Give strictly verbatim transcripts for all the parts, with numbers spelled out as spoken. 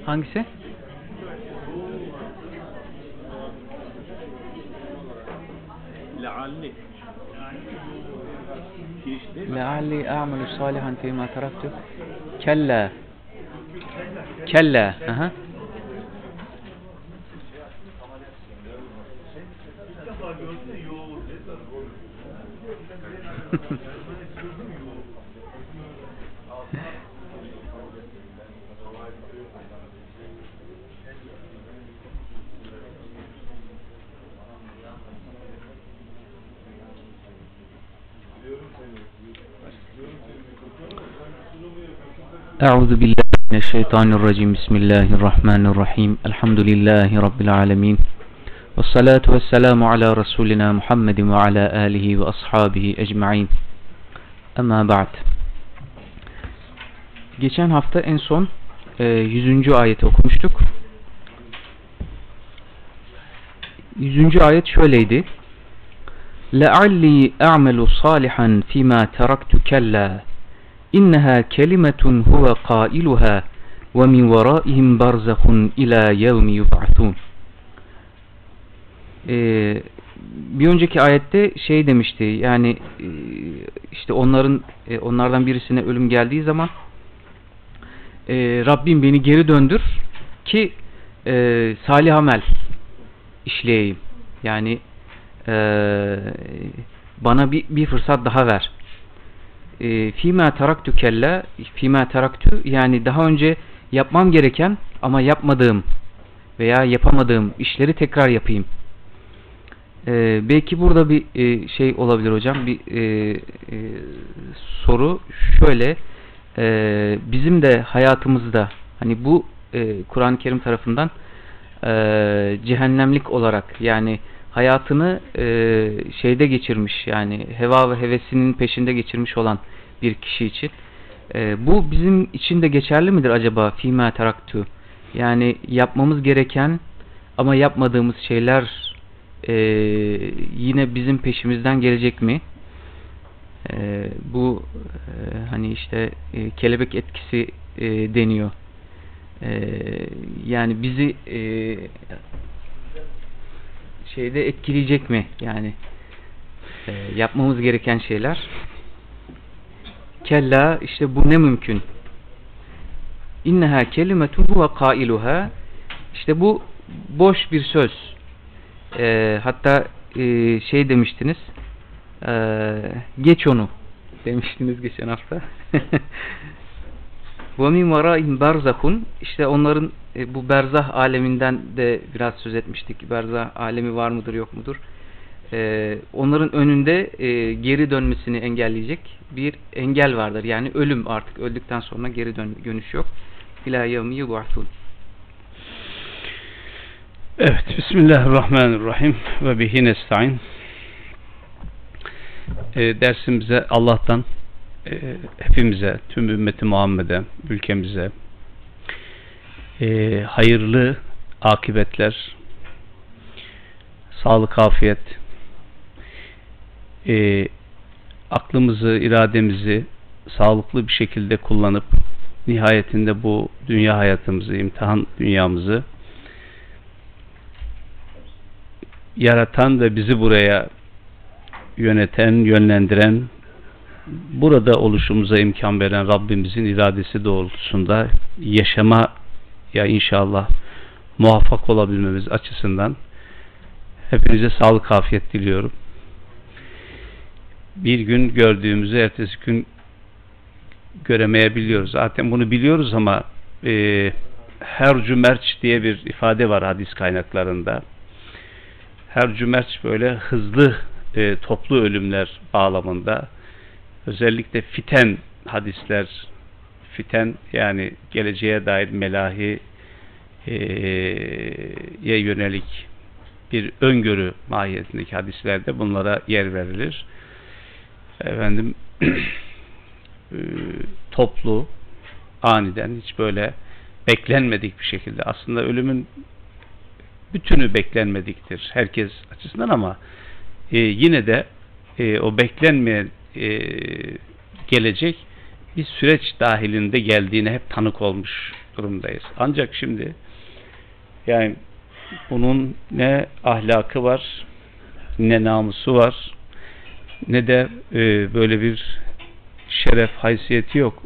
Hangisi? Lealli. Lealli a'malu salihan fîmâ teraktu. Kella. Kella. Aha. Euzu billahi mineşşeytanirracim. Bismillahirrahmanirrahim. Elhamdülillahi rabbil alamin. Ves salatu vesselamu ala rasulina Muhammedin ve ala alihi ve ashabihi ecmaîn. Amma ba'd. Geçen hafta en son e, yüzüncü ayeti okumuştuk. yüzüncü ayet şöyleydi. Lealli a'melu salihan fîmâ teraktu kella. İnneha kelimetun huve qailuha ve min veraihim barzahun ila yevmi yub'atun. Ee, bir önceki ayette şey demişti, yani e, işte onların e, onlardan birisine ölüm geldiği zaman e, Rabbim beni geri döndür ki e, salih amel işleyeyim. Yani e, bana bir, bir fırsat daha ver. Fîmâ teraktu kella, fîmâ teraktu, yani daha önce yapmam gereken ama yapmadığım veya yapamadığım işleri tekrar yapayım. Ee, belki burada bir e, şey olabilir hocam, bir e, e, soru şöyle, e, bizim de hayatımızda hani bu e, Kur'an-ı Kerim tarafından e, cehennemlik olarak, yani hayatını e, şeyde geçirmiş, yani heva ve hevesinin peşinde geçirmiş olan bir kişi için e, bu bizim için de geçerli midir acaba? Fîmâ teraktu, yani yapmamız gereken ama yapmadığımız şeyler e, yine bizim peşimizden gelecek mi? E, bu e, hani işte e, kelebek etkisi e, deniyor. E, yani bizi e, şeyde etkileyecek mi? Yani e, yapmamız gereken şeyler. Kella, işte bu ne mümkün? İnneha kelimetun huve kailuha. İşte bu boş bir söz. E, hatta e, şey demiştiniz, e, geç onu demiştiniz geçen hafta. Ve min veraihim barzahun. İşte onların e, bu berzah aleminden de biraz söz etmiştik. Berzah alemi var mıdır, yok mudur? E, onların önünde e, geri dönmesini engelleyecek bir engel vardır. Yani ölüm, artık öldükten sonra geri dön dönüş yok. İlâ yevmi yub'atûn. Evet, Bismillahirrahmanirrahim ve bihi nestaîn. E, dersimize Allah'tan e, hepimize, tüm ümmeti Muhammed'e, ülkemize e, hayırlı akıbetler, sağlık, afiyet, e, aklımızı, irademizi sağlıklı bir şekilde kullanıp nihayetinde bu dünya hayatımızı, imtihan dünyamızı yaratan ve bizi buraya yöneten, yönlendiren, burada oluşumuza imkan veren Rabbimizin iradesi doğrultusunda yaşama ya inşallah muvaffak olabilmemiz açısından hepinize sağlık, afiyet diliyorum. Bir gün gördüğümüzü ertesi gün göremeyebiliyoruz. Zaten bunu biliyoruz ama e, hercü merç diye bir ifade var hadis kaynaklarında. Hercü merç böyle hızlı e, toplu ölümler bağlamında, özellikle fiten hadisler, fiten yani geleceğe dair melahiye e, yönelik bir öngörü mahiyetindeki hadislerde bunlara yer verilir. Efendim e, toplu, aniden, hiç böyle beklenmedik bir şekilde, aslında ölümün bütünü beklenmediktir herkes açısından ama e, yine de e, o beklenmeyen e, gelecek bir süreç dahilinde geldiğine hep tanık olmuş durumdayız. Ancak şimdi yani bunun ne ahlakı var, ne namusu var, ne de e, böyle bir şeref haysiyeti yok.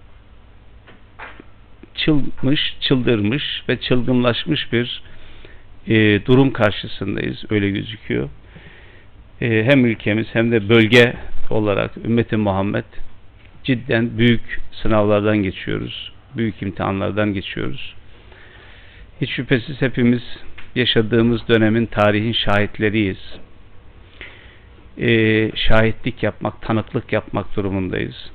Çılmış, çıldırmış ve çılgınlaşmış bir e, durum karşısındayız. Öyle gözüküyor. E, hem ülkemiz hem de bölge olarak ümmeti Muhammed cidden büyük sınavlardan geçiyoruz. Büyük imtihanlardan geçiyoruz. Hiç şüphesiz hepimiz yaşadığımız dönemin tarihin şahitleriyiz. Ee, şahitlik yapmak, tanıklık yapmak durumundayız.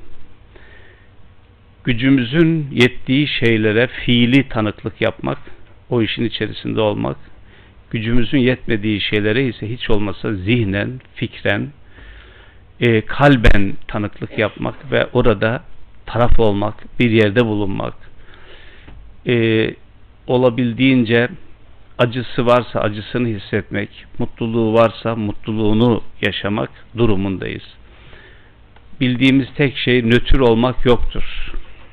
Gücümüzün yettiği şeylere fiili tanıklık yapmak, o işin içerisinde olmak, gücümüzün yetmediği şeylere ise hiç olmasa zihnen, fikren, e, kalben tanıklık yapmak ve orada taraf olmak, bir yerde bulunmak, e, olabildiğince acısı varsa acısını hissetmek, mutluluğu varsa mutluluğunu yaşamak durumundayız. Bildiğimiz tek şey nötr olmak yoktur.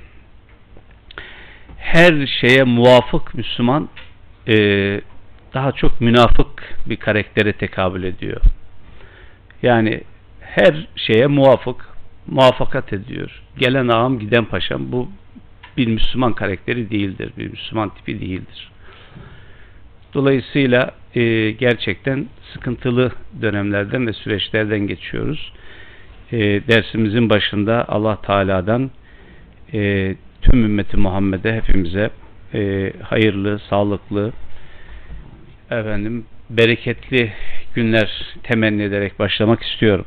Her şeye muvafık Müslüman e, daha çok münafık bir karaktere tekabül ediyor. Yani her şeye muvafık, muvaffakat ediyor. Gelen ağam giden paşam, bu bir Müslüman karakteri değildir, bir Müslüman tipi değildir. Dolayısıyla e, gerçekten sıkıntılı dönemlerden ve süreçlerden geçiyoruz. E, dersimizin başında Allah Teala'dan e, tüm ümmeti Muhammed'e, hepimize e, hayırlı, sağlıklı, efendim, bereketli günler temenni ederek başlamak istiyorum.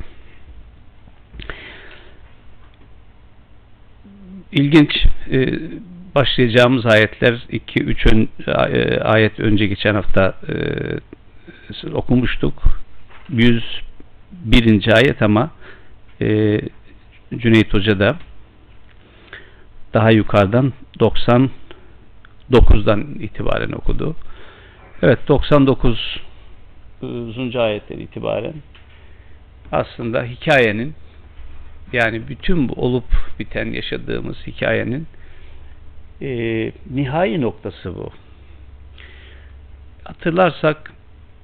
İlginç e, başlayacağımız ayetler iki üç ayet önce geçen hafta e, okumuştuk. yüz birinci ayet ama e, Cüneyt Hoca da daha yukarıdan doksan dokuzdan itibaren okudu. Evet, doksan dokuzuncu ayetten itibaren aslında hikayenin, yani bütün bu olup biten yaşadığımız hikayenin e, nihai noktası bu. Hatırlarsak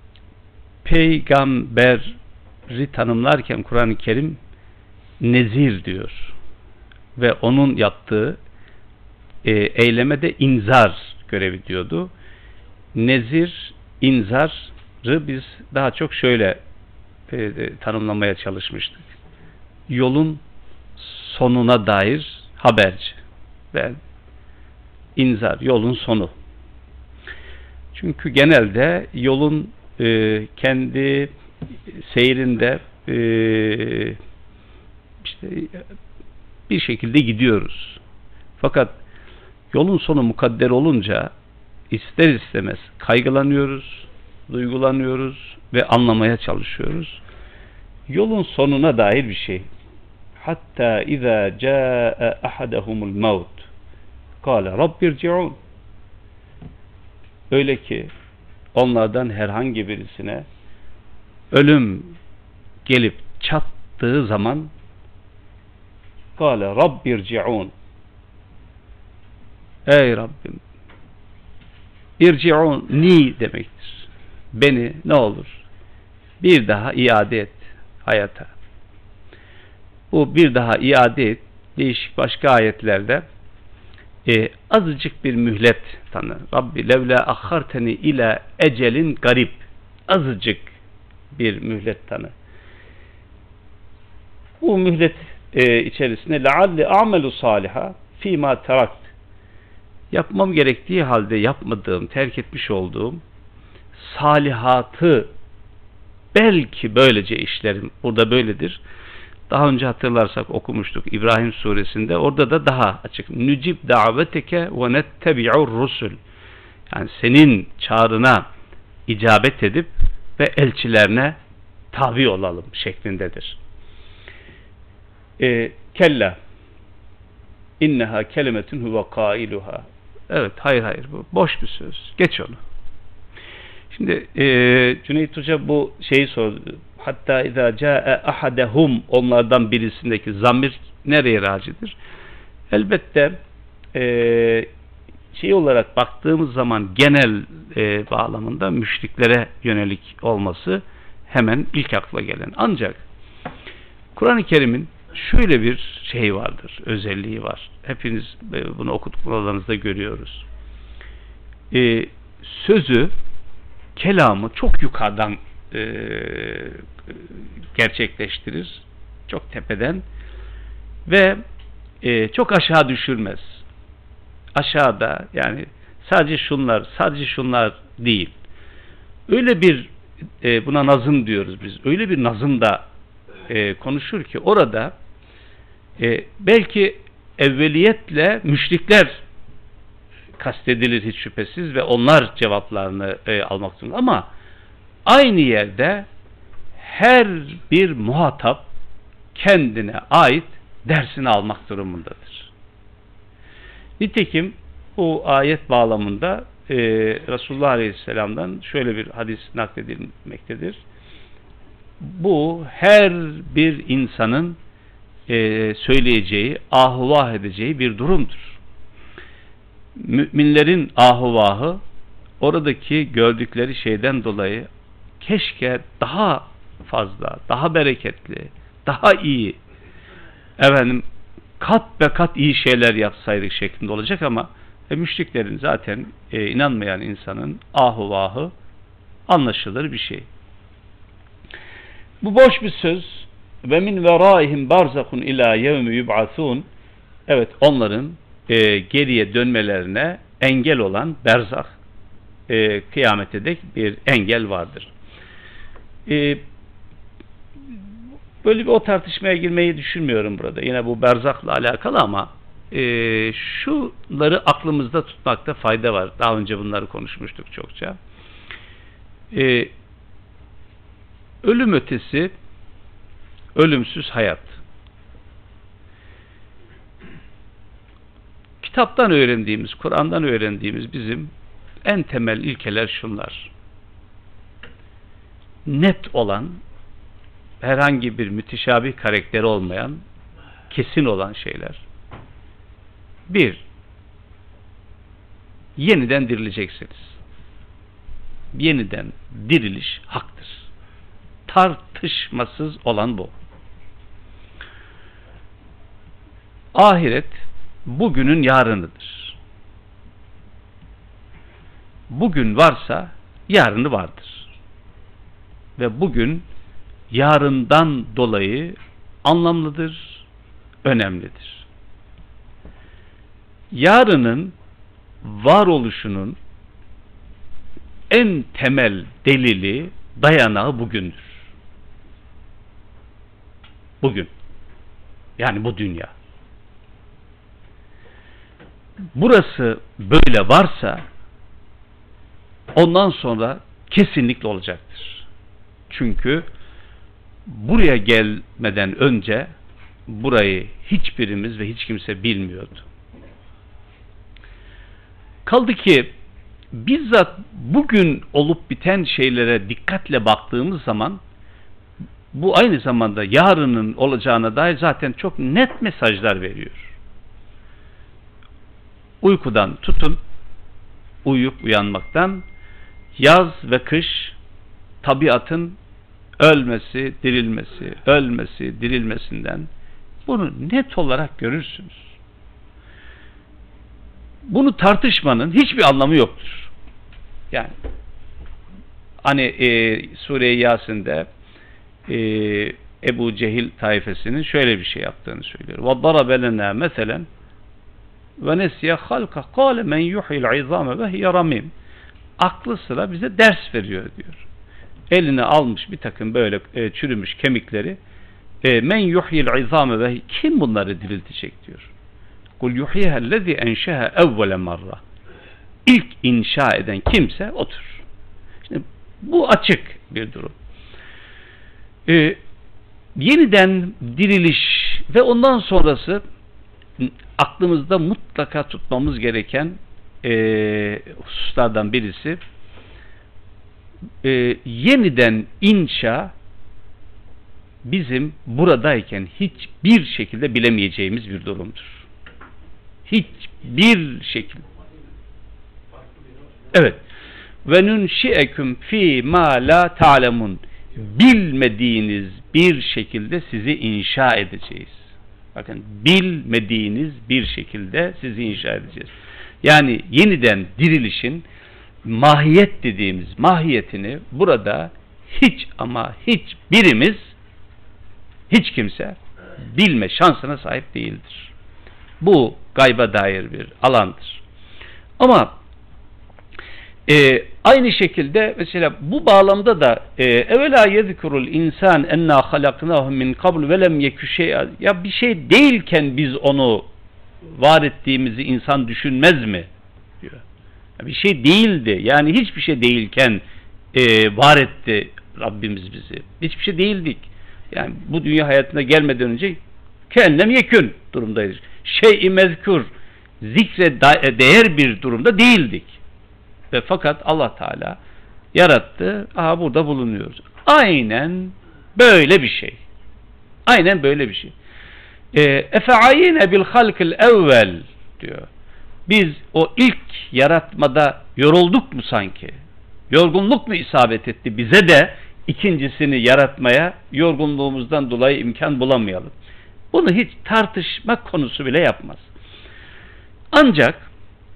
peygamberi tanımlarken Kur'an-ı Kerim nezir diyor ve onun yaptığı e, eyleme de inzar görevi diyordu. Nezir, inzarı biz daha çok şöyle e, tanımlamaya çalışmıştık. Yolun sonuna dair haberci ve inzar, yolun sonu. Çünkü genelde yolun e, kendi seyrinde e, işte bir şekilde gidiyoruz. Fakat yolun sonu mukadder olunca ister istemez kaygılanıyoruz, duygulanıyoruz ve anlamaya çalışıyoruz. Yolun sonuna dair bir şey. Hatta izâ câe ahadahumul mevt kâle rabbirci'ûn. Öyle ki onlardan herhangi birisine ölüm gelip çattığı zaman kâle rabbirci'ûn, ey Rabbim, irci'ûn ni demektir. Beni ne olur bir daha iade et hayata. Bu bir daha iade et değişik başka ayetlerde e, azıcık bir mühlet tanı. Rabbi levla akharteni ila ecelin garip, azıcık bir mühlet tanı. Bu mühlet e, içerisinde lealli amelu saliha fîmâ terakt, yapmam gerektiği halde yapmadığım, terk etmiş olduğum salihatı belki böylece işlerim. Burada böyledir. Daha önce hatırlarsak okumuştuk İbrahim suresinde. Orada da daha açık. Nücib daveteke ve nettebi'ur rusul. Yani senin çağrına icabet edip ve elçilerine tabi olalım şeklindedir. E, kella inneha kelimetun huve kailuha. Evet, hayır hayır, bu boş bir söz. Geç onu. Şimdi e, Cüneyt Hoca bu şeyi sordu. Hatta izâ câe ahadehum, onlardan birisindeki zamir nereye racidir? Elbette e, şey olarak baktığımız zaman genel e, bağlamında müşriklere yönelik olması hemen ilk akla gelen. Ancak Kur'an-ı Kerim'in şöyle bir şey vardır, özelliği var. Hepiniz e, bunu okuduklarınızda görüyoruz. E, sözü, kelamı çok yukarıdan e, gerçekleştirir. Çok tepeden ve e, çok aşağı düşürmez. Aşağıda, yani sadece şunlar, sadece şunlar değil. Öyle bir e, buna nazım diyoruz biz. Öyle bir nazımda e, konuşur ki orada e, belki evveliyetle müşrikler kastedilir hiç şüphesiz ve onlar cevaplarını e, almak zorunda. Ama aynı yerde her bir muhatap kendine ait dersini almak durumundadır. Nitekim bu ayet bağlamında e, Resulullah Aleyhisselam'dan şöyle bir hadis nakledilmektedir. Bu her bir insanın e, söyleyeceği, ahuvah edeceği bir durumdur. Müminlerin ahuvahı oradaki gördükleri şeyden dolayı keşke daha fazla, daha bereketli, daha iyi, efendim kat be kat iyi şeyler yapsaydık şeklinde olacak ama e, müşriklerin zaten e, inanmayan insanın ahuvahı anlaşılır bir şey. Bu boş bir söz. Ve min veraihim barzakun ila yevmi yub'asun. Evet, onların e, geriye dönmelerine engel olan berzak, e, kıyamete dek bir engel vardır. E, böyle bir o tartışmaya girmeyi düşünmüyorum burada. Yine bu berzakla alakalı ama e, şunları aklımızda tutmakta fayda var. Daha önce bunları konuşmuştuk çokça. E, ölüm ötesi ölümsüz hayat. Kitaptan öğrendiğimiz, Kur'an'dan öğrendiğimiz bizim en temel ilkeler şunlar. Net olan, herhangi bir müteşabih karakteri olmayan, kesin olan şeyler. Bir, yeniden dirileceksiniz. Yeniden diriliş haktır. Tartışmasız olan bu. Ahiret bugünün yarınıdır. Bugün varsa yarını vardır. Ve bugün yarından dolayı anlamlıdır, önemlidir. Yarının varoluşunun en temel delili, dayanağı bugündür. Bugün. Yani bu dünya. Burası böyle varsa ondan sonra kesinlikle olacaktır. Çünkü buraya gelmeden önce burayı hiçbirimiz ve hiç kimse bilmiyordu. Kaldı ki bizzat bugün olup biten şeylere dikkatle baktığımız zaman bu aynı zamanda yarının olacağına dair zaten çok net mesajlar veriyor. Uykudan tutun, uyuyup uyanmaktan, yaz ve kış, tabiatın ölmesi, dirilmesi, ölmesi, dirilmesinden bunu net olarak görürsünüz. Bunu tartışmanın hiçbir anlamı yoktur. Yani hani e, Sure-i Yasin'de e, Ebu Cehil taifesinin şöyle bir şey yaptığını söylüyor. وَضَّرَبَ لَنَا مَثَلًا وَنَسْيَ خَلْقَ قَالَ مَنْ يُحْيِ الْعِظَامَ وَهِيَ رَمِيمٌ. Aklı sıra bize ders veriyor diyor. Eline almış bir takım böyle e, çürümüş kemikleri, e, men yuhyil izame ve kim bunları diriltecek diyor. Kul yuhyiha ellezî enşeha evvele marra. İlk inşa eden kimse odur. Şimdi bu açık bir durum. E, yeniden diriliş ve ondan sonrası aklımızda mutlaka tutmamız gereken e, hususlardan birisi e, yeniden inşa bizim buradayken hiçbir şekilde bilemeyeceğimiz bir durumdur. Hiçbir şekilde. Evet. Ve nunşi'eküm fî mâ lâ ta'lemun. Bilmediğiniz bir şekilde sizi inşa edeceğiz. Bakın, bilmediğiniz bir şekilde sizi inşa edeceğiz. Yani yeniden dirilişin mahiyet dediğimiz mahiyetini burada hiç ama hiç birimiz, hiç kimse bilme şansına sahip değildir. Bu gayba dair bir alandır. Ama e, aynı şekilde mesela bu bağlamda da e, evvela yezkurul insan enna halaknahu min qabl ve lem yeku şey'a, ya bir şey değilken biz onu var ettiğimizi insan düşünmez mi diyor. Ya bir şey değildi, yani hiçbir şey değilken e, var etti Rabbimiz bizi. Hiçbir şey değildik. Yani bu dünya hayatına gelmeden önce kennem yekün durumdayız. Şey-i mezkur, zikre değer bir durumda değildik. Ve fakat Allah Teala yarattı. Aha, burada bulunuyoruz. Aynen böyle bir şey. Aynen böyle bir şey. Efe'ayine bil halkil evvel diyor. Biz o ilk yaratmada yorulduk mu sanki? Yorgunluk mu isabet etti bize de ikincisini yaratmaya yorgunluğumuzdan dolayı imkan bulamayalım? Bunu hiç tartışma konusu bile yapmaz. Ancak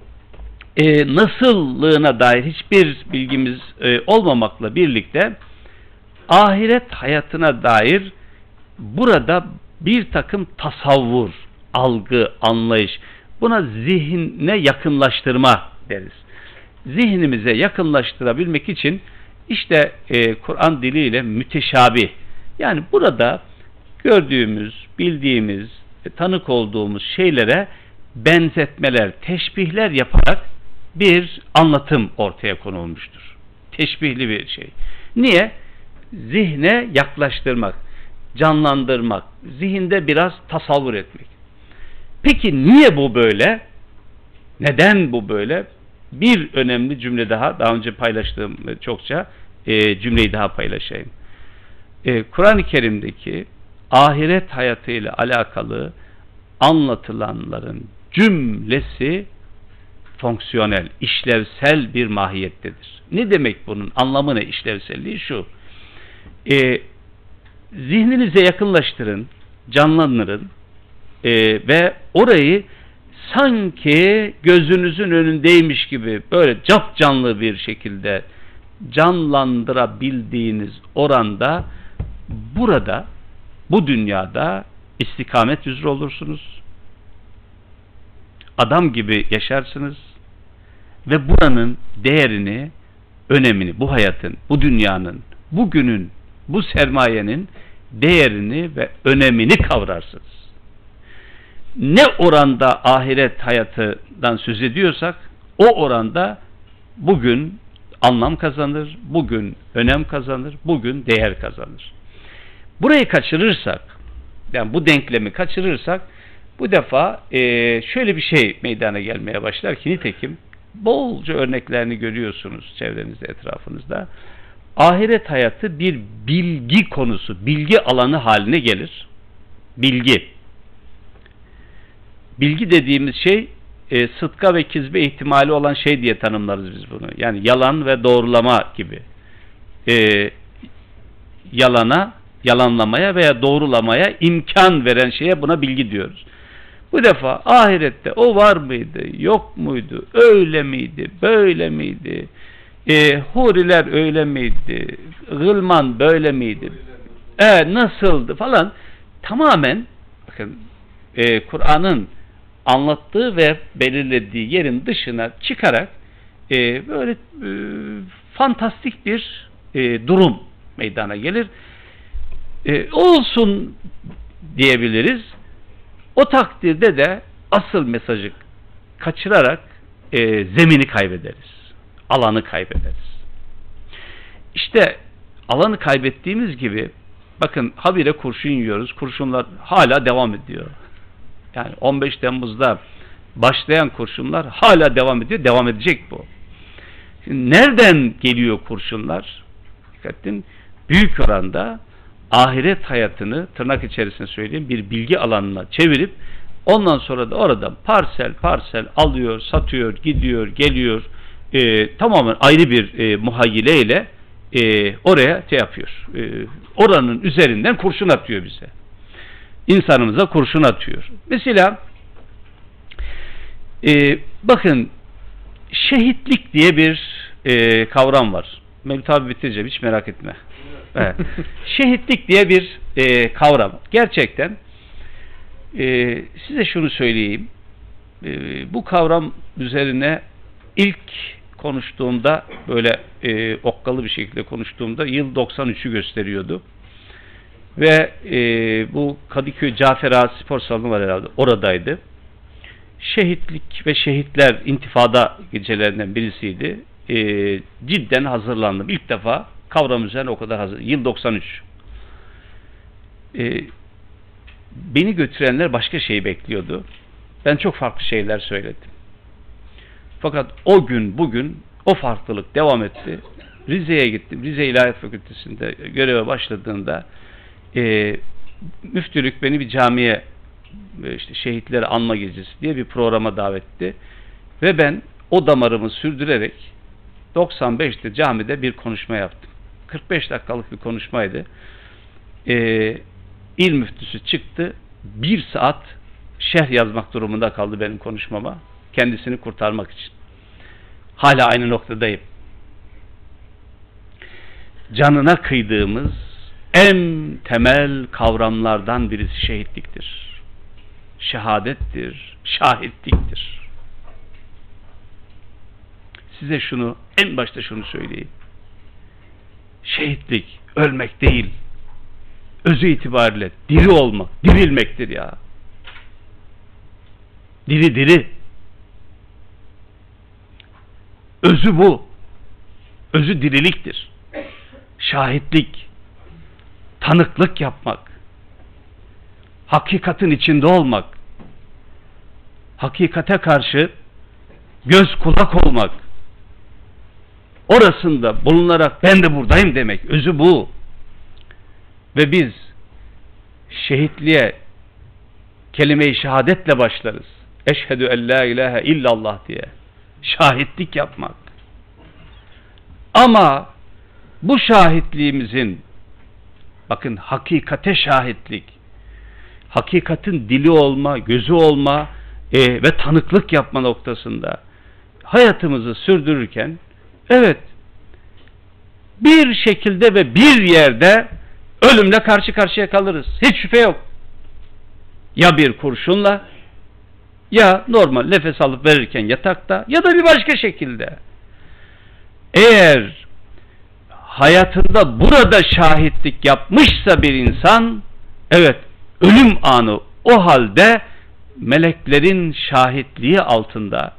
e, nasıllığına dair hiçbir bilgimiz e, olmamakla birlikte ahiret hayatına dair burada bir takım tasavvur, algı, anlayış, buna zihne yakınlaştırma deriz. Zihnimize yakınlaştırabilmek için işte e, Kur'an diliyle müteşabih, yani burada gördüğümüz, bildiğimiz, tanık olduğumuz şeylere benzetmeler, teşbihler yaparak bir anlatım ortaya konulmuştur. Teşbihli bir şey. Niye? Zihne yaklaştırmak, canlandırmak, zihinde biraz tasavvur etmek. Peki niye bu böyle? Neden bu böyle? Bir önemli cümle daha, daha önce paylaştığım çokça e, cümleyi daha paylaşayım. E, Kur'an-ı Kerim'deki ahiret hayatıyla alakalı anlatılanların cümlesi fonksiyonel, işlevsel bir mahiyettedir. Ne demek bunun anlamı, ne işlevselliği? Şu: e, zihninize yakınlaştırın, canlandırın e, ve orayı sanki gözünüzün önündeymiş gibi böyle capcanlı bir şekilde canlandırabildiğiniz oranda burada, bu dünyada istikamet üzere olursunuz. Adam gibi yaşarsınız ve buranın değerini, önemini, bu hayatın, bu dünyanın, bugünün, bu sermayenin değerini ve önemini kavrarsınız. Ne oranda ahiret hayatından söz ediyorsak o oranda bugün anlam kazanır, bugün önem kazanır, bugün değer kazanır. Burayı kaçırırsak, yani bu denklemi kaçırırsak bu defa e, şöyle bir şey meydana gelmeye başlar ki, nitekim bolca örneklerini görüyorsunuz çevrenizde, etrafınızda. Ahiret hayatı bir bilgi konusu, bilgi alanı haline gelir. Bilgi. Bilgi dediğimiz şey e, sıdka ve kizbe ihtimali olan şey diye tanımlarız biz bunu. Yani yalan ve doğrulama gibi. E, yalana, yalanlamaya veya doğrulamaya imkan veren şeye buna bilgi diyoruz. Bu defa ahirette o var mıydı, yok muydu, öyle miydi, böyle miydi, e, huriler öyle miydi, gılman böyle miydi, e, nasıldı falan, tamamen bakın e, Kur'an'ın anlattığı ve belirlediği yerin dışına çıkarak e, böyle e, fantastik bir e, durum meydana gelir. E, olsun diyebiliriz. O takdirde de asıl mesajı kaçırarak e, zemini kaybederiz. Alanı kaybederiz. İşte alanı kaybettiğimiz gibi bakın habire kurşun yiyoruz. Kurşunlar hala devam ediyor. Yani on beş Temmuz'da başlayan kurşunlar hala devam ediyor. Devam edecek bu. Şimdi nereden geliyor kurşunlar? Dikkat edin. Büyük oranda ahiret hayatını, tırnak içerisinde söyleyeyim, bir bilgi alanına çevirip ondan sonra da oradan parsel parsel alıyor, satıyor, gidiyor, geliyor, e, tamamen ayrı bir e, muhayyileyle e, oraya şey yapıyor. E, oranın üzerinden kurşun atıyor bize. İnsanımıza kurşun atıyor. Mesela e, bakın, şehitlik diye bir e, kavram var. Mevlüt abi bitireceğim, hiç merak etme. Evet. Şehitlik diye bir e, kavram. Gerçekten e, size şunu söyleyeyim. E, bu kavram üzerine ilk konuştuğumda, böyle e, okkalı bir şekilde konuştuğumda yıl doksan üçü gösteriyordu. Ve e, bu Kadıköy Cafer Ağa Spor Salonu var herhalde, oradaydı. Şehitlik ve şehitler intifada gecelerinden birisiydi. E, cidden hazırlandım. İlk defa kavram üzerine o kadar hazır. Yıl doksan üç. E, beni götürenler başka şey bekliyordu. Ben çok farklı şeyler söyledim. Fakat o gün bugün o farklılık devam etti. Rize'ye gittim. Rize İlahiyat Fakültesi'nde göreve başladığında e, müftülük beni bir camiye, işte şehitleri anma gecesi diye bir programa davet etti. Ve ben o damarımı sürdürerek doksan beşte camide bir konuşma yaptım. kırk beş dakikalık bir konuşmaydı. Ee, İl müftüsü çıktı. Bir saat şerh yazmak durumunda kaldı benim konuşmama. Kendisini kurtarmak için. Hala aynı noktadayım. Canına kıydığımız en temel kavramlardan birisi şehitliktir. Şehadettir, şahitliktir. Size şunu, en başta şunu söyleyeyim. Şehitlik ölmek değil, özü itibariyle diri olmak, dirilmektir ya. Diri diri. Özü bu. Özü diriliktir. Şahitlik, tanıklık yapmak, hakikatin içinde olmak, hakikate karşı göz kulak olmak, orasında bulunarak ben de buradayım demek. Özü bu. Ve biz şehitliğe kelime-i şehadetle başlarız. Eşhedü en la ilahe illallah diye. Şahitlik yapmak. Ama bu şahitliğimizin, bakın, hakikate şahitlik, hakikatin dili olma, gözü olma e, ve tanıklık yapma noktasında hayatımızı sürdürürken, evet, bir şekilde ve bir yerde ölümle karşı karşıya kalırız. Hiç şüphe yok. Ya bir kurşunla, ya normal nefes alıp verirken yatakta, ya da bir başka şekilde. Eğer hayatında burada şahitlik yapmışsa bir insan, evet, ölüm anı o halde meleklerin şahitliği altında.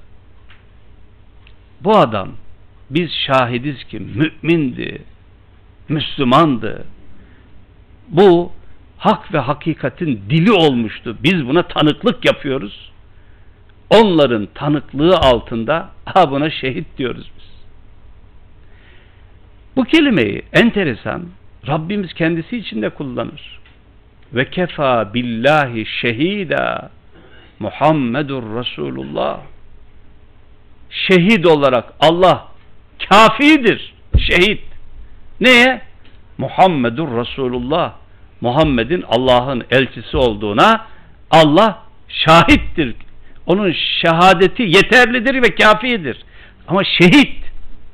Bu adam, biz şahidiz ki mümindi, Müslümandı. Bu hak ve hakikatin dili olmuştu. Biz buna tanıklık yapıyoruz. Onların tanıklığı altında ha buna şehit diyoruz biz. Bu kelimeyi enteresan Rabbimiz kendisi için de kullanır. Ve kefa billahi şehida Muhammedur Resulullah. Şehit olarak Allah kafidir. Şehit. Neye? Muhammedur Resulullah. Muhammed'in Allah'ın elçisi olduğuna Allah şahittir. Onun şehadeti yeterlidir ve kafidir. Ama şehit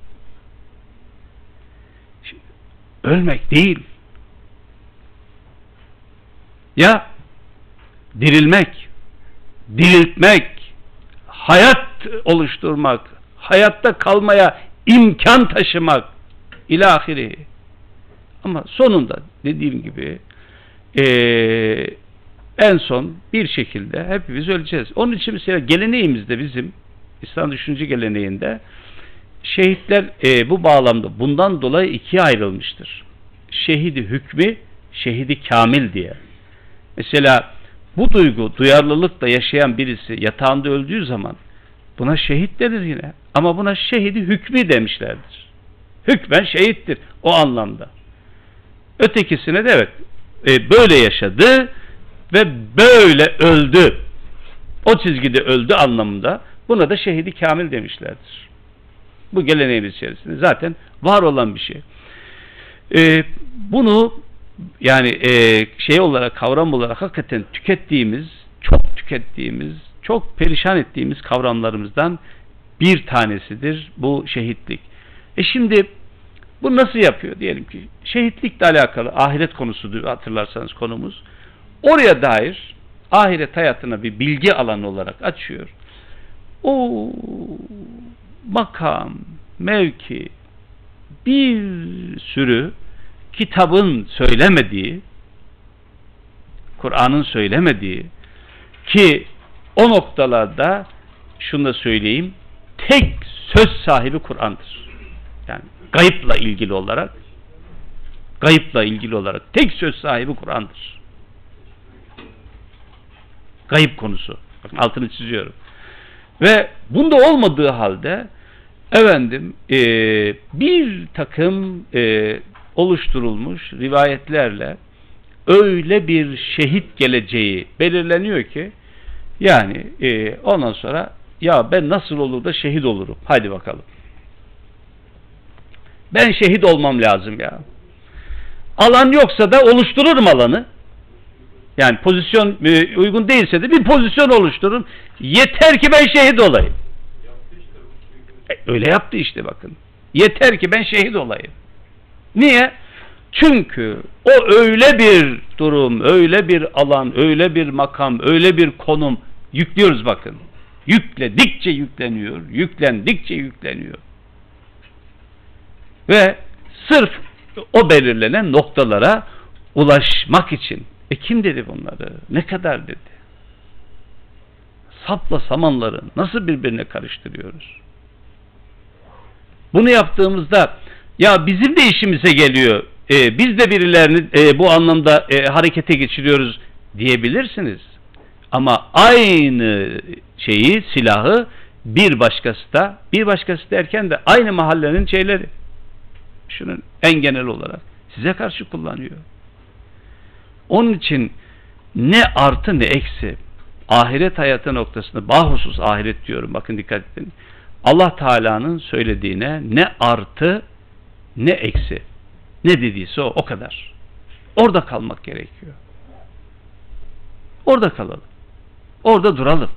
ölmek değil. Ya dirilmek, diriltmek, hayat oluşturmak, hayatta kalmaya imkan taşımak ilahiri. Ama sonunda dediğim gibi ee, en son bir şekilde hepimiz öleceğiz. Onun için mesela geleneğimizde, bizim İslam düşünce geleneğinde şehitler e, bu bağlamda bundan dolayı ikiye ayrılmıştır. Şehidi hükmü, şehidi kamil diye. Mesela bu duygu, duyarlılıkla yaşayan birisi yatağında öldüğü zaman buna şehit denir yine. Ama buna şehidi hükmü demişlerdir. Hükmen şehittir o anlamda. Ötekisine de evet e, böyle yaşadı ve böyle öldü. O çizgide öldü anlamında buna da şehidi kamil demişlerdir. Bu geleneğimiz içerisinde zaten var olan bir şey. Ee, bunu yani e, şey olarak, kavram olarak hakikaten tükettiğimiz, çok tükettiğimiz, çok perişan ettiğimiz kavramlarımızdan bir tanesidir bu şehitlik. E şimdi bu nasıl yapıyor? Diyelim ki şehitlikle alakalı ahiret konusudur, hatırlarsanız konumuz. Oraya dair ahiret hayatına bir bilgi alanı olarak açıyor. O makam, mevki, bir sürü kitabın söylemediği, Kur'an'ın söylemediği ki o noktalarda şunu da söyleyeyim, tek söz sahibi Kur'an'dır. Yani gayıpla ilgili olarak gayıpla ilgili olarak tek söz sahibi Kur'an'dır. Gayıp konusu. Bakın altını çiziyorum. Ve bunda olmadığı halde efendim e, bir takım e, oluşturulmuş rivayetlerle öyle bir şehit geleceği belirleniyor ki yani e, ondan sonra ya ben nasıl olur da şehit olurum? Hadi bakalım. Ben şehit olmam lazım ya. Alan yoksa da oluştururum alanı. Yani pozisyon e, uygun değilse de bir pozisyon oluştururum. Yeter ki ben şehit olayım. E, öyle yaptı işte bakın. Yeter ki ben şehit olayım. Niye? Çünkü o öyle bir durum, öyle bir alan, öyle bir makam, öyle bir konum yüklüyoruz bakın. Yükledikçe yükleniyor, yüklendikçe yükleniyor. Ve sırf o belirlenen noktalara ulaşmak için. E kim dedi bunları? Ne kadar dedi? Sapla samanları nasıl birbirine karıştırıyoruz? Bunu yaptığımızda ya bizim de işimize geliyor. E, biz de birilerini e, bu anlamda e, harekete geçiriyoruz diyebilirsiniz. Ama aynı şeyi, silahı bir başkası da, bir başkası derken de aynı mahallenin şeyleri. Şunun en genel olarak size karşı kullanıyor. Onun için ne artı ne eksi ahiret hayatı noktasında, bahusus ahiret diyorum, bakın dikkat edin. Allah Teala'nın söylediğine ne artı ne eksi. Ne dediyse o, o kadar. Orada kalmak gerekiyor. Orada kalalım. Orada duralım.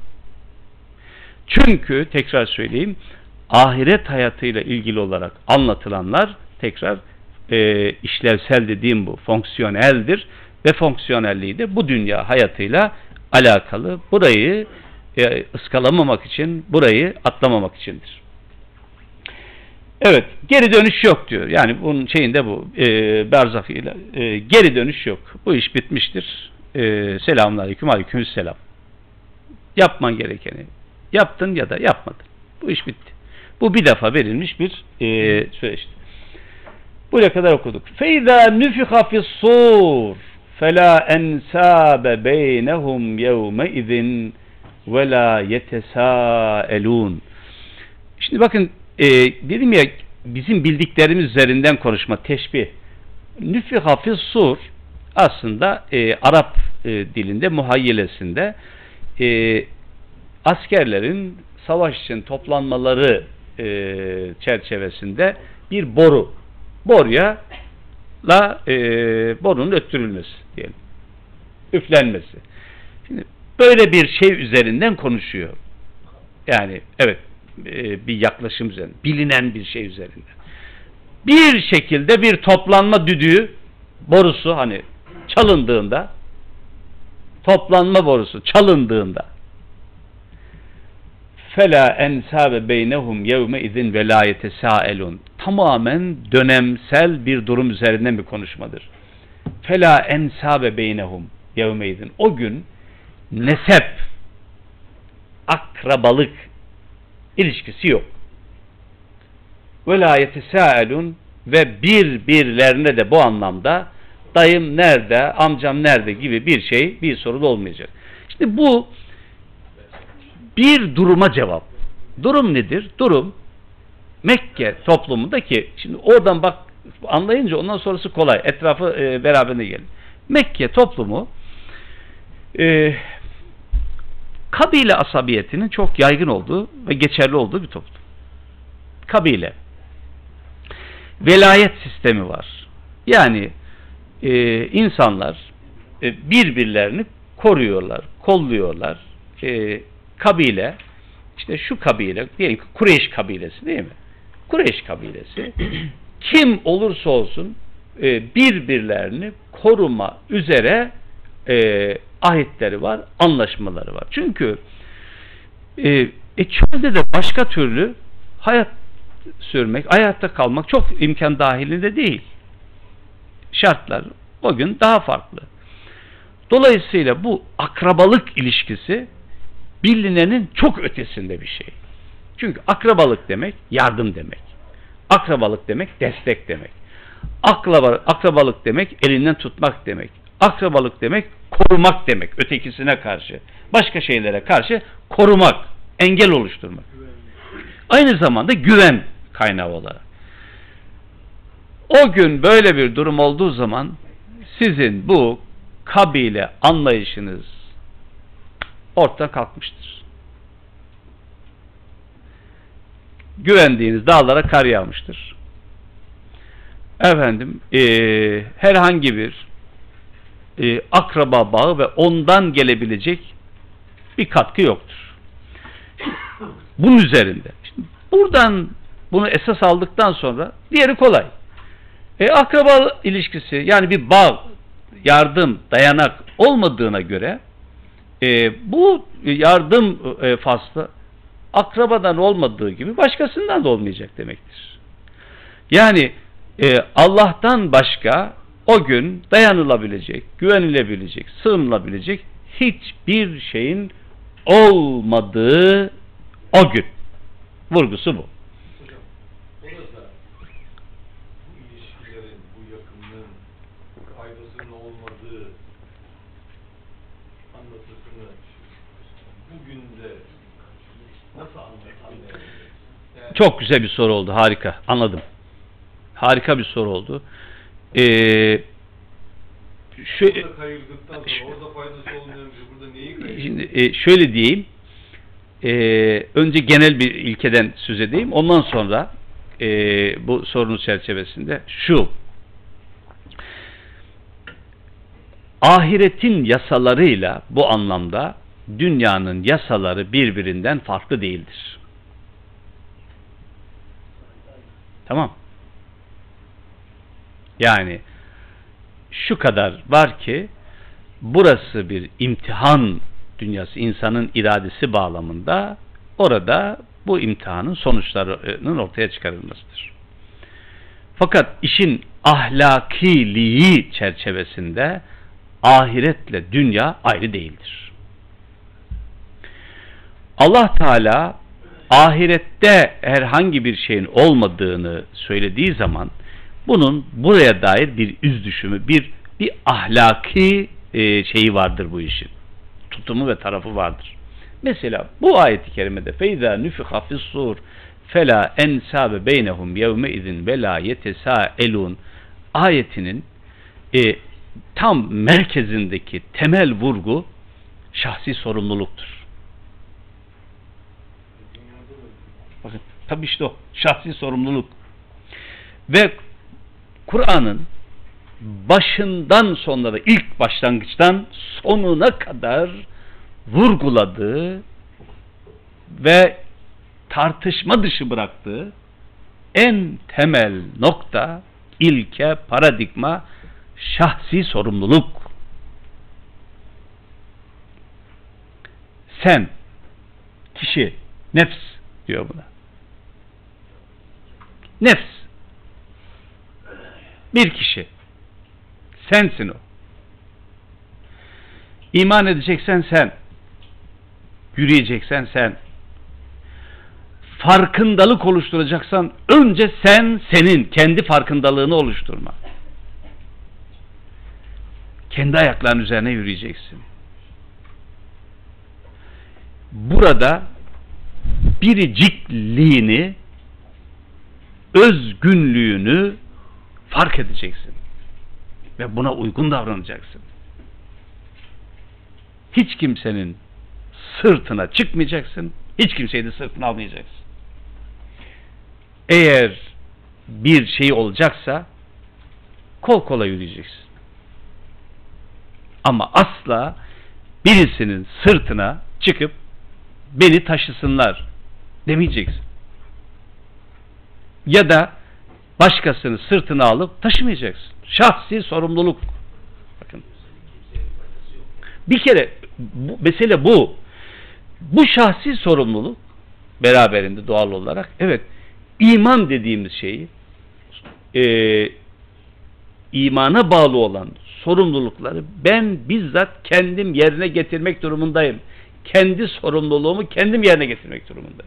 Çünkü tekrar söyleyeyim, ahiret hayatıyla ilgili olarak anlatılanlar tekrar e, işlevsel dediğim bu, fonksiyoneldir ve fonksiyonelliği de bu dünya hayatıyla alakalı. Burayı e, ıskalamamak için, burayı atlamamak içindir. Evet, geri dönüş yok diyor. Yani bunun şeyinde bu, e, berzahıyla e, geri dönüş yok. Bu iş bitmiştir. E, Selamünaleyküm, aleykümselam. Yapman gerekeni yaptın ya da yapmadın. Bu iş bitti. Bu bir defa verilmiş bir e, süreçti. Buraya kadar okuduk. فَاِذَا نُفِخَ فِي الصُّورِ فَلَا اَنْسَابَ بَيْنَهُمْ يَوْمَئِذٍ وَلَا يَتَسَاءَلُونَ. Şimdi bakın, e, dedim ya, bizim bildiklerimiz üzerinden konuşma, teşbih. Nüfiha fis-sur aslında e, Arap e, dilinde, muhayyelesinde e, askerlerin savaş için toplanmaları e, çerçevesinde bir boru, boruya la e, borunun öttürülmesi diyelim, üflenmesi. Şimdi böyle bir şey üzerinden konuşuyor. Yani evet, e, bir yaklaşım üzerinden, bilinen bir şey üzerinden. Bir şekilde bir toplanma düdüğü, borusu hani çalındığında, toplanma borusu çalındığında فَلَا اَنْسَابَ بَيْنَهُمْ يَوْمَ اِذٍ وَلَا يَتَسَاءَلُونَ. Tamamen dönemsel bir durum üzerinden bir konuşmadır. فَلَا اَنْسَابَ بَيْنَهُمْ يَوْمَ اِذٍ. O gün nesep, akrabalık ilişkisi yok. وَلَا يَتَسَاءَلُونَ. Ve birbirlerine de bu anlamda dayım nerede, amcam nerede gibi bir şey, bir soru da olmayacak. İşte bu bir duruma cevap. Durum nedir? Durum Mekke toplumundaki, şimdi oradan bak anlayınca ondan sonrası kolay. Etrafı e, beraberine gelin. Mekke toplumu e, kabile asabiyetinin çok yaygın olduğu ve geçerli olduğu bir toplum. kabile. Velayet sistemi var. Yani e, insanlar e, birbirlerini koruyorlar, kolluyorlar. E, kabile, işte şu kabile, diyelim ki Kureyş kabilesi değil mi? Kureyş kabilesi kim olursa olsun e, birbirlerini koruma üzere e, ahitleri var, anlaşmaları var. Çünkü e, e, çölde de başka türlü hayat sürmek, hayatta kalmak çok imkan dahilinde değil. Şartlar o gün daha farklı. Dolayısıyla bu akrabalık ilişkisi bilinenin çok ötesinde bir şey. Çünkü akrabalık demek yardım demek. Akrabalık demek destek demek. Akraba, akrabalık demek elinden tutmak demek. Akrabalık demek korumak demek ötekisine karşı. Başka şeylere karşı korumak, engel oluşturmak. Aynı zamanda güven kaynağı olarak. O gün böyle bir durum olduğu zaman sizin bu kabile anlayışınız ortadan kalkmıştır. Güvendiğiniz dağlara kar yağmıştır. Efendim e, herhangi bir e, akraba bağı ve ondan gelebilecek bir katkı yoktur. Bunun üzerinde. Şimdi buradan bunu esas aldıktan sonra diğeri kolay. E, akraba ilişkisi yani bir bağ, yardım, dayanak olmadığına göre e, bu yardım e, faslı akrabadan olmadığı gibi başkasından da olmayacak demektir. Yani e, Allah'tan başka o gün dayanılabilecek, güvenilebilecek, sığınılabilecek hiçbir şeyin olmadığı o gün. Vurgusu bu. Çok güzel bir soru oldu. Harika. Anladım. Harika bir soru oldu. Ee, şu, orada kayırdıktan sonra orada faydası olmayan bir burada neyi kayırdı? Şimdi e, şöyle diyeyim. E, önce genel bir ilkeden söz edeyim. Ondan sonra e, bu sorunun çerçevesinde şu. Ahiretin yasalarıyla bu anlamda dünyanın yasaları birbirinden farklı değildir. Tamam. Yani şu kadar var ki burası bir imtihan dünyası, insanın iradesi bağlamında orada bu imtihanın sonuçlarının ortaya çıkarılmasıdır. Fakat işin ahlakiliği çerçevesinde ahiretle dünya ayrı değildir. Allah Teala ahirette herhangi bir şeyin olmadığını söylediği zaman bunun buraya dair bir üz düşümü, bir bir ahlaki e, şeyi vardır bu işin. Tutumu ve tarafı vardır. Mesela bu ayet-i kerimede فَاِذَا نُفِخَ فِي الصُّورِ فَلَا اَنْسَابَ بَيْنَهُمْ يَوْمَئِذٍ وَلَا يَتَسَاءَلُونَ ayetinin e, tam merkezindeki temel vurgu şahsi sorumluluktur. Bakın tabii işte o şahsi sorumluluk. Ve Kur'an'ın başından sonuna da ilk başlangıçtan sonuna kadar vurguladığı ve tartışma dışı bıraktığı en temel nokta, ilke, paradigma şahsi sorumluluk. Sen, kişi, nefs diyor buna. Nefs. Bir kişi. Sensin o. İman edeceksen sen. Yürüyeceksen sen. Farkındalık oluşturacaksan önce sen, senin kendi farkındalığını oluşturma. Kendi ayaklarının üzerine yürüyeceksin. Burada biricikliğini, özgünlüğünü fark edeceksin. Ve buna uygun davranacaksın. Hiç kimsenin sırtına çıkmayacaksın. Hiç kimseyi de sırtına almayacaksın. eğer bir şey olacaksa kol kola yürüyeceksin. Ama asla birisinin sırtına çıkıp beni taşısınlar demeyeceksin. Ya da başkasını sırtına alıp taşımayacaksın. Şahsi sorumluluk. Bakın. Bir kere bu, mesele bu. Bu şahsi sorumluluk beraberinde doğal olarak evet iman dediğimiz şeyi e, imana bağlı olan sorumlulukları ben bizzat kendim yerine getirmek durumundayım. Kendi sorumluluğumu kendim yerine getirmek durumundayım.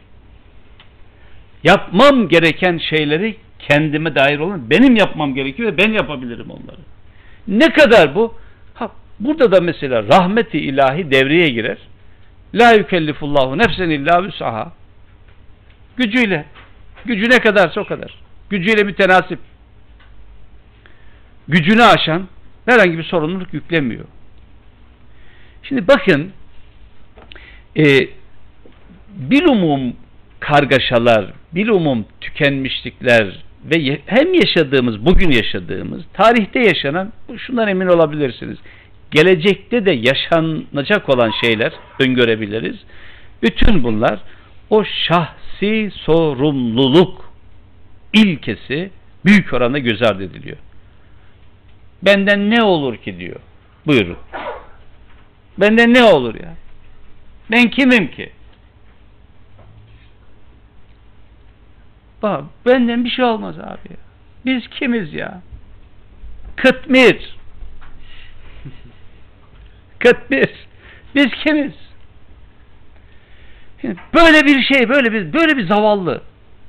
Yapmam gereken şeyleri kendime dair olan benim yapmam gerekiyor ve ben yapabilirim onları. Ne kadar bu? Ha, burada da mesela rahmeti ilahi devreye girer. La yükellifullahu nefsen illa vüsaha. Gücüyle. Gücü ne kadarsa o kadar. Gücüyle mütenasip. Gücünü aşan herhangi bir sorumluluk yüklemiyor. Şimdi bakın e, bilumum kargaşalar, bilumum tükenmişlikler ve hem yaşadığımız, bugün yaşadığımız, tarihte yaşanan, şundan emin olabilirsiniz. Gelecekte de yaşanacak olan şeyler öngörebiliriz. Bütün bunlar o şahsi sorumluluk ilkesi büyük oranda göz ardı ediliyor. Benden ne olur ki diyor. Buyurun. Benden ne olur ya? Ben kimim ki? Bak, benden bir şey olmaz abi ya. Biz kimiz ya? Kıtmir. Kıtmir. Biz kimiz? Böyle bir şey, böyle bir böyle bir zavallı.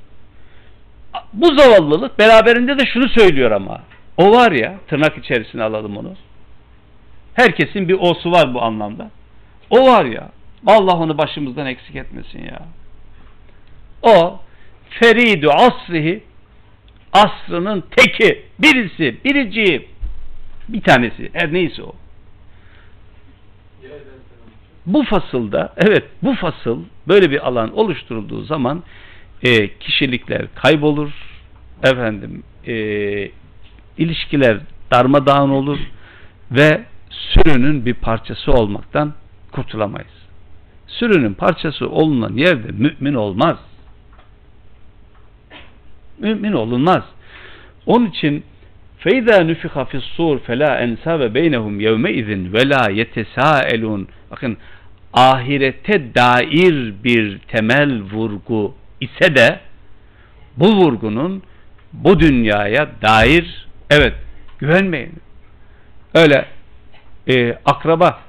Bu zavallılık beraberinde de şunu söylüyor ama. O var ya, tırnak içerisine alalım onu. Herkesin bir osu var bu anlamda. O var ya, Allah onu başımızdan eksik etmesin ya. O feridu asrihi, asrının teki, birisi, biriciği, bir tanesi, her neyse o. Bu fasılda, evet bu fasıl böyle bir alan oluşturulduğu zaman e, kişilikler kaybolur, efendim e, ilişkiler darmadağın olur ve sürünün bir parçası olmaktan kurtulamayız. Sürünün parçası olunan yerde mümin olmaz. Mümin olunmaz. Onun için فَاِذَا نُفِخَ فِي الصُّورِ فَلَا اَنْسَابَ بَيْنَهُمْ يَوْمَئِذٍ وَلَا يَتَسَاءَلُونَ. Bakın, ahirete dair bir temel vurgu ise de bu vurgunun bu dünyaya dair evet güvenmeyin. Öyle e, akraba,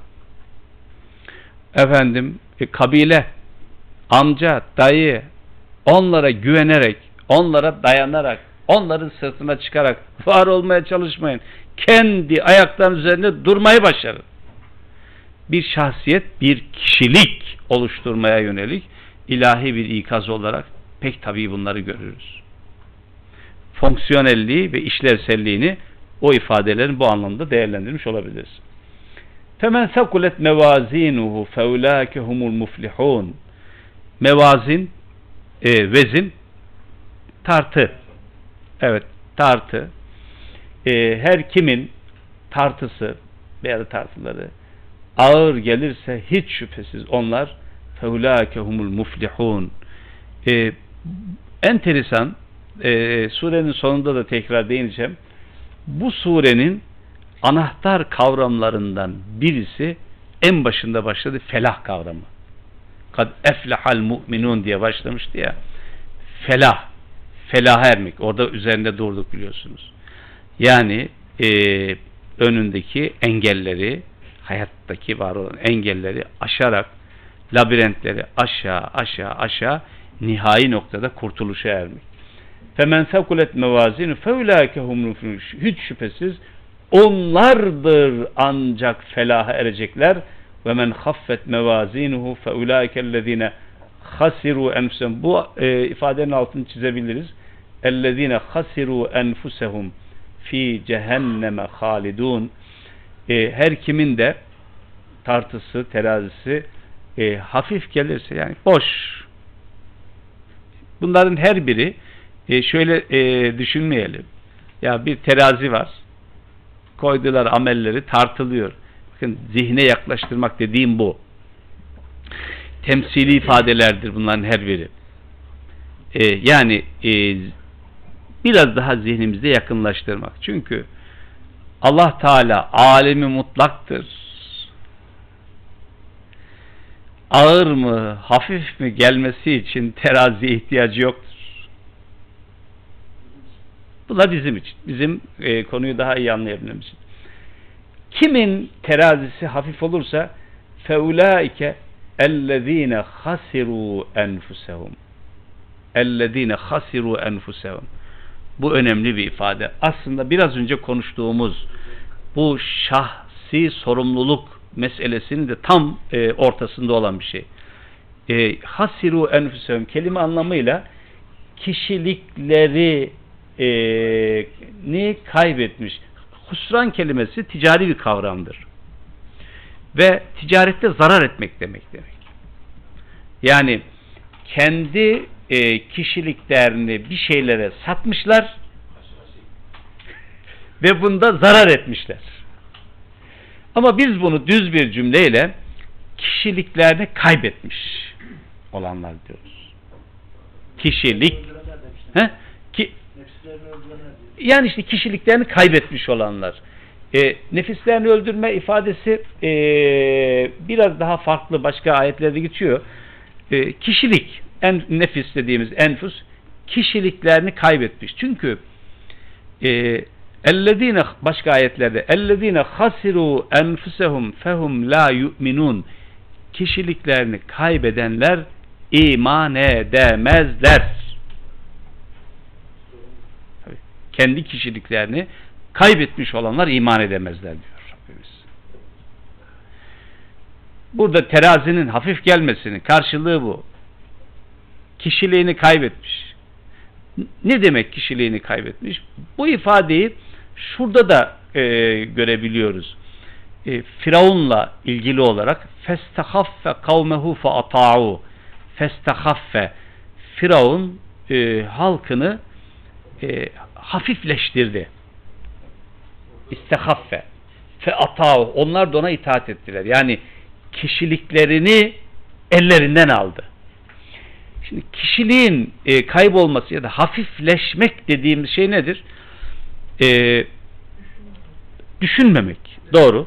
efendim e, kabile, amca, dayı, onlara güvenerek, onlara dayanarak, onların sırtına çıkarak var olmaya çalışmayın. Kendi ayaklarının üzerinde durmayı başarın. Bir şahsiyet, bir kişilik oluşturmaya yönelik ilahi bir ikaz olarak pek tabii bunları görürüz. Fonksiyonelliği ve işlevselliğini o ifadelerin bu anlamda değerlendirmiş olabiliriz. فَمَنْ ثَقُلَتْ مَوَازِينُهُ فَاُولَٰئِكَ هُمُ الْمُفْلِحُونَ. Mevazin, e, vezin, tartı. Evet, tartı. E, her kimin tartısı veya tartıları ağır gelirse hiç şüphesiz onlar فَاُولَٰئِكَ هُمُ الْمُفْلِحُونَ. E, enteresan, e, surenin sonunda da tekrar değineceğim. Bu surenin anahtar kavramlarından birisi en başında başladı felah kavramı. Kad eflehal mu'minun diye başlamıştı ya. Felah. Felaha ermek. Orada üzerinde durduk biliyorsunuz. Yani e, önündeki engelleri, hayattaki var olan engelleri aşarak labirentleri aşağı aşağı aşağı nihai noktada kurtuluşa ermek. Femen fekulet mevazinu feulaike hum. Hiç şüphesiz onlardır ancak felaha erecekler. Ve men haffet mevazinuhu feulaikellezine hasiru enfusehum. Bu e, ifadenin altını çizebiliriz. Ellezine hasiru enfusehum fi cehenneme halidun. E, her kimin de tartısı, terazisi e, hafif gelirse, yani boş. Bunların her biri E şöyle e, düşünmeyelim. Ya bir terazi var. Koydular amelleri, tartılıyor. Bakın zihne yaklaştırmak dediğim bu. Temsili ifadelerdir bunların her biri. E, yani e, biraz daha zihnimizde yakınlaştırmak. Çünkü Allah Teala alemi mutlaktır. Ağır mı, hafif mi gelmesi için teraziye ihtiyacı yoktur. Bunlar bizim için. Bizim e, konuyu daha iyi anlayabilmemiz için. Kimin terazisi hafif olursa feulaike ellezine hasiru enfusehum. Ellezine hasiru enfusehum. Bu önemli bir ifade. Aslında biraz önce konuştuğumuz bu şahsi sorumluluk meselesinin de tam e, ortasında olan bir şey. E, hasiru enfusehum kelime anlamıyla kişilikleri e, ni kaybetmiş. Husran kelimesi ticari bir kavramdır. Ve ticarette zarar etmek demek demek. Yani kendi e, kişiliklerini bir şeylere satmışlar ve bunda zarar etmişler. Ama biz bunu düz bir cümleyle kişiliklerini kaybetmiş olanlar diyoruz. Kişilik he? Ki, yani işte kişiliklerini kaybetmiş olanlar. E, nefislerini öldürme ifadesi e, biraz daha farklı başka ayetlerde geçiyor. E, kişilik, en, nefis dediğimiz enfus kişiliklerini kaybetmiş. Çünkü e, ellezine başka ayetlerde ellezine hasiru enfusehum fehum la yu'minun kişiliklerini kaybedenler iman edemezler. Tabii, kendi kişiliklerini kaybetmiş olanlar iman edemezler diyor Rabbimiz. Burada terazinin hafif gelmesinin karşılığı bu. Kişiliğini kaybetmiş. Ne demek kişiliğini kaybetmiş? Bu ifadeyi şurada da e, görebiliyoruz. E, Firavun'la ilgili olarak festahaffe kavmehu fe ata'u festahaffe Firavun e, halkını e, hafifleştirdi. İstehaffe fe ata'u onlar da ona itaat ettiler. Yani kişiliklerini ellerinden aldı. Şimdi kişiliğin e, kaybolması ya da hafifleşmek dediğimiz şey nedir? E, düşünmemek. Doğru.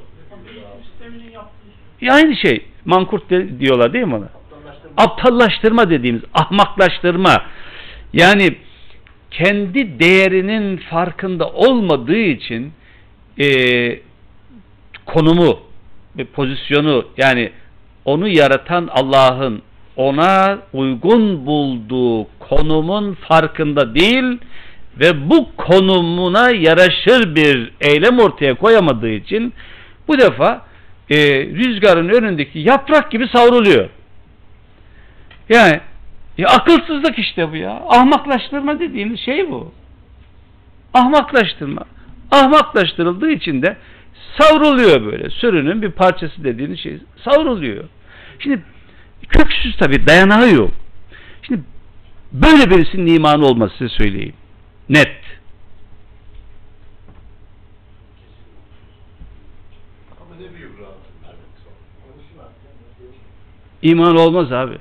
E, aynı şey. Mankurt de, diyorlar değil mi ona? Aptallaştırma dediğimiz, ahmaklaştırma. Yani kendi değerinin farkında olmadığı için e, konumu ve pozisyonu yani onu yaratan Allah'ın ona uygun bulduğu konumun farkında değil ve bu konumuna yaraşır bir eylem ortaya koyamadığı için bu defa e, rüzgarın önündeki yaprak gibi savruluyor. Yani ya akılsızlık işte bu ya. Ahmaklaştırma dediğimiz şey bu. Ahmaklaştırma. Ahmaklaştırıldığı için de savruluyor böyle. Sürünün bir parçası dediğiniz şey savruluyor. Şimdi köksüz tabii, dayanağı yok. Şimdi böyle birisinin imanı olması size söyleyeyim. Net. İman olmaz abi.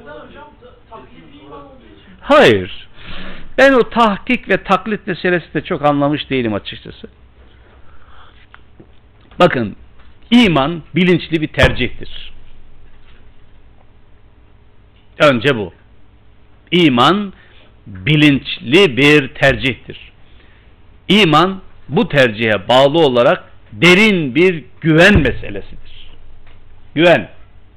Hayır. Ben o tahkik ve taklit meselesi de çok anlamış değilim açıkçası. Bakın, iman bilinçli bir tercihtir. Önce bu. İman bilinçli bir tercihtir. İman bu tercihe bağlı olarak derin bir güven meselesidir. Güven.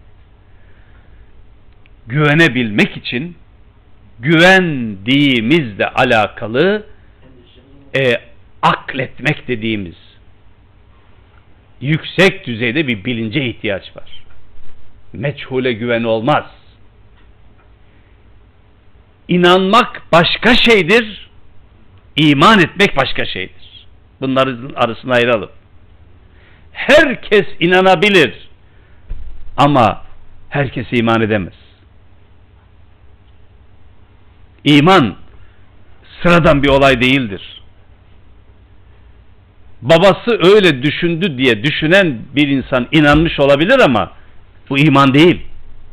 Güvenebilmek için güvendiğimizle alakalı e, akletmek dediğimiz yüksek düzeyde bir bilince ihtiyaç var. Meçhule güven olmaz. İnanmak başka şeydir, iman etmek başka şeydir. Bunların arasını ayıralım. Herkes inanabilir ama herkes iman edemez. İman sıradan bir olay değildir. Babası öyle düşündü diye düşünen bir insan inanmış olabilir ama bu iman değil.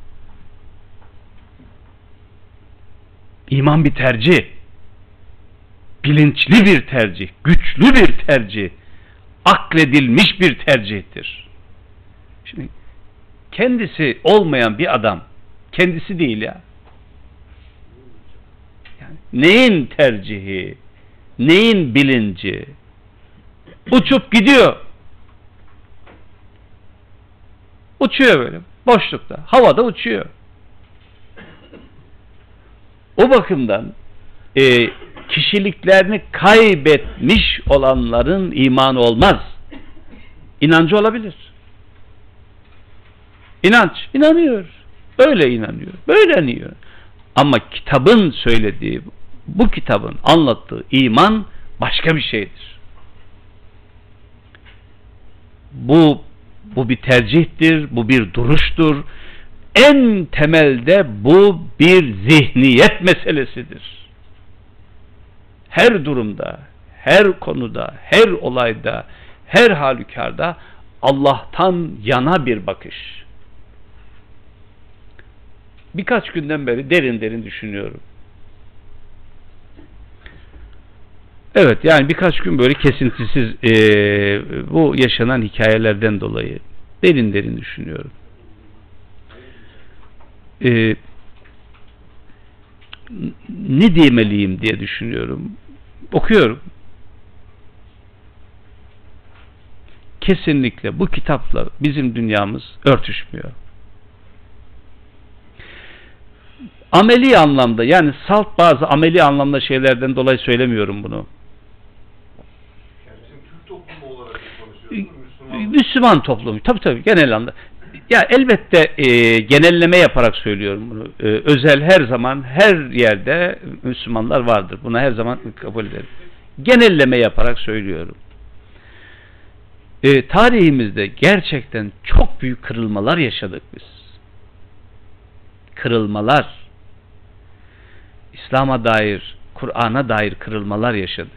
İman bir tercih. Bilinçli bir tercih, güçlü bir tercih, akledilmiş bir tercihtir. Şimdi kendisi olmayan bir adam, kendisi değil ya. Yani neyin tercihi, neyin bilinci? Uçup gidiyor. Uçuyor böyle, boşlukta, havada uçuyor. O bakımdan e, kişiliklerini kaybetmiş olanların imanı olmaz. İnancı olabilir. İnanç, inanıyor. Öyle inanıyor, böyle inanıyor. Ama kitabın söylediği, bu kitabın anlattığı iman başka bir şeydir. Bu, bu bir tercihtir, bu bir duruştur. En temelde bu bir zihniyet meselesidir. Her durumda, her konuda, her olayda, her halükarda Allah'tan yana bir bakış. Birkaç günden beri derin derin düşünüyorum. Evet, yani birkaç gün böyle kesintisiz e, bu yaşanan hikayelerden dolayı derin derin düşünüyorum. E, ne diyemeliyim diye düşünüyorum. Okuyorum. Kesinlikle bu kitapla bizim dünyamız örtüşmüyor. Ameli anlamda, yani salt bazı ameli anlamda şeylerden dolayı söylemiyorum bunu. Yani bizim Türk toplumu olarak konuşuyoruz. Müslüman, Müslüman toplumu. Tabii tabii genel anlamda. Ya elbette e, genelleme yaparak söylüyorum bunu. E, özel her zaman her yerde Müslümanlar vardır. Buna her zaman kabul ederim. Genelleme yaparak söylüyorum. E, tarihimizde gerçekten çok büyük kırılmalar yaşadık biz. Kırılmalar. İslam'a dair, Kur'an'a dair kırılmalar yaşadık.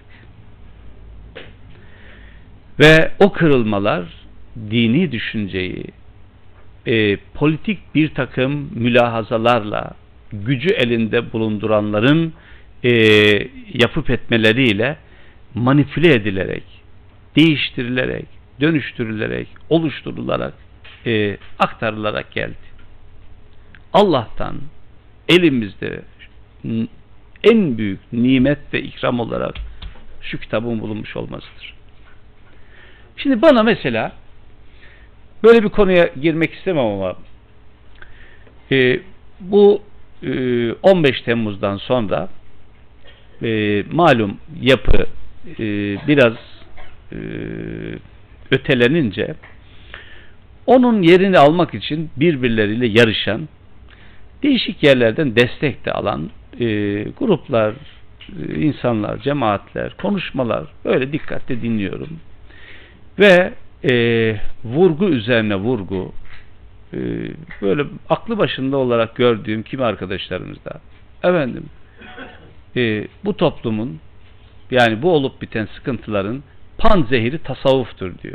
Ve o kırılmalar dini düşünceyi e, politik bir takım mülahazalarla gücü elinde bulunduranların e, yapıp etmeleriyle manipüle edilerek, değiştirilerek, dönüştürülerek, oluşturularak, e, aktarılarak geldi. Allah'tan elimizde en büyük nimet ve ikram olarak şu kitabın bulunmuş olmasıdır. Şimdi bana mesela böyle bir konuya girmek istemem ama e, bu e, on beş Temmuz'dan sonra e, malum yapı e, biraz e, ötelenince onun yerini almak için birbirleriyle yarışan, değişik yerlerden destek de alan e, gruplar, e, insanlar, cemaatler, konuşmalar böyle dikkatle dinliyorum. Ve e, vurgu üzerine vurgu e, böyle aklı başında olarak gördüğüm kimi arkadaşlarımız da efendim e, bu toplumun, yani bu olup biten sıkıntıların panzehiri tasavvuftur diyor.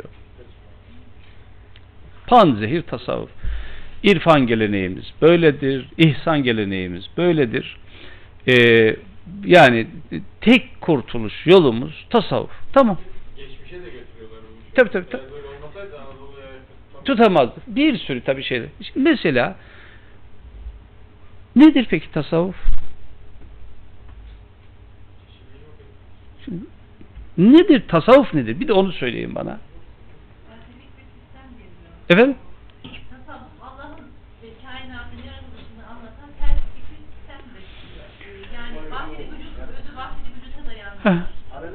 Panzehir tasavvuf. İrfan geleneğimiz böyledir, ihsan geleneğimiz böyledir. Ee, yani tek kurtuluş yolumuz tasavvuf. Tamam. geçmişe de getiriyorlar. Bu Tabii tabii. tabii. Yani böyle olmasaydı Anadolu'ya Tutamazdı. Bir sürü tabii şeyler. Şimdi mesela nedir peki tasavvuf? Şimdi, nedir tasavvuf nedir? Bir de onu söyleyin bana. Efendim? Tasavvuf Allah'ın ve kainatın yaratılışını anlatan felsefi bir sistemdir. Yani vahid-i vücut, özü vahid-i vücuta dayanır.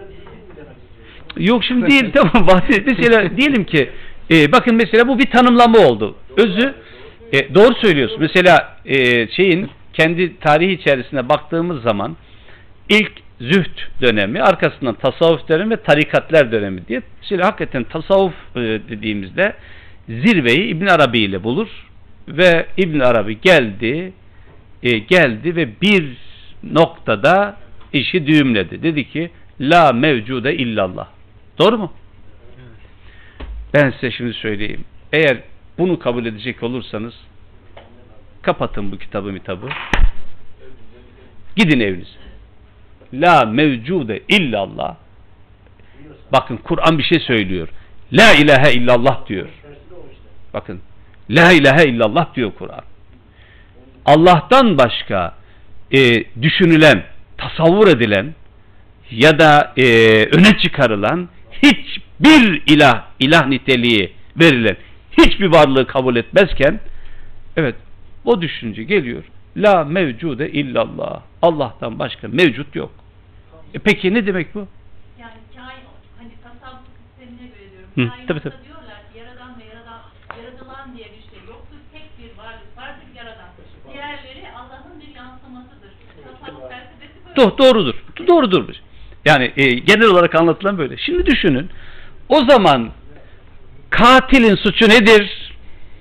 Yok şimdi değil, tamam. Mesela diyelim ki e, bakın mesela bu bir tanımlama oldu. Özü e, doğru söylüyorsun. Mesela e, şeyin kendi tarihi içerisine baktığımız zaman ilk zühd dönemi, arkasından tasavvuf dönemi ve tarikatler dönemi diye. Şimdi hakikaten tasavvuf e, dediğimizde zirveyi İbn Arabi ile bulur ve İbn Arabi geldi e, geldi ve bir noktada işi düğümledi. Dedi ki la mevcude illallah. Doğru mu? Ben size şimdi söyleyeyim. Eğer bunu kabul edecek olursanız kapatın bu kitabı mitabı. Gidin evinize. La mevcude illallah. Bakın Kur'an bir şey söylüyor. La ilahe illallah diyor. Bakın. La ilahe illallah diyor Kur'an. Allah'tan başka e, düşünülen, tasavvur edilen ya da e, öne çıkarılan hiçbir ilah, ilah niteliği verilen hiçbir varlığı kabul etmezken evet o düşünce geliyor. La mevcude illallah. Allah'tan başka mevcut yok. E peki ne demek bu? Yani kain, hani tasavvuf sistemine göre diyorum. Hı, Kainatta tabii, tabii. diyorlar ki yaradan ve yaradan, yaratılan diye bir şey yoktur. Tek bir varlık vardır, yaradan. Diğerleri Allah'ın bir yansımasıdır. Tasavvuf felsefesi böyle. Do doğrudur. Doğrudur. Yani e, genel olarak anlatılan böyle. Şimdi düşünün. O zaman katilin suçu nedir?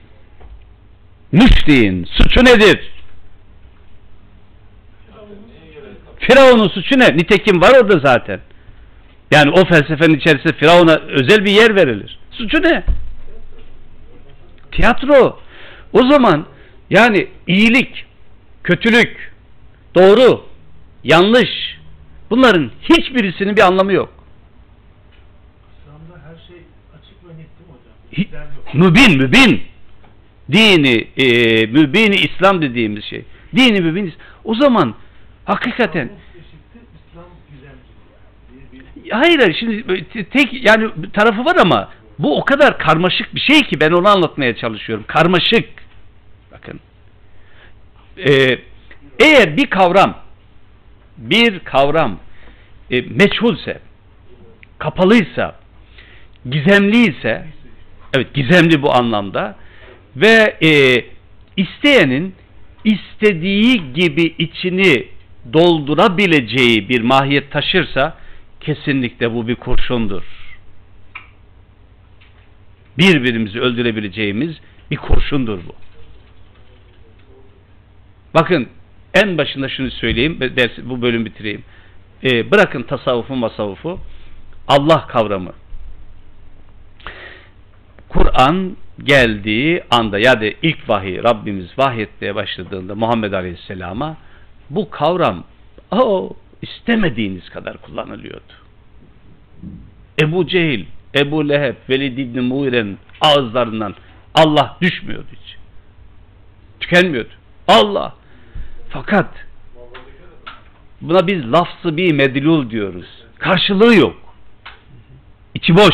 Müşriğin suçu nedir? Firavun'un suçu ne? Nitekim var orada zaten. Yani o felsefenin içerisinde Firavun'a özel bir yer verilir. Suçu ne? Tiyatro. O zaman yani iyilik, kötülük, doğru, yanlış, bunların hiçbirisinin bir anlamı yok. İslam'da her şey açık ve net değil mi hocam? Hi, mübin, mübin. Dini, e, mübin İslam dediğimiz şey. Dini, mübin. O zaman hakikaten İslam gizemci. hayır, hayır, şimdi tek yani tarafı var ama bu o kadar karmaşık bir şey ki ben onu anlatmaya çalışıyorum. Karmaşık. Bakın. Ee, eğer bir kavram bir kavram e, meçhulse, kapalıysa, gizemliyse, evet gizemli bu anlamda ve e, isteyenin istediği gibi içini doldurabileceği bir mahiyet taşırsa kesinlikle bu bir kurşundur. Birbirimizi öldürebileceğimiz bir kurşundur bu. Bakın en başında şunu söyleyeyim, dersi, bu bölüm bitireyim. Ee, bırakın tasavvufu masavvufu, Allah kavramı. Kur'an geldiği anda ya da ilk vahiy Rabbimiz vahyetmeye başladığında Muhammed Aleyhisselam'a bu kavram o istemediğiniz kadar kullanılıyordu. Ebu Cehil, Ebu Leheb, Velid İbni Muğire'nin ağızlarından Allah düşmüyordu hiç. Tükenmiyordu. Allah. Fakat buna biz lafzı bir medlul diyoruz. Karşılığı yok. İçi boş.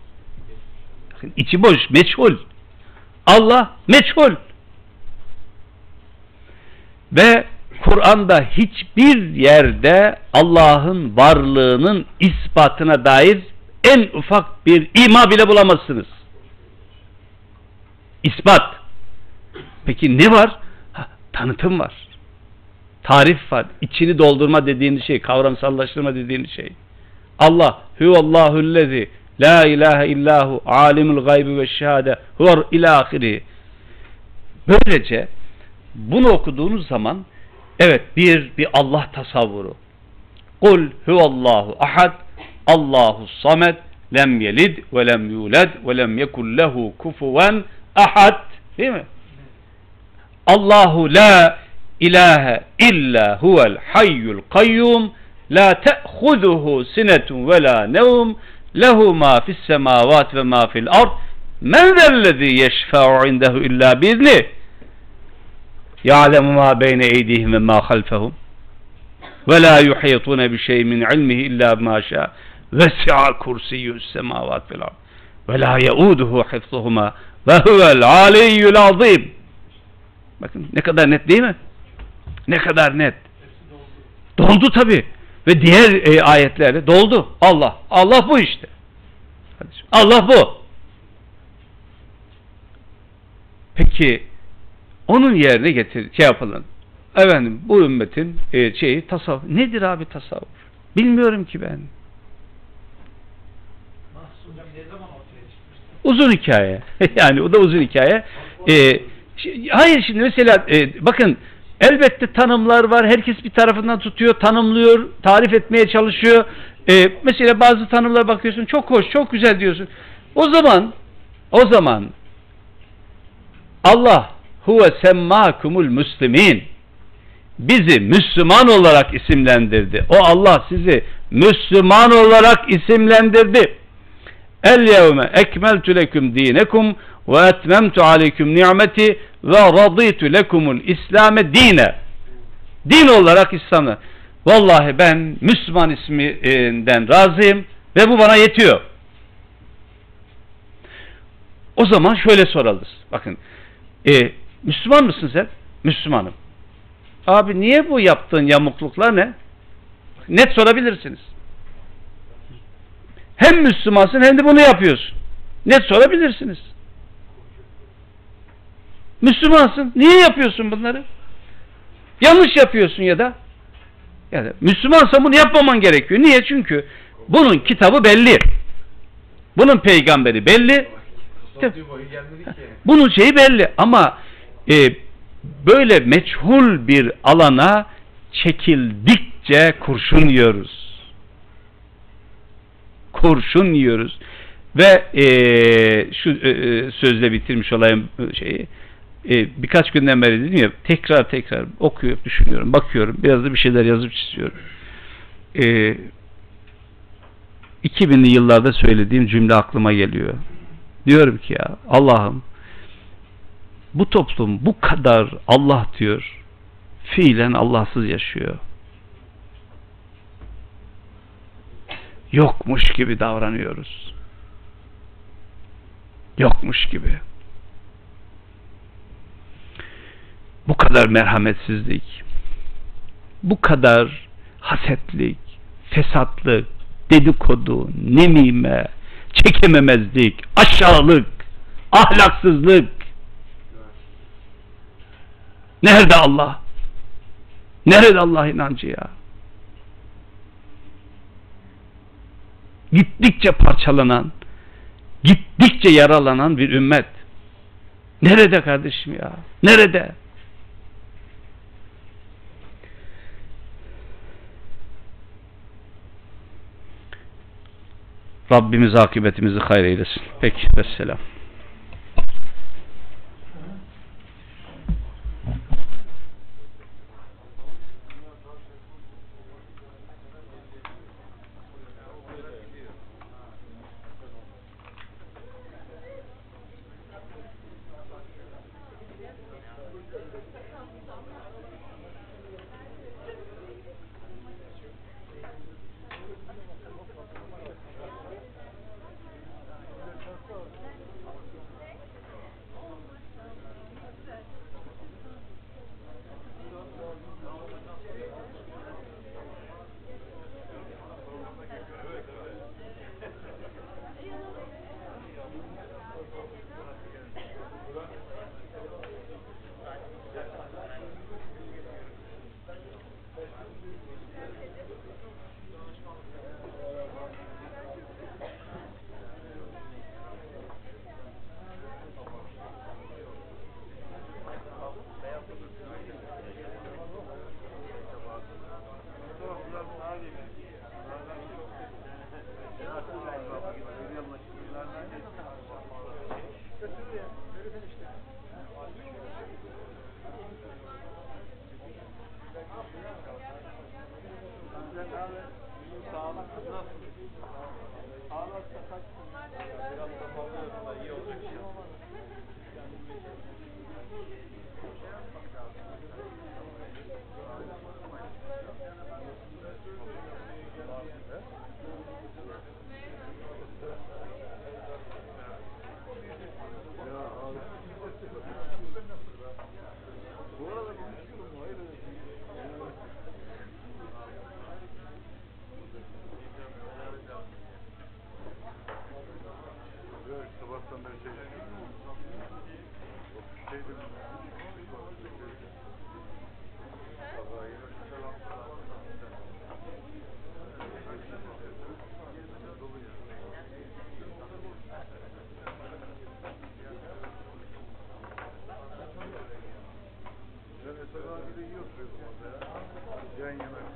İçi boş, meçhul. Allah meçhul. Ve Kur'an'da hiçbir yerde Allah'ın varlığının ispatına dair en ufak bir ima bile bulamazsınız. İspat. Peki ne var? Ha, tanıtım var. Tarif var. İçini doldurma dediğiniz şey, kavramsallaştırma dediğiniz şey. Allah huvallahu'llezî la ilahe illahu alimul gaybi ve şehade huve ilâhiri. Böylece bunu okuduğunuz zaman evet bir bir Allah tasavvuru. Kul huvallahu ahad Allahu samed lem yelid ve lem yulad ve lem yekun lehu kufuven ahad. Değil mi? Allahu la ilahe illa huvel hayyul kayyum la te'huzuhu sinetun ve la nevm lehu ma fis semavat ve ma fil ard men zellezî yeşfe'u indehu illa biizni ya'lemu ma beyne eydihim ve ma halfehum ve la yuhitun bi şey'in min ilmihi illa ma şa vesi'a kursiyyus semavat vel ard ve la yauduhu hifzuhuma ve huvel aliyyul azim. Bakın ne kadar net değil mi? Ne kadar net. Doldu tabi. Ve diğer e, ayetlerde doldu. Allah. Allah bu işte. Allah bu. Peki onun yerine getir, şey yapalım. Efendim bu ümmetin e, şeyi tasavvuf. Nedir abi tasavvuf? Bilmiyorum ki ben. Uzun hikaye. Yani o da uzun hikaye. E, Hayır şimdi mesela e, bakın Elbette tanımlar var. Herkes bir tarafından tutuyor, tanımlıyor, tarif etmeye çalışıyor. Ee, mesela bazı tanımlara bakıyorsun, çok hoş, çok güzel diyorsun. O zaman, o zaman Allah huve semmâkumul müslimin, bizi Müslüman olarak isimlendirdi. O Allah sizi Müslüman olarak isimlendirdi. El yevme ekmeltu leküm dinekum ve etmemtu aleyküm ni'meti ve raditu lekumul İslame dine. Din olarak İslam'ı. Vallahi ben Müslüman isminden razıyım ve bu bana yetiyor. O zaman şöyle sorarız. Bakın, e, Müslüman mısın sen? Müslümanım. Abi niye bu yaptığın yamukluklar ne? Net sorabilirsiniz. Hem Müslümansın hem de bunu yapıyorsun. Net sorabilirsiniz. Müslümansın. Niye yapıyorsun bunları? Yanlış yapıyorsun ya da. Yani Müslümansan bunu yapmaman gerekiyor. Niye? Çünkü bunun kitabı belli. Bunun peygamberi belli. Bunun şeyi belli. Ama e, böyle meçhul bir alana çekildikçe kurşun yiyoruz. Kurşun yiyoruz. Ve e, şu e, sözle bitirmiş olayım şeyi. E, birkaç günden beri dedim ya, tekrar tekrar okuyorum, düşünüyorum, bakıyorum. Biraz da bir şeyler yazıp çiziyorum. E, iki binli yıllarda söylediğim cümle aklıma geliyor. Diyorum ki ya Allah'ım, bu toplum bu kadar Allah diyor, fiilen Allahsız yaşıyor. Yokmuş gibi davranıyoruz. Yokmuş gibi. Bu kadar merhametsizlik, bu kadar hasetlik, fesatlık, dedikodu, nemime, çekememezlik, aşağılık, ahlaksızlık. Nerede Allah? Nerede Allah inancı ya? Gittikçe parçalanan, gittikçe yaralanan bir ümmet. Nerede kardeşim ya? Nerede? Rabbimiz akıbetimizi hayır eylesin. Peki, vesselam.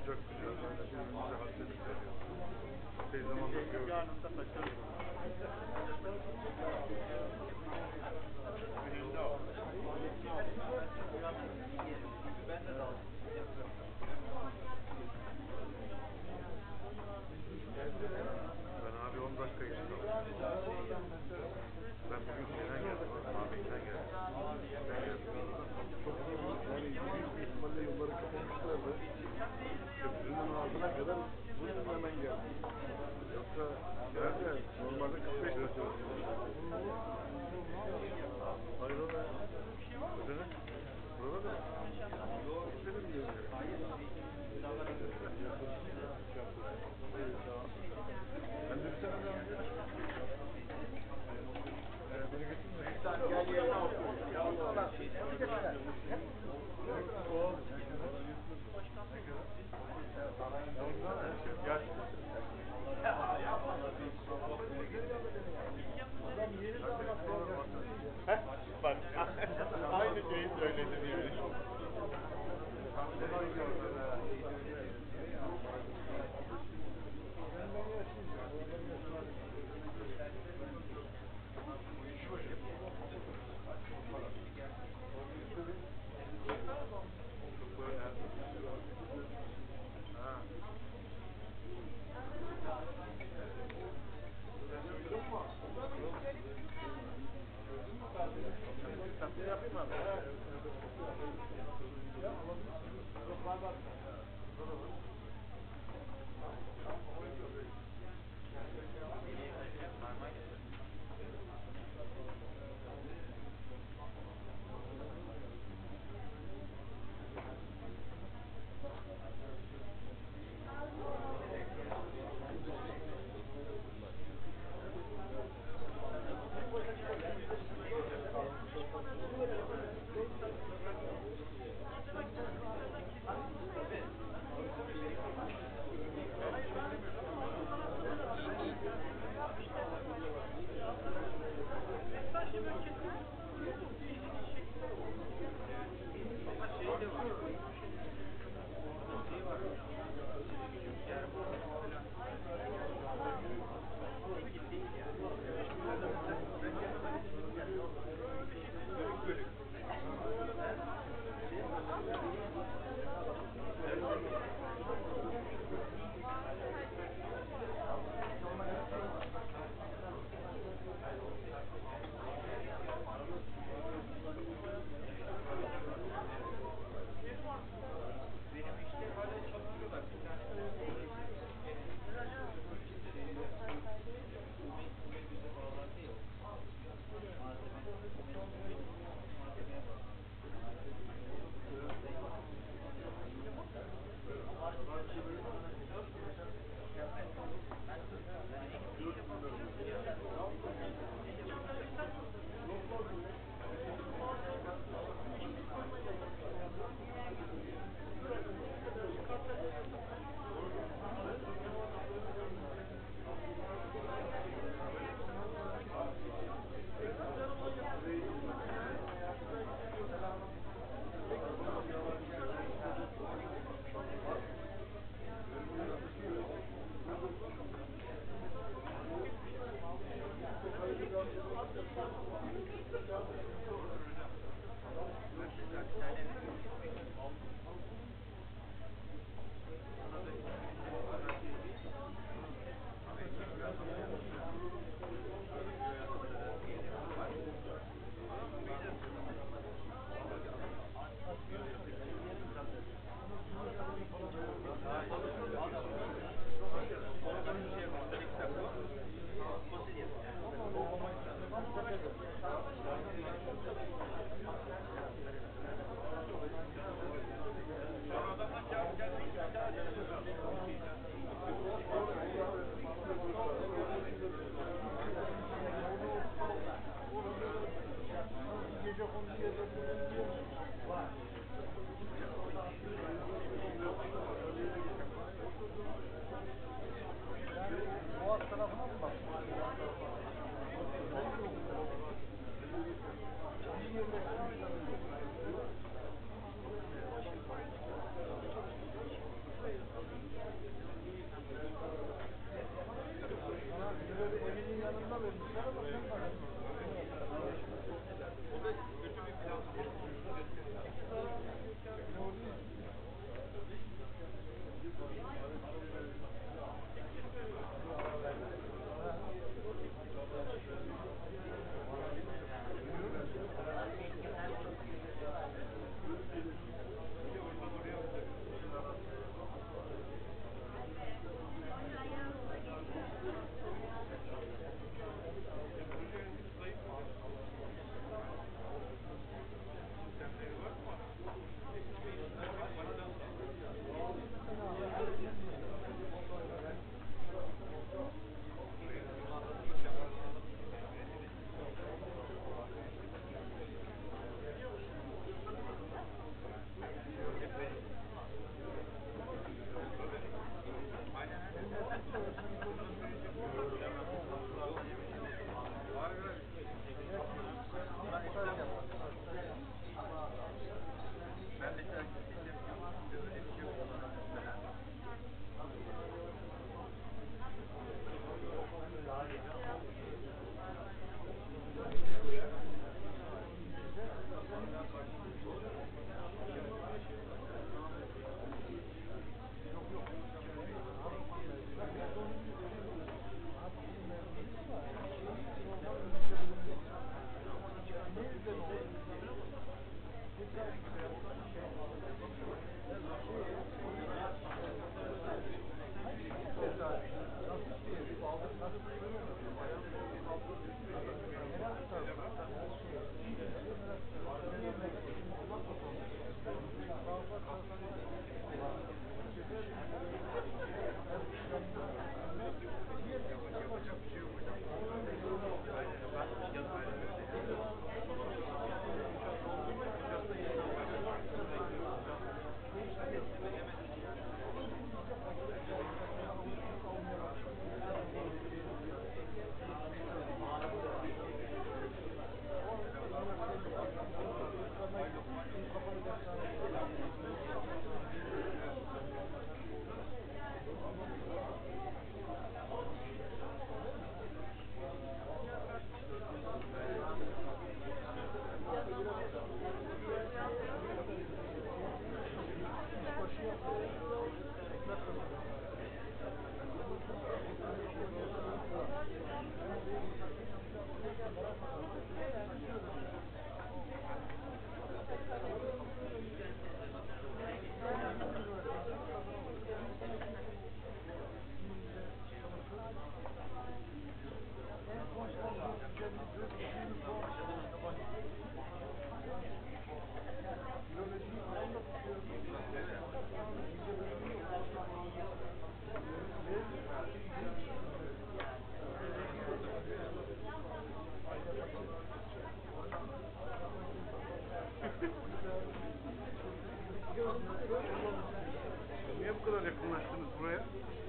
kucak kucağa böyle birbirimize hasret veriyoruz. Epey zamandır gördük. Ben abi on dakika geçti. Ben bugün şeyden geldim. Mabeyden geldim. Ben geldim. Çok yani büyük ihtimalle yolları kapatmışlardı. Köprünün ağzına kadar buradan hemen geldim. Yoksa nerede? Normalde kırk beş derece oluyor. Hayrola? Ödenek? Burada da? İstedim diyorum. Ben de bir tane daha yapıyorum. Beni götürme. Gel yerine otur. Bak, aynı şeyi söyledin yani. Niye bu kadar yakınlaştınız buraya?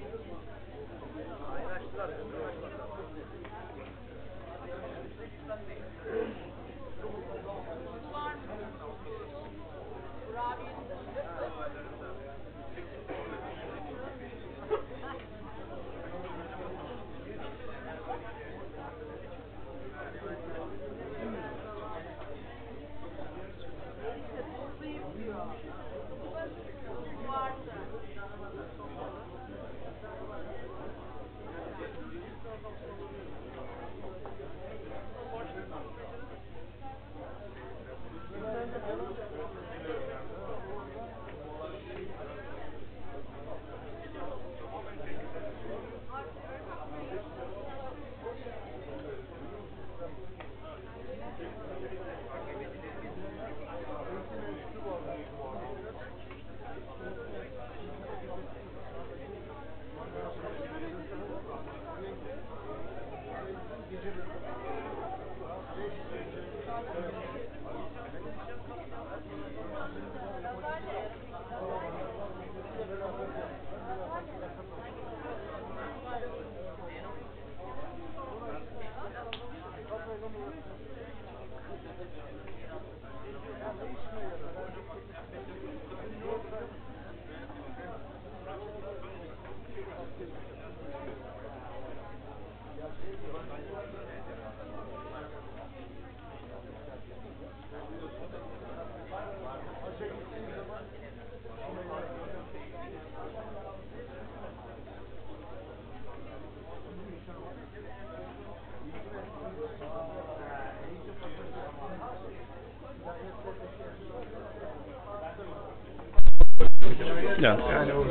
Ya.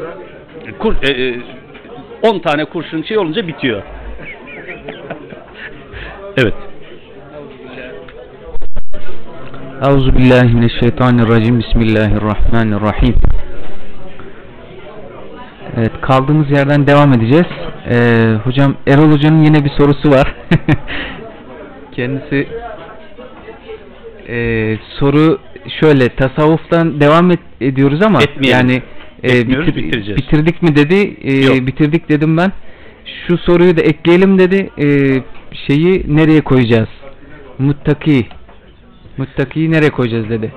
Kur, e, on tane kurşun şey olunca bitiyor. Evet. Euzubillahimineşşeytanirracim. Bismillahirrahmanirrahim. Evet, kaldığımız yerden devam edeceğiz. Ee, hocam, Erol Hoca'nın yine bir sorusu var. Kendisi e, soru şöyle, tasavvuftan devam et, ediyoruz ama Etmeyelim. yani e, bitir, bitireceğiz. bitirdik mi dedi, e, bitirdik dedim ben. şu soruyu da ekleyelim dedi. Ee, şeyi nereye koyacağız? Muttaki. Muttakiyi nereye koyacağız dedi.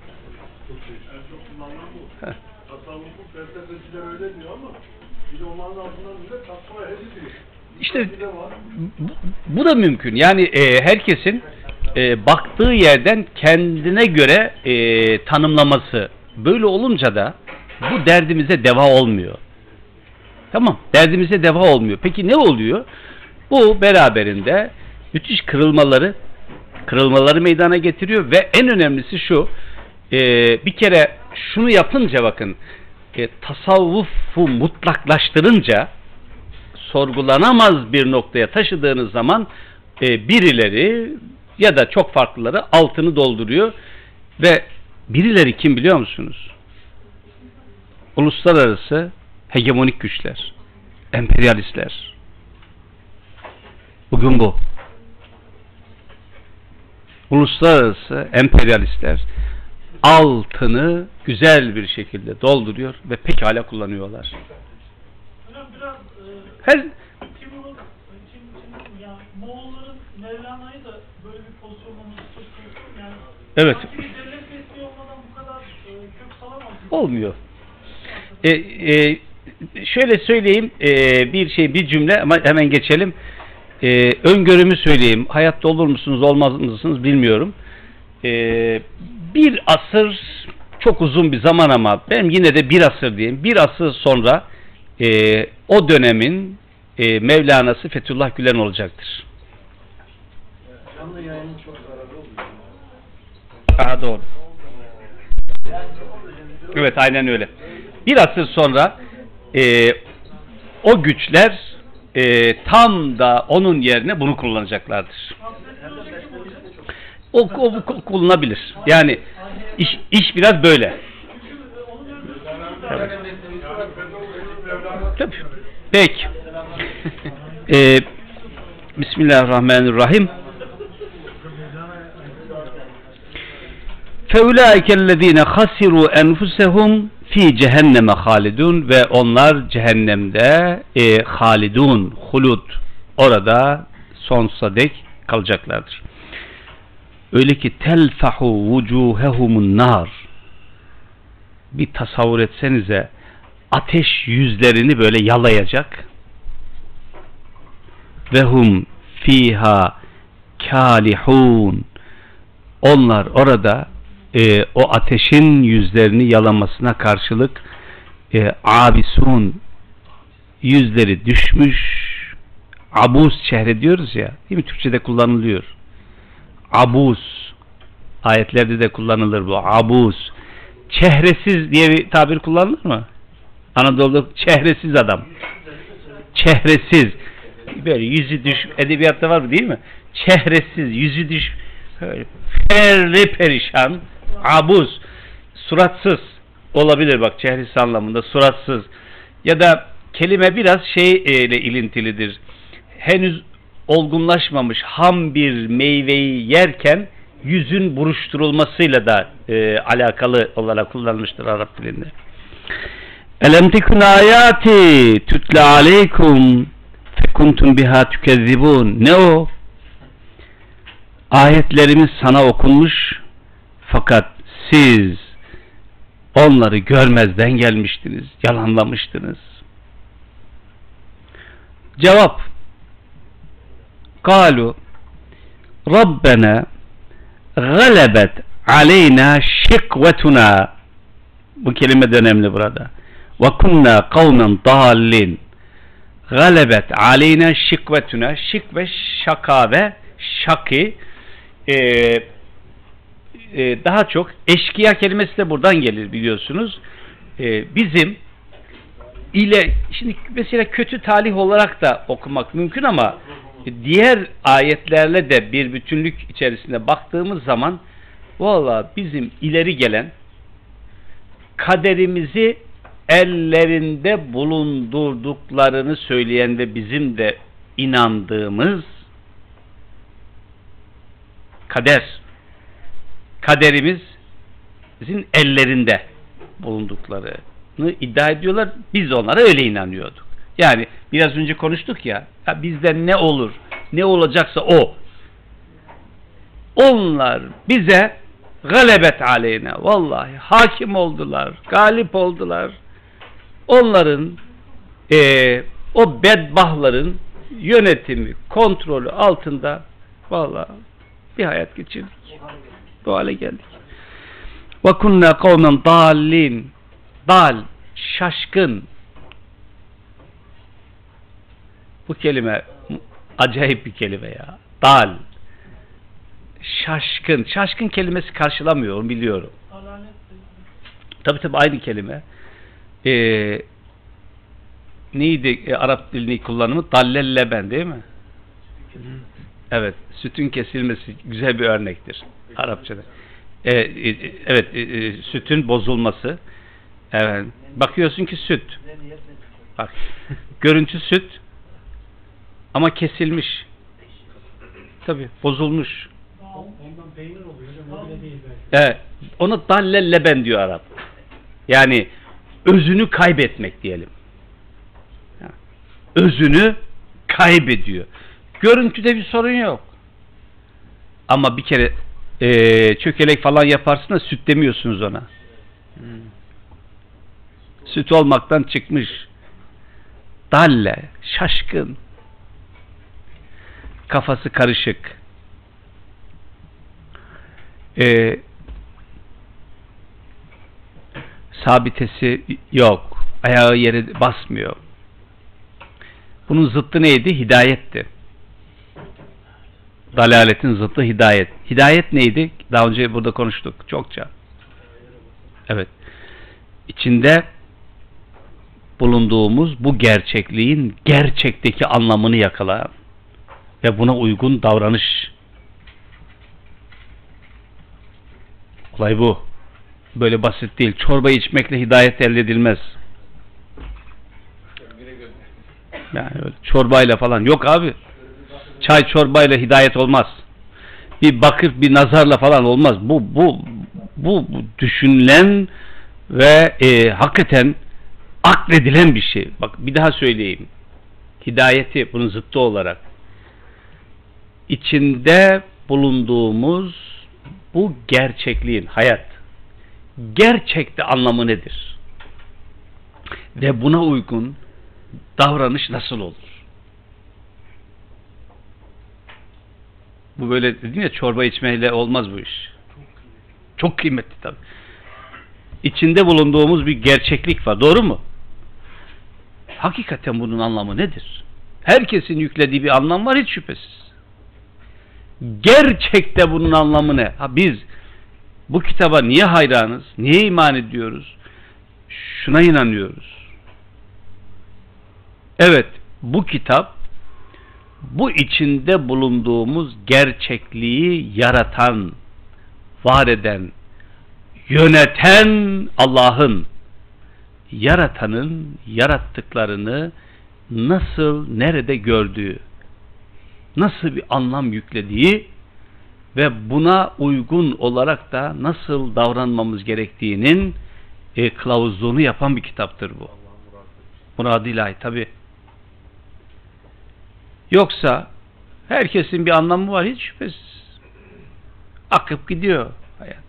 Tasavvufu felsefeciler öyle diyor ama bir de onların altından bile takva ehli diyor. İşte bu, bu da mümkün. Yani e, herkesin e, baktığı yerden kendine göre e, tanımlaması. Böyle olunca da bu derdimize deva olmuyor. Tamam, derdimize deva olmuyor. Peki ne oluyor? Bu beraberinde müthiş kırılmaları kırılmaları meydana getiriyor ve en önemlisi şu, e, bir kere şunu yapınca bakın, e, tasavvufu mutlaklaştırınca, sorgulanamaz bir noktaya taşıdığınız zaman e, birileri ya da çok farklıları altını dolduruyor ve birileri kim biliyor musunuz? Uluslararası hegemonik güçler, emperyalistler. Bugün bu. Uluslararası emperyalistler altını güzel bir şekilde dolduruyor ve pekala kullanıyorlar. Hocam biraz e, Her Timur'un Tim, Tim, ya Moğolların Mevlana'yı da böyle bir pozisyonlaması söz konusu. Yani Evet. sanki bir devlet mesleği olmadan bu kadar e, kök salamaz. olmuyor. E, e, şöyle söyleyeyim, e, bir şey, bir cümle ama hemen geçelim. E, öngörümü söyleyeyim. Hayatta olur musunuz, olmaz mısınız bilmiyorum. E, bir asır çok uzun bir zaman ama ben yine de bir asır diyeyim. Bir asır sonra e, o dönemin e, Mevlana'sı Fethullah Gülen olacaktır. Canlı yayının çok zararı oluyor. Aha, doğru. Evet, aynen öyle. Bir asır sonra e, o güçler e, tam da onun yerine bunu kullanacaklardır. O, o, o kullanabilir. Yani iş, iş biraz böyle. Evet. Tabii. Peki. E, Bismillahirrahmanirrahim. فَاُولَٰئِكَ الَّذ۪ينَ خَسِرُوا اَنْفُسَهُمْ fi cehenneme halidun ve onlar cehennemde e, halidun, hulud, orada sonsuza dek kalacaklardır. Öyle ki telfahu vucuhehumun nar, bir tasavvur etsenize, ateş yüzlerini böyle yalayacak ve hum fiha kalihun, onlar orada E, o ateşin yüzlerini yalamasına karşılık e, abisun, yüzleri düşmüş, abuz çehre diyoruz ya, değil mi? Türkçe'de kullanılıyor. Abuz, ayetlerde de kullanılır bu. Abuz, çehresiz diye bir tabir kullanılır mı? Anadolu'da çehresiz adam. Çehresiz. Böyle yüzü düş, edebiyatta var mı değil mi? Çehresiz, yüzü düş, böyle perli perişan, abuz, suratsız olabilir, bak, çehresi anlamında suratsız, ya da kelime biraz şey ile ilintilidir. Henüz olgunlaşmamış ham bir meyveyi yerken yüzün buruşturulmasıyla da e, alakalı olarak kullanılmıştır Arap dilinde. Elem tekun ayati tutla aleykum fekuntum biha tükezzibun. Ne o? Ayetlerimiz sana okunmuş fakat siz onları görmezden gelmiştiniz, yalanlamıştınız. Cevap: Kalu Rabbena galebet aleyna şikvetuna. Bu kelime de önemli burada. Ve kunna kavmen dallin. Galebet aleyna şikvetuna. Şikve, şakave, şaki. Ee, e, daha çok eşkıya kelimesi de buradan gelir, biliyorsunuz. Ee, bizim ile, şimdi mesela kötü talih olarak da okumak mümkün ama diğer ayetlerle de bir bütünlük içerisinde baktığımız zaman valla bizim ileri gelen, kaderimizi ellerinde bulundurduklarını söyleyen ve bizim de inandığımız kader, kaderimizin ellerinde bulunduklarını iddia ediyorlar. Biz de onlara öyle inanıyorduk. Yani biraz önce konuştuk ya, ya bizden ne olur, ne olacaksa o. Onlar bize galebet aleyne, vallahi hakim oldular, galip oldular. Onların e, o bedbahtların yönetimi, kontrolü altında vallahi bir hayat geçirdik. Bu hale geldik. Ve kunna kavmen dallin, dal, şaşkın. Bu kelime acayip bir kelime ya. Dal, şaşkın. Şaşkın kelimesi karşılamıyor, onu biliyorum. Tabii tabii aynı kelime. Ee, neydi e, Arap dilini kullanımı? Dallelleben değil mi? Evet, sütün kesilmesi güzel bir örnektir Arapçada. Ee, e, evet, e, e, sütün bozulması. Evet, bakıyorsun ki süt. Bak, görüntü süt ama kesilmiş. Tabii, bozulmuş. Ondan peynir oluyor hocam, öyle değil belki. Evet, ona dallelleben diyor Arap. Yani özünü kaybetmek diyelim. Özünü kaybediyor. Görüntüde bir sorun yok. Ama bir kere e, çökelek falan yaparsın da süt demiyorsunuz ona. Hmm. Süt olmaktan çıkmış. Dalle, şaşkın. Kafası karışık. E, sabitesi yok. Ayağı yere basmıyor. Bunun zıttı neydi? Hidayetti. Dalaletin zıttı hidayet. Hidayet neydi? Daha önce burada konuştuk çokça. Evet. İçinde bulunduğumuz bu gerçekliğin gerçekteki anlamını yakalayan ve buna uygun davranış. Olay bu. Böyle basit değil. Çorba içmekle hidayet elde edilmez. Yani öyle çorbayla falan. Yok abi. Çay çorbayla hidayet olmaz. Bir bakır, bir nazarla falan olmaz. Bu bu bu, bu düşünülen ve e, hakikaten akledilen bir şey. Bak bir daha söyleyeyim. Hidayeti bunun zıttı olarak içinde bulunduğumuz bu gerçekliğin hayat gerçekte anlamı nedir? Ve buna uygun davranış nasıl olur? Bu böyle dedim ya, çorba içmeyle olmaz bu iş. Çok kıymetli tabii. İçinde bulunduğumuz bir gerçeklik var. Doğru mu? Hakikaten bunun anlamı nedir? Herkesin yüklediği bir anlam var hiç şüphesiz. Gerçekte bunun anlamı ne? Ha, biz bu kitaba niye hayranız? Niye iman ediyoruz? Şuna inanıyoruz. Evet, bu kitap bu içinde bulunduğumuz gerçekliği yaratan, var eden, yöneten Allah'ın, yaratanın yarattıklarını nasıl, nerede gördüğü, nasıl bir anlam yüklediği ve buna uygun olarak da nasıl davranmamız gerektiğinin e, kılavuzluğunu yapan bir kitaptır bu. Murad-ı ilahi tabi. Yoksa herkesin bir anlamı var hiç şüphesiz. Akıp gidiyor hayat.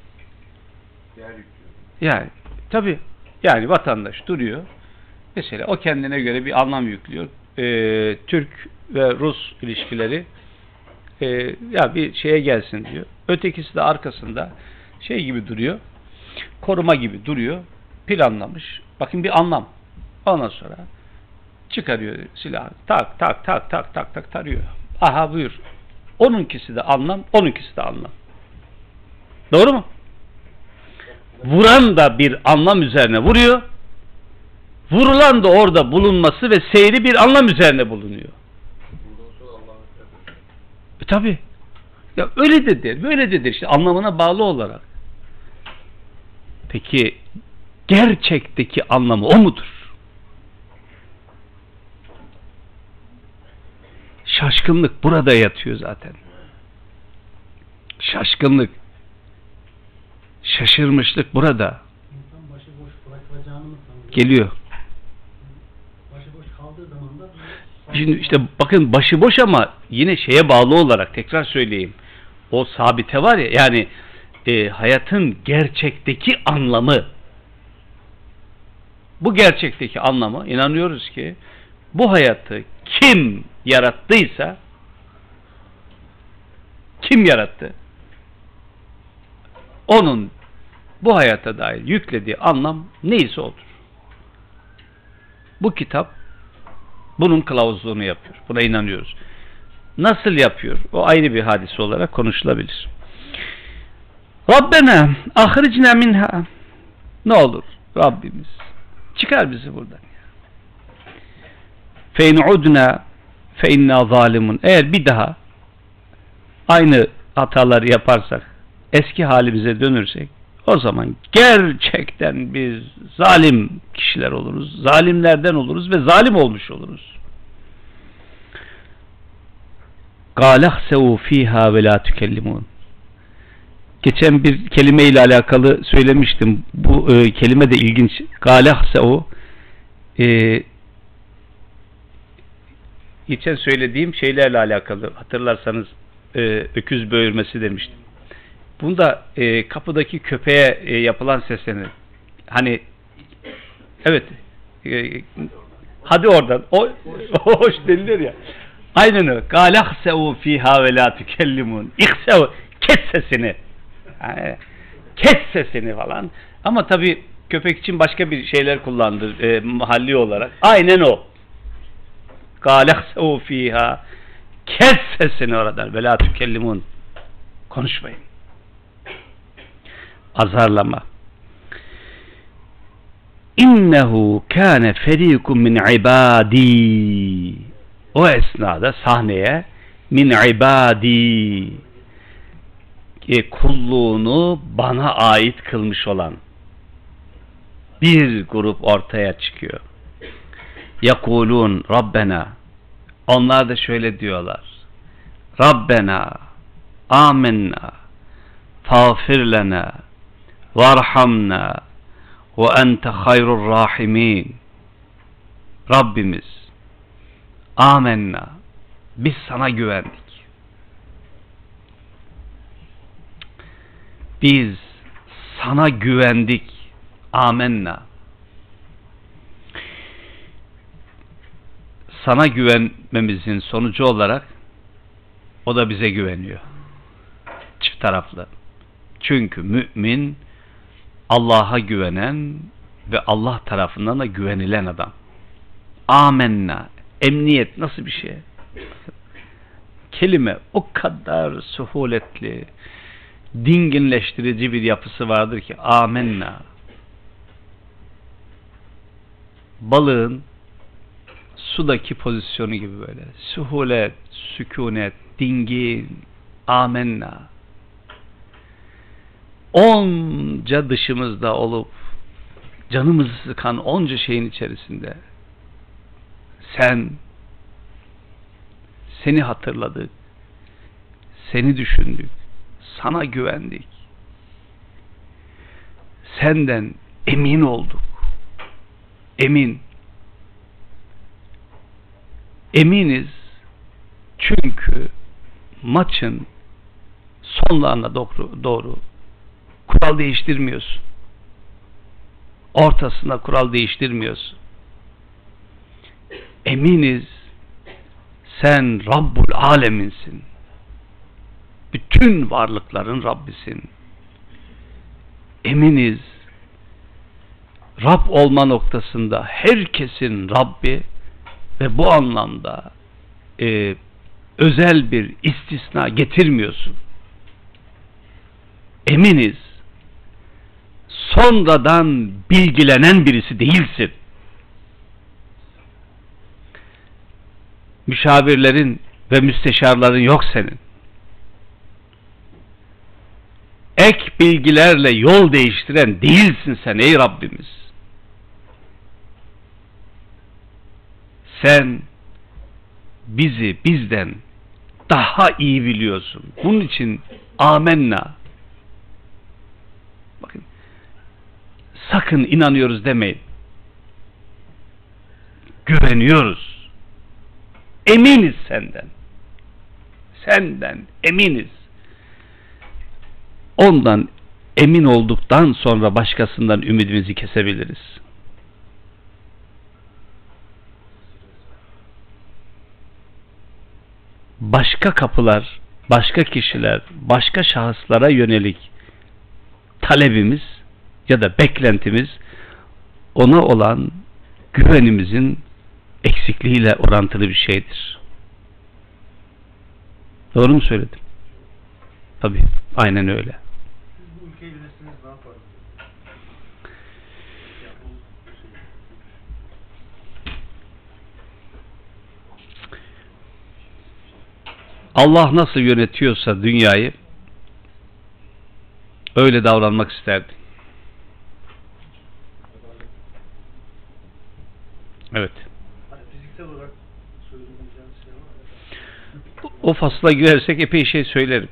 Yani tabi. Yani vatandaş duruyor. Mesela o kendine göre bir anlam yüklüyor. Ee, Türk ve Rus ilişkileri e, ya bir şeye gelsin diyor. Ötekisi de arkasında şey gibi duruyor. Koruma gibi duruyor. Planlamış. Bakın bir anlam. Ondan sonra çıkarıyor silahı. Tak tak tak tak tak tak tarıyor. Aha buyur. Onunkisi de anlam, onunkisi de anlam. Doğru mu? Vuran da bir anlam üzerine vuruyor. Vurulan da orada bulunması ve seyri bir anlam üzerine bulunuyor. E tabi. Ya öyle dedir, böyle dedir işte anlamına bağlı olarak. Peki gerçekteki anlamı o mudur? Şaşkınlık burada yatıyor zaten. Şaşkınlık, şaşırmışlık burada. İnsan başıboş bırakılacağını mı sanıyor? Geliyor. Başıboş başıboş kaldığı zaman da Şimdi işte bakın başıboş ama yine şeye bağlı olarak tekrar söyleyeyim. O sabite var ya, yani e, hayatın gerçekteki anlamı, bu gerçekteki anlamı, inanıyoruz ki bu hayatı kim yarattıysa, kim yarattı, onun bu hayata dair yüklediği anlam neyse odur. Bu kitap bunun kılavuzluğunu yapıyor. Buna inanıyoruz. Nasıl yapıyor? O ayrı bir hadise olarak konuşulabilir. Rabbena ahricna minha. Ne olur Rabbimiz çıkar bizi buradan. Fe in udna fe inna zalimun. Eğer bir daha aynı hataları yaparsak, eski halimize dönürsek, o zaman gerçekten biz zalim kişiler oluruz. Zalimlerden oluruz ve zalim olmuş oluruz. قَالَخْسَوْا ف۪يهَا وَلَا تُكَلِّمُونَ. Geçen bir kelime ile alakalı söylemiştim. Bu e, kelime de ilginç. قَالَخْسَوْا e, geçen söylediğim şeylerle alakalı. Hatırlarsanız e, öküz böğürmesi demiştim. Bunda e, kapıdaki köpeğe e, yapılan seslenir. Hani evet e, hadi oradan. O, o hoş denilir ya. Aynen öyle. Galahsevu fiha ve la tükellimun. İhsevu. Kes sesini. Yani, kes sesini falan. Ama tabii köpek için başka bir şeyler kullandı e, mahalli olarak. Aynen o. Galahsevu fiha. Kes sesini oradan. Ve la tükellimun. Konuşmayın. Azarlama. İnnehu kâne ferîkum min ibâdî. O esnada sahneye min ibâdî, e, kulluğunu bana ait kılmış olan bir grup ortaya çıkıyor. Yakulun Rabbena. Onlar da şöyle diyorlar. Rabbena amenna fağfir lena varhamna ve ente hayrur rahimin. Rabbimiz, amenna, biz sana güvendik. Biz sana güvendik. Amenna. Sana güvenmemizin sonucu olarak o da bize güveniyor. Çift taraflı. Çünkü mümin Allah'a güvenen ve Allah tarafından da güvenilen adam. Amenna. Emniyet nasıl bir şey? Kelime o kadar suhuletli, dinginleştirici bir yapısı vardır ki amenna. Balığın sudaki pozisyonu gibi böyle. Suhulet, sükunet, dingin, amenna. Onca dışımızda olup canımızı sıkan onca şeyin içerisinde sen, seni hatırladık, seni düşündük, sana güvendik, senden emin olduk, emin, eminiz çünkü maçın sonlarına doğru, doğru kural değiştirmiyorsun, ortasında kural değiştirmiyorsun. Eminiz sen Rabbul Aleminsin. Bütün varlıkların Rabbisin. Eminiz Rab olma noktasında herkesin Rabbi ve bu anlamda e, özel bir istisna getirmiyorsun. Eminiz sonradan bilgilenen birisi değilsin. Müşavirlerin ve müsteşarların yok senin. Ek bilgilerle yol değiştiren değilsin sen ey Rabbimiz. Sen bizi bizden daha iyi biliyorsun. Bunun için amenna. Bakın, sakın inanıyoruz demeyin. güveniyoruz. Eminiz senden. Senden eminiz. Ondan emin olduktan sonra başkasından ümidimizi kesebiliriz. Başka kapılar, başka kişiler, başka şahıslara yönelik talebimiz ya da beklentimiz ona olan güvenimizin eksikliğiyle orantılı bir şeydir. Doğru mu söyledim? Tabii, aynen öyle. Siz bu ülkeyi bilirsiniz, ne yaparız? Allah nasıl yönetiyorsa dünyayı öyle davranmak isterdi. Evet. Hani fiziksel olarak söyleyebileceğiniz şey var mı? O fasla girersek epey şey söylerim.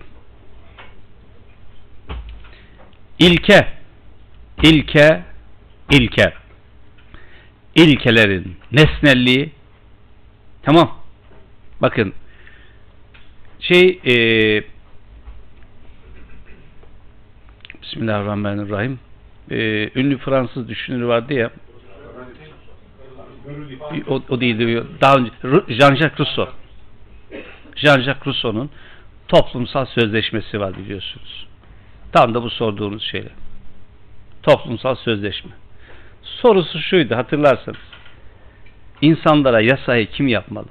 İlke, ilke, ilke. İlkelerin nesnelliği, tamam. Bakın, şey, e, Bismillahirrahmanirrahim. E, ünlü Fransız düşünür vardı ya. O, o değildi. Daha önce Jean-Jacques Rousseau. Jean-Jacques Rousseau'nun toplumsal sözleşmesi var biliyorsunuz. Tam da bu sorduğunuz şeyle. Toplumsal sözleşme. Sorusu şuydu, hatırlarsanız. İnsanlara yasayı kim yapmalı?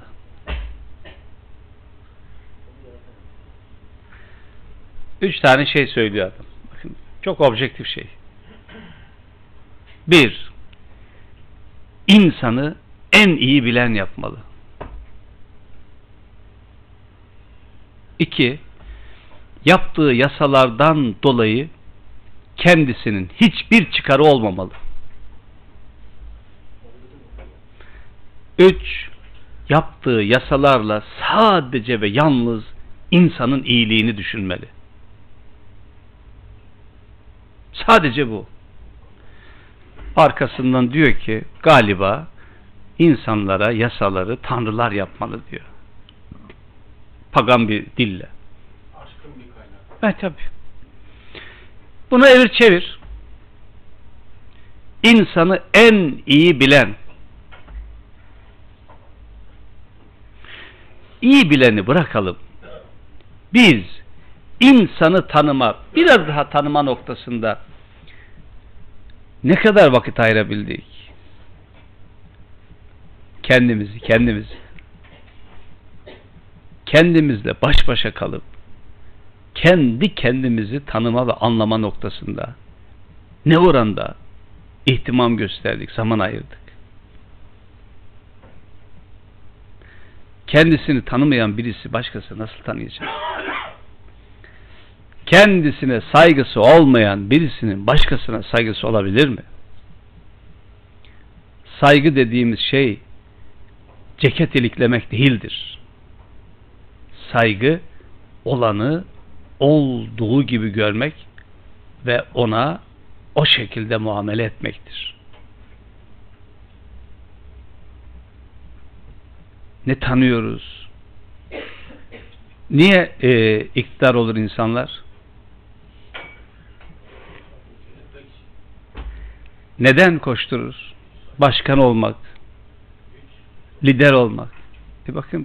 Üç tane şey söylüyor adam. Bakın, çok objektif şey. Bir, insanı en iyi bilen yapmalı. İki, yaptığı yasalardan dolayı kendisinin hiçbir çıkarı olmamalı. Üç, yaptığı yasalarla sadece ve yalnız insanın iyiliğini düşünmeli. Sadece bu. Arkasından diyor ki galiba insanlara yasaları tanrılar yapmalı diyor. Pagan bir dille. Aşkın bir kaynak. Evet tabii. Bunu evir çevir. İnsanı en iyi bilen, iyi bileni bırakalım. Biz insanı tanıma, biraz daha tanıma noktasında ne kadar vakit ayırabildik? Kendimizi, kendimizi kendimizle baş başa kalıp kendi kendimizi tanıma ve anlama noktasında ne oranda ihtimam gösterdik, zaman ayırdık. Kendisini tanımayan birisi başkası nasıl tanıyacak? Kendisine saygısı olmayan birisinin başkasına saygısı olabilir mi? Saygı dediğimiz şey ceket iliklemek değildir. Saygı olanı olduğu gibi görmek ve ona o şekilde muamele etmektir. Ne tanıyoruz? Niye e, iktidar olur insanlar? Neden koşturur? Başkan olmak, lider olmak. E bakın,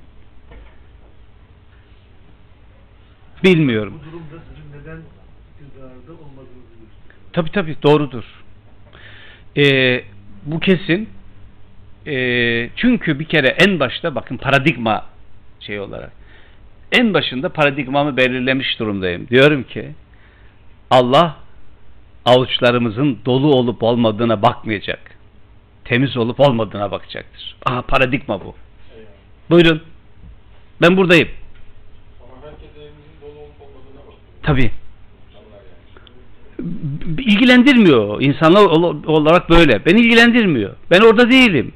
bilmiyorum. Bu durumda sizin neden iktidarda olmadığınızı gösteriyor. Tabii tabii doğrudur. E, bu kesin. E, çünkü bir kere en başta bakın paradigma şey olarak en başında paradigmamı belirlemiş durumdayım. Diyorum ki Allah avuçlarımızın dolu olup olmadığına bakmayacak. Temiz olup olmadığına bakacaktır. Aha, paradigma bu. Evet. Buyurun. Ben buradayım. Ama herkes evimizin dolu olup olmadığına bakıyor. Tabii. Yani. B- ilgilendirmiyor. İnsanlar ol- olarak böyle. Beni ilgilendirmiyor. Ben orada değilim.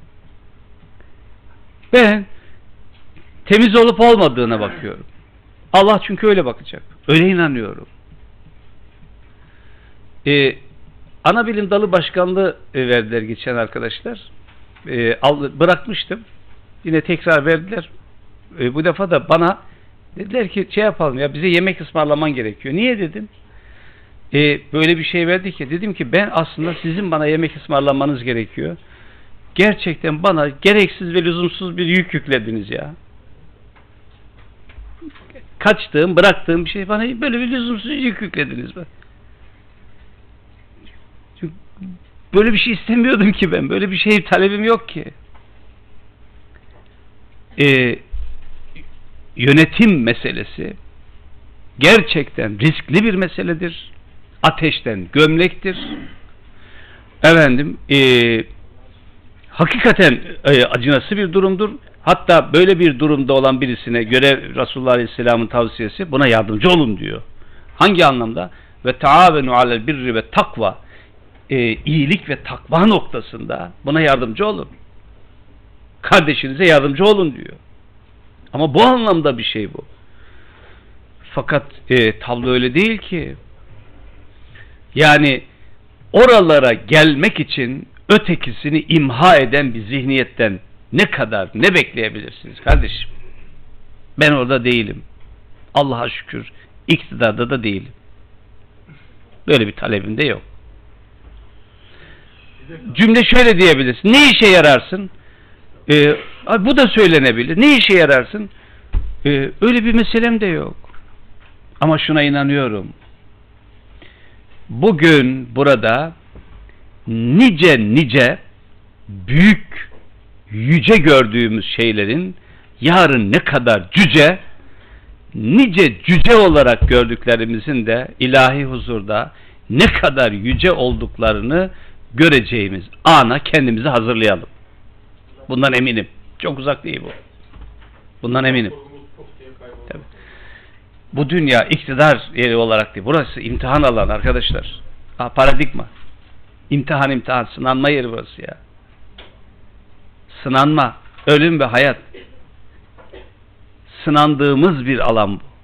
Ben temiz olup olmadığına bakıyorum. Allah çünkü öyle bakacak. Öyle inanıyorum. Ee, ana bilim dalı başkanlığı verdiler geçen arkadaşlar. e, al, bırakmıştım. Yine tekrar verdiler. E, bu defa da bana dediler ki şey yapalım ya, bize yemek ısmarlaman gerekiyor. Niye dedim? E, böyle bir şey verdi ki, dedim ki ben aslında sizin bana yemek ısmarlamanız gerekiyor. Gerçekten bana gereksiz ve lüzumsuz bir yük yüklediniz ya. Kaçtığım, bıraktığım bir şey bana böyle bir lüzumsuz yük yüklediniz be. Çünkü böyle bir şey istemiyordum ki ben. Böyle bir şey talebim yok ki. Ee, yönetim meselesi gerçekten riskli bir meseledir. Ateşten gömlektir. Efendim, e, hakikaten e, acınası bir durumdur. Hatta böyle bir durumda olan birisine göre Resulullah Aleyhisselam'ın tavsiyesi, buna yardımcı olun diyor. Hangi anlamda? Ve taavenu alel birri ve takva, e, iyilik ve takva noktasında buna yardımcı olun. Kardeşinize yardımcı olun diyor. Ama bu anlamda bir şey bu. Fakat e, tablo öyle değil ki. Yani oralara gelmek için ötekisini imha eden bir zihniyetten ne kadar, ne bekleyebilirsiniz kardeşim? Ben orada değilim. Allah'a şükür iktidarda da değilim. Böyle bir talebim de yok. Cümle şöyle diyebilirsin. Ne işe yararsın? Ee, bu da söylenebilir. Ne işe yararsın? Ee, öyle bir meselem de yok. Ama şuna inanıyorum. Bugün burada nice nice büyük, yüce gördüğümüz şeylerin yarın ne kadar cüce, nice cüce olarak gördüklerimizin de ilahi huzurda ne kadar yüce olduklarını göreceğimiz ana kendimizi hazırlayalım. Bundan eminim. Çok uzak değil bu. Bundan eminim. Tabii. Bu dünya iktidar yeri olarak değil. Burası imtihan alanı arkadaşlar. Ha, paradigma. İmtihan imtihan. Sınanma yeri burası ya. Sınanma. Ölüm ve hayat. Sınandığımız bir alan bu.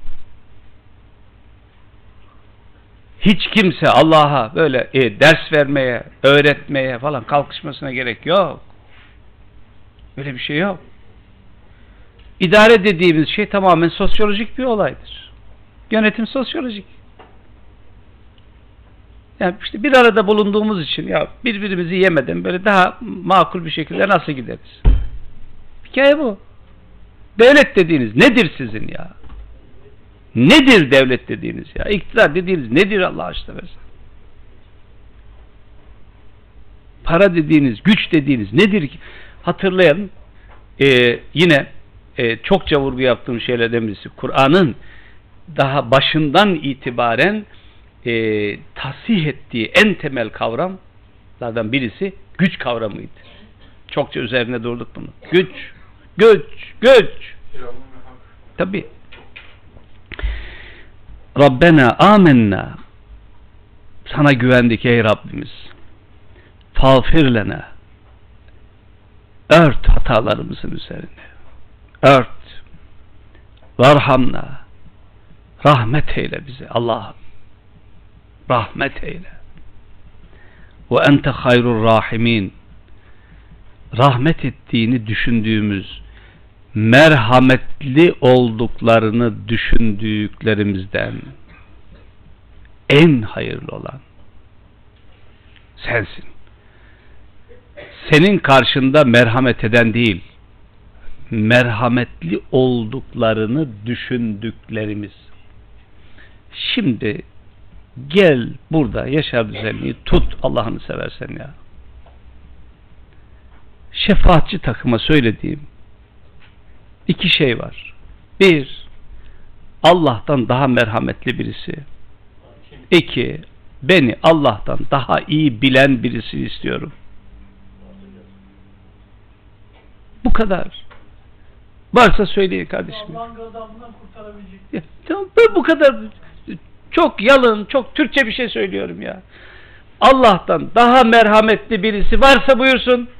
Hiç kimse Allah'a böyle e, ders vermeye, öğretmeye falan kalkışmasına gerek yok. Öyle bir şey yok. İdare dediğimiz şey tamamen sosyolojik bir olaydır. Yönetim sosyolojik. Yani işte bir arada bulunduğumuz için ya birbirimizi yemeden böyle daha makul bir şekilde nasıl gideriz? Hikaye bu. Devlet dediğiniz nedir sizin ya? Nedir devlet dediğiniz ya? İktidar dediğiniz nedir Allah aşkına versin? Para dediğiniz, güç dediğiniz nedir ki? Hatırlayalım. Ee, yine e, çokça vurgu yaptığım şeylerden birisi. Kur'an'ın daha başından itibaren e, tasih ettiği en temel kavramlardan birisi güç kavramıydı. Çokça üzerine durduk bunu. Güç, güç, güç. Tabii. Rabbena amenna, sana güvendik ey Rabbimiz. Fağfir lena, ört hatalarımızın üzerine. Ört. Varhamna, rahmet eyle bize Allah'ım. Rahmet eyle. Ve ente hayrur rahimin, rahmet ettiğini düşündüğümüz, merhametli olduklarını düşündüklerimizden en hayırlı olan sensin. Senin karşında merhamet eden değil, merhametli olduklarını düşündüklerimiz. Şimdi gel burada Yaşar Düzenli'yi tut Allah'ını seversen ya. Şefaatçi takıma söylediğim İki şey var. Bir, Allah'tan daha merhametli birisi. İki, beni Allah'tan daha iyi bilen birisi istiyorum. Bu kadar. Varsa söyleyin kardeşim. Allah'ın gazabından kurtarabilecek. Ya, tamam, ben bu kadar çok yalın, çok Türkçe bir şey söylüyorum ya. Allah'tan daha merhametli birisi varsa buyursun.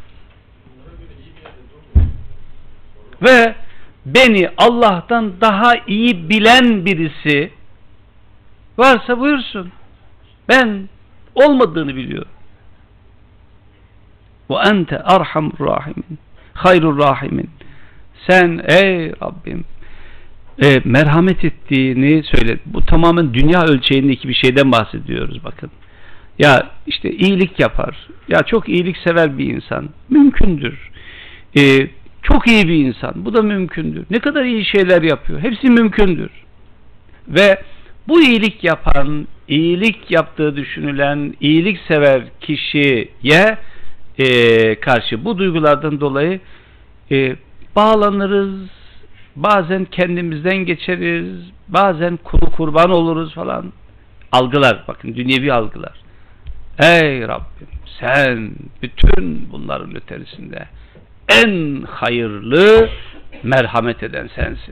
Ve beni Allah'tan daha iyi bilen birisi varsa buyursun. Ben olmadığını biliyorum. ve ente erhamur rahimin. Hayrur rahimin. Sen ey Rabbim e, merhamet ettiğini söyle. Bu tamamen dünya ölçeğindeki bir şeyden bahsediyoruz bakın. Ya işte iyilik yapar. Ya çok iyiliksever bir insan. Mümkündür. E, çok iyi bir insan. Bu da mümkündür. Ne kadar iyi şeyler yapıyor. Hepsi mümkündür. Ve bu iyilik yapan, iyilik yaptığı düşünülen, iyiliksever kişiye e, karşı bu duygulardan dolayı e, bağlanırız. Bazen kendimizden geçeriz. Bazen kulu kurban oluruz falan. Algılar. Bakın dünyevi algılar. Ey Rabbim sen bütün bunların ötesinde en hayırlı merhamet eden sensin.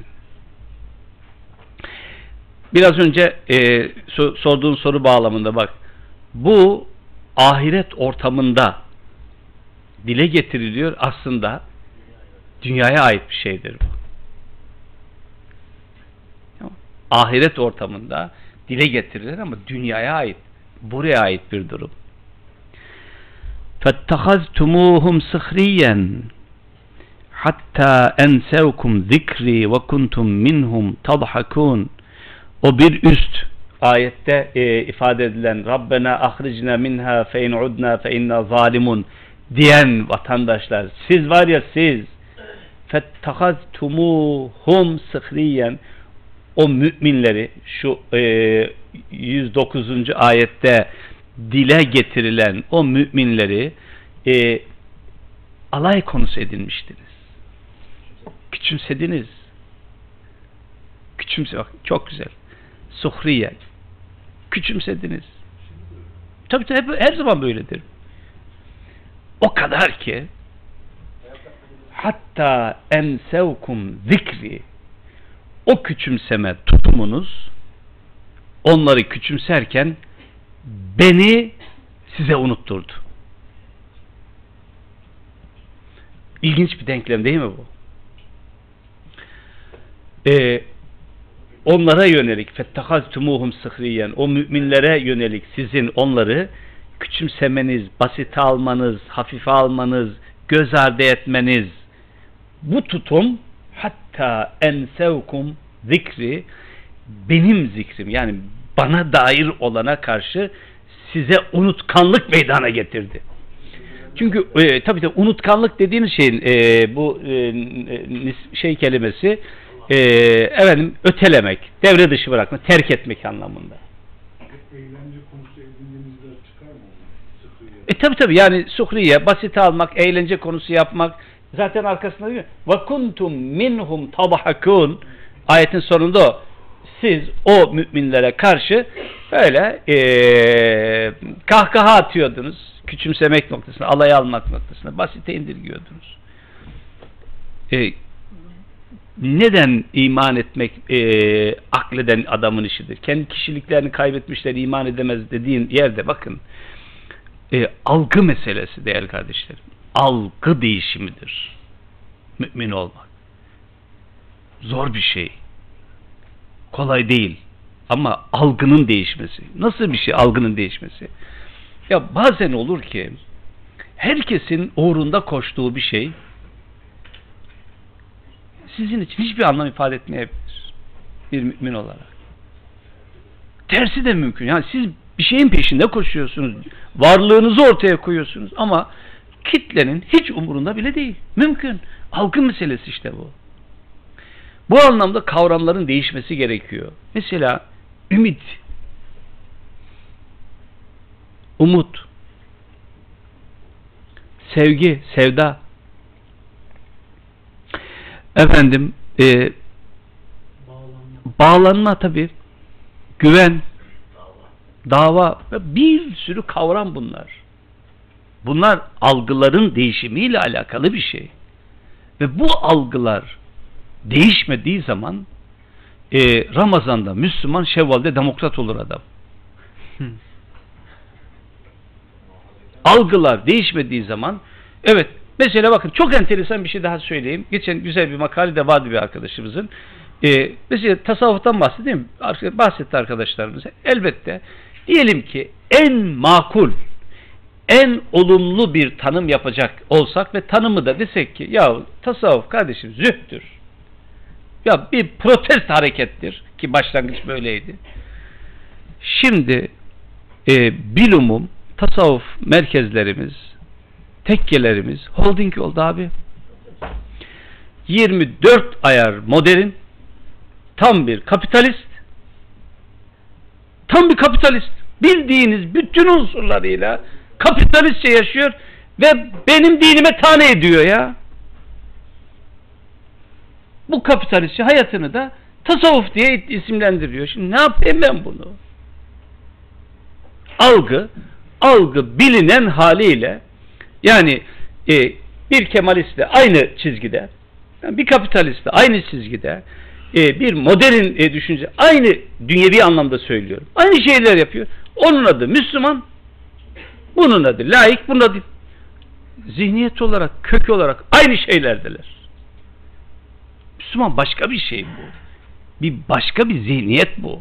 Biraz önce e, sorduğun soru bağlamında bak, bu ahiret ortamında dile getiriliyor, aslında dünyaya ait bir şeydir bu. Ahiret ortamında dile getirilir ama dünyaya ait, buraya ait bir durum. فَاتَّخَذْتُمُوهُمْ سِخْرِيًّا hatta ensevkum zikri ve kuntum minhum tadhakun. O bir üst ayette e, ifade edilen Rabbena ahricna minha fe in udna fe inna zalimun diyen vatandaşlar, siz var ya siz fettahaztumuhum sıhriyen, o müminleri şu e, yüz dokuzuncu ayette dile getirilen o müminleri e, alay konusu edinmiştiniz. Küçümsediniz. Küçümse, bak çok güzel. Suhriye. Küçümsediniz. Tabii tabii hep, her zaman böyledir. O kadar ki hatta ensevkum zikri, o küçümseme tutumunuz onları küçümserken beni size unutturdu. İlginç bir denklem değil mi bu? Ee, onlara yönelik fettehaztumuhum sıhriyen, o müminlere yönelik sizin onları küçümsemeniz, basite almanız, hafife almanız, göz ardı etmeniz, bu tutum hatta ensevkum zikri, benim zikrim yani bana dair olana karşı size unutkanlık meydana getirdi. Çünkü e, tabii de unutkanlık dediğimiz şeyin e, bu e, şey kelimesi e, efendim ötelemek, devre dışı bırakmak, terk etmek anlamında. Eğlence konusu edindiğinizde çıkar mı? Sıhriye. E tabii tabii yani suhriye, basite almak, eğlence konusu yapmak, zaten arkasında diyor ve kuntum minhum tadhakun, ayetin sonunda o. Siz o müminlere karşı böyle ee, kahkaha atıyordunuz. Küçümsemek noktasına, alay almak noktasına, basite indirgiyordunuz. E, neden iman etmek e, akleden adamın işidir? Kendi kişiliklerini kaybetmişler, iman edemez dediğin yerde bakın e, algı meselesi değerli kardeşlerim. Algı değişimidir. Mümin olmak. Zor bir şey. Kolay değil. Ama algının değişmesi. Nasıl bir şey algının değişmesi? Ya bazen olur ki herkesin uğrunda koştuğu bir şey sizin için hiçbir anlam ifade etmeyebilir. Bir mümin olarak. Tersi de mümkün. Yani siz bir şeyin peşinde koşuyorsunuz. Varlığınızı ortaya koyuyorsunuz ama kitlenin hiç umurunda bile değil. Mümkün. Algı meselesi işte bu. Bu anlamda kavramların değişmesi gerekiyor. Mesela ümit, umut, sevgi, sevda, efendim e, Bağlanma. bağlanma tabii, güven, dava, bir sürü kavram bunlar. Bunlar algıların değişimiyle alakalı bir şey. Ve bu algılar değişmediği zaman e, Ramazan'da Müslüman, Şevval'de demokrat olur adam. Hmm. Algılar değişmediği zaman, evet, mesela bakın çok enteresan bir şey daha söyleyeyim. Geçen güzel bir makale de vardı bir arkadaşımızın. E, mesela tasavvuftan bahsedeyim. Bahsetti arkadaşlarımıza. Elbette diyelim ki en makul, en olumlu bir tanım yapacak olsak ve tanımı da desek ki ya tasavvuf kardeşim zühttür. Ya bir protest harekettir ki başlangıç böyleydi. Şimdi e, bilumum tasavvuf merkezlerimiz, tekkelerimiz holding oldu abi. yirmi dört ayar modern, tam bir kapitalist, tam bir kapitalist. Bildiğiniz bütün unsurlarıyla kapitalistçe yaşıyor ve benim dinime tane ediyor ya. Bu kapitalistçe hayatını da tasavvuf diye isimlendiriyor. Şimdi ne yapayım ben bunu? Algı, algı bilinen haliyle yani e, bir Kemalistle aynı çizgide, bir kapitalistle aynı çizgide, e, bir modern e, düşünce aynı dünyevi anlamda söylüyorum. Aynı şeyler yapıyor. Onun adı Müslüman, bunun adı laik, bunun adı zihniyet olarak, kök olarak aynı şeylerdeler. Müslüman başka bir şey bu. Bir başka bir zihniyet bu.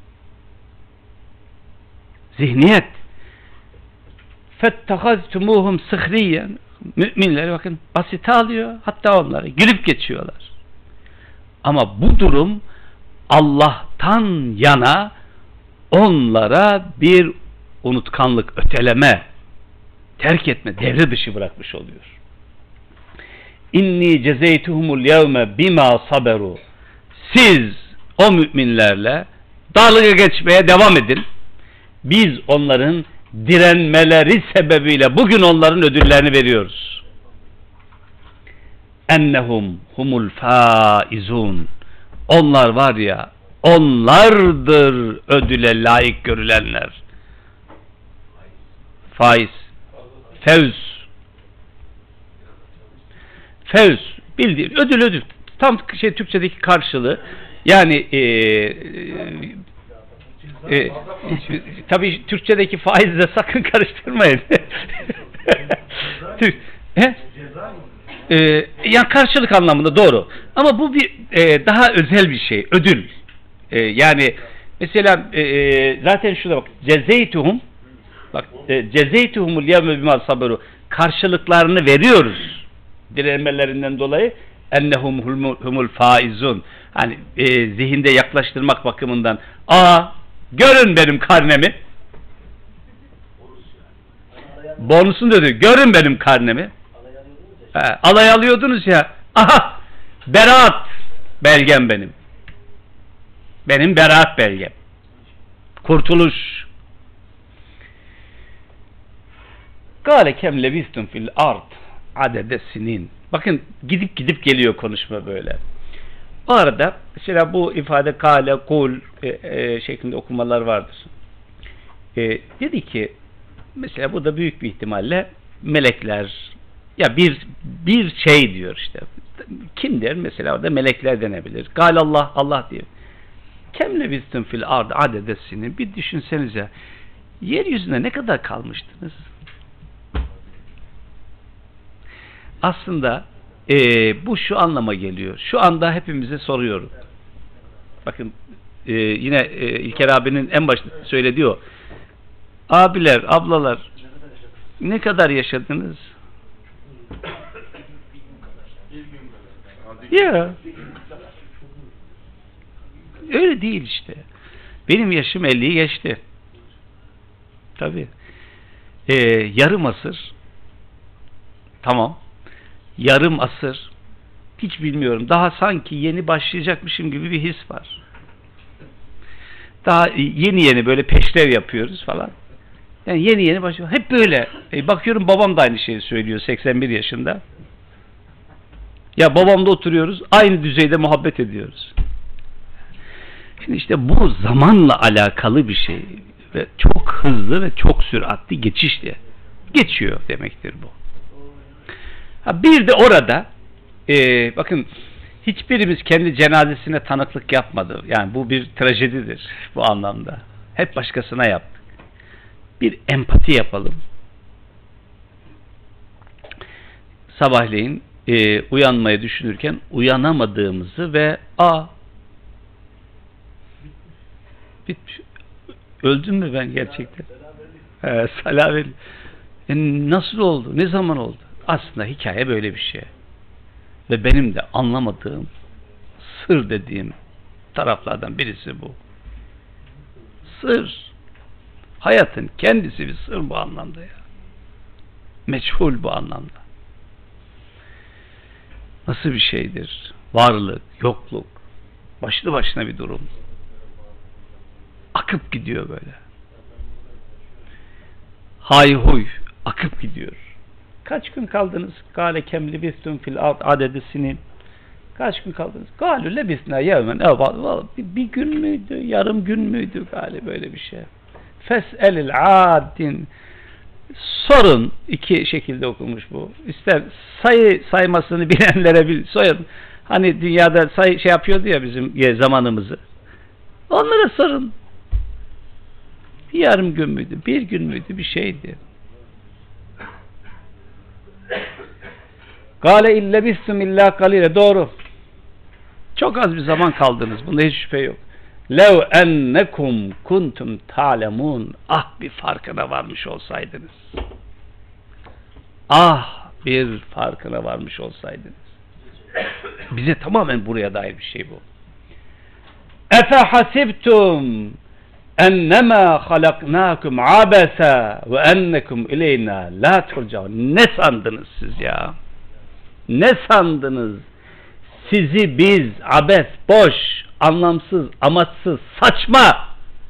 Zihniyet. فَاتَّخَذْتُمُوهُمْ سِخْرِيًّا Müminleri bakın basite alıyor. Hatta onları gülüp geçiyorlar. Ama bu durum Allah'tan yana onlara bir unutkanlık, öteleme, terk etme, devre dışı bırakmış oluyor. İnni cezeytuhumul yevme bima saberu. Siz o müminlerle dalga geçmeye devam edin. Biz onların direnmeleri sebebiyle bugün onların ödüllerini veriyoruz. Ennehum humul faizun. Onlar var ya, onlardır ödüle layık görülenler. Faiz, fevz. Fevz, bildiğin ödül ödül. Tam şey Türkçedeki karşılığı. Yani e, e, e, tabii Türkçedeki faizle sakın karıştırmayın. Türk, he? E, yani karşılık anlamında doğru. Ama bu bir e, daha özel bir şey. Ödül. E, yani mesela e, zaten şurada bak. Cezeytuhum bak e, cezeytuhumul yevme bima saberu. Karşılıklarını veriyoruz. Direnmelerinden dolayı ennehum humul faizun. Hani e, zihinde yaklaştırmak bakımından aa görün benim karnemi. Bonusunu dedi. Görün benim karnemi. Ha, alay alıyordunuz ya. Aha beraat belgem benim. Benim beraat belgem. Kurtuluş. Kâle kem lebistum fil ard adede sinin. Bakın gidip gidip geliyor konuşma böyle. O arada mesela bu ifade kâle, kul e, e, şeklinde okumalar vardır. E, dedi ki mesela bu da büyük bir ihtimalle melekler ya bir bir şey diyor işte. Kim der? Mesela orada melekler denebilir. Kâle Allah, Allah diyor. Kem lebistum fil ard adede sinin. Bir düşünsenize. Yeryüzünde ne kadar kalmıştınız? Aslında e, bu şu anlama geliyor. Şu anda hepimize soruyorum. Bakın e, yine e, İlker abinin en başta söylediği o. Abiler, ablalar ne kadar yaşadınız? Ya öyle değil işte. Benim yaşım elliyi geçti. Tabii. E, yarım asır tamam. Yarım asır hiç bilmiyorum. Daha sanki yeni başlayacakmışım gibi bir his var. Daha yeni yeni böyle peşrev yapıyoruz falan. Yani yeni yeni başlıyor. Hep böyle. E, bakıyorum babam da aynı şeyi söylüyor seksen bir yaşında. Ya babamla oturuyoruz. Aynı düzeyde muhabbet ediyoruz. Şimdi işte bu zamanla alakalı bir şey. Ve çok hızlı ve çok süratli geçişle geçiyor demektir bu. Ha, bir de orada e, bakın hiçbirimiz kendi cenazesine tanıklık yapmadı. Yani bu bir trajedidir bu anlamda. Hep başkasına yaptık. Bir empati yapalım. Sabahleyin e, uyanmayı düşünürken uyanamadığımızı ve a bitmiş. Öldüm mü ben gerçekten? He, salaveli. E nasıl oldu? Ne zaman oldu? Aslında hikaye böyle bir şey. Ve benim de anlamadığım, sır dediğim taraflardan birisi bu. Sır. Hayatın kendisi bir sır bu anlamda ya. Meçhul bu anlamda. Nasıl bir şeydir? Varlık, yokluk, başlı başına bir durum. Akıp gidiyor böyle. Hayhuy, akıp gidiyor. Kaç gün kaldınız? Kâle kem libistum fil ard adedi sinin. Kaç gün kaldınız? Kâlü lebisna yevmen evval. Bir gün müydü? Yarım gün müydü? Galiba böyle bir şey. Fes'elil adin. Sorun. İki şekilde okunmuş bu. İster sayı saymasını bilenlere bir sorun. Hani dünyada sayı şey yapıyordu ya bizim zamanımızı. Onlara sorun. Bir yarım gün müydü? Bir gün müydü? Bir şeydi. Gâle ille bistum illa kalile. Doğru. Çok az bir zaman kaldınız. Bunda hiç şüphe yok. Lev ennekum kuntum ta'lemun. Ah bir farkına varmış olsaydınız. Ah bir farkına varmış olsaydınız. Bize tamamen buraya dair bir şey bu. Efe hasibtum ennemâ halaknâkum abese ve ennekum ileyna la turcaun. Ne sandınız siz ya? Ne sandınız? Sizi biz abes, boş, anlamsız, amaçsız, saçma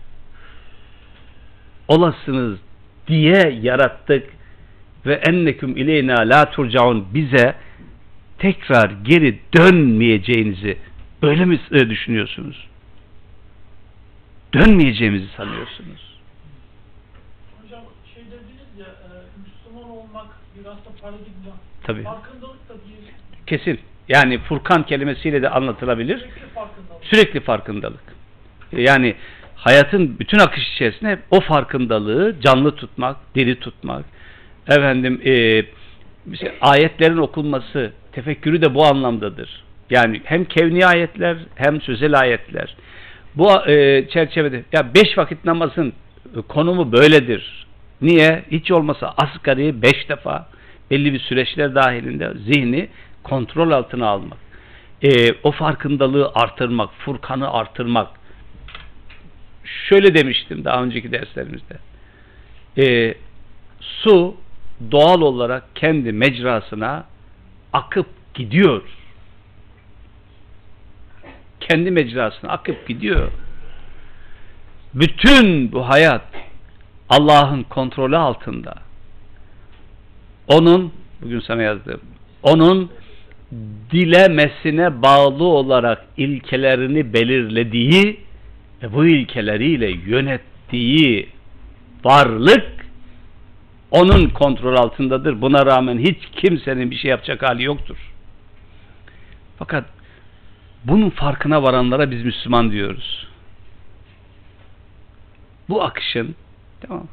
olasınız diye yarattık ve enneküm ileyna la turcaun, bize tekrar geri dönmeyeceğinizi öyle mi düşünüyorsunuz? Dönmeyeceğimizi sanıyorsunuz. Hocam şey dediniz ya, e, Müslüman olmak biraz da paradigma. Tabii. Farkındalık da diyelim. Kesin. Yani Furkan kelimesiyle de anlatılabilir. Sürekli farkındalık. Sürekli farkındalık. Yani hayatın bütün akış içerisinde o farkındalığı canlı tutmak, diri tutmak. Efendim e, işte ayetlerin okunması, tefekkürü de bu anlamdadır. Yani hem kevni ayetler hem sözel ayetler. Bu e, çerçevede ya beş vakit namazın konumu böyledir. Niye? Hiç olmasa asgari beş defa belli bir süreçler dahilinde zihni kontrol altına almak. E, o farkındalığı artırmak, Furkan'ı artırmak. Şöyle demiştim daha önceki derslerimizde. E, su doğal olarak kendi mecrasına akıp gidiyor. Kendi mecrasına akıp gidiyor. Bütün bu hayat Allah'ın kontrolü altında. Onun, bugün sana yazdığım, onun dilemesine bağlı olarak ilkelerini belirlediği ve bu ilkeleriyle yönettiği varlık onun kontrol altındadır. Buna rağmen hiç kimsenin bir şey yapacak hali yoktur. Fakat bunun farkına varanlara biz Müslüman diyoruz. Bu akışın, tamam,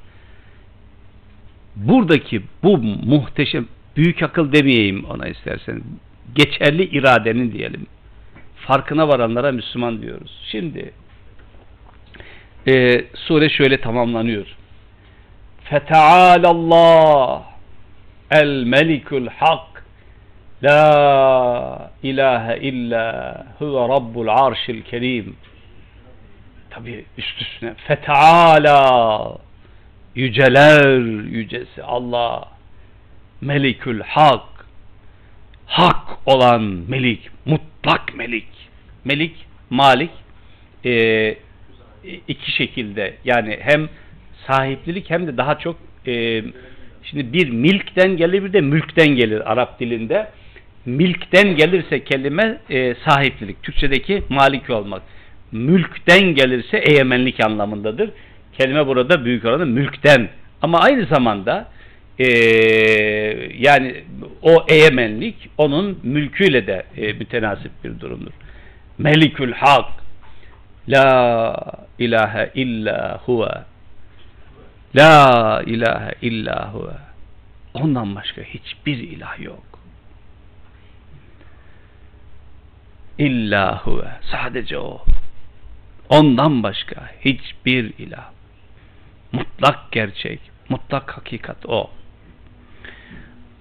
buradaki bu muhteşem, büyük akıl demeyeyim ona istersen, geçerli iradenin diyelim, farkına varanlara Müslüman diyoruz. Şimdi e, sure şöyle tamamlanıyor. Feteâlallah el melikul hak la ilahe illa huve rabbul arşil kerim. Tabi üst üstüne feteâlâ, yüceler yücesi Allah, melikül hak, hak olan melik, mutlak melik. Melik, malik e, iki şekilde, yani hem sahiplilik hem de daha çok e, şimdi bir milkten gelir, bir de mülkten gelir Arap dilinde. Milkten gelirse kelime e, sahiplilik, Türkçedeki malik olmak. Mülkten gelirse egemenlik anlamındadır. Kelime burada büyük oranda mülkten. Ama aynı zamanda e, yani o egemenlik onun mülküyle de e, mütenasip bir durumdur. Melikül hak la ilahe illa huve la ilahe illa huve, ondan başka hiçbir ilah yok. İlla huve, sadece o. Ondan başka hiçbir ilah. Mutlak gerçek, mutlak hakikat o.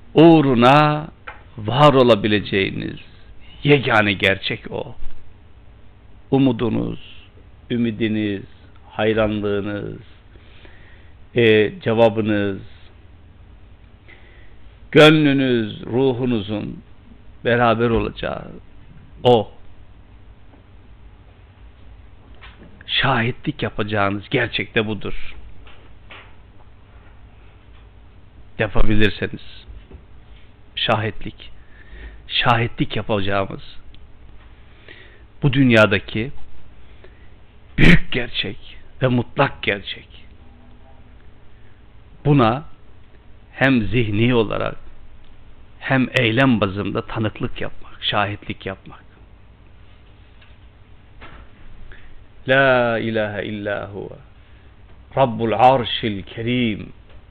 uğruna var olabileceğiniz yegane gerçek o. Umudunuz, ümidiniz, hayranlığınız, e, cevabınız, gönlünüz, ruhunuzun beraber olacağı o. Şahitlik yapacağınız gerçekte budur. Yapabilirseniz şahitlik şahitlik yapacağımız bu dünyadaki büyük gerçek ve mutlak gerçek. Buna hem zihni olarak hem eylem bazında tanıklık yapmak, şahitlik yapmak. La ilahe illa huve Rabbul arşil kerim.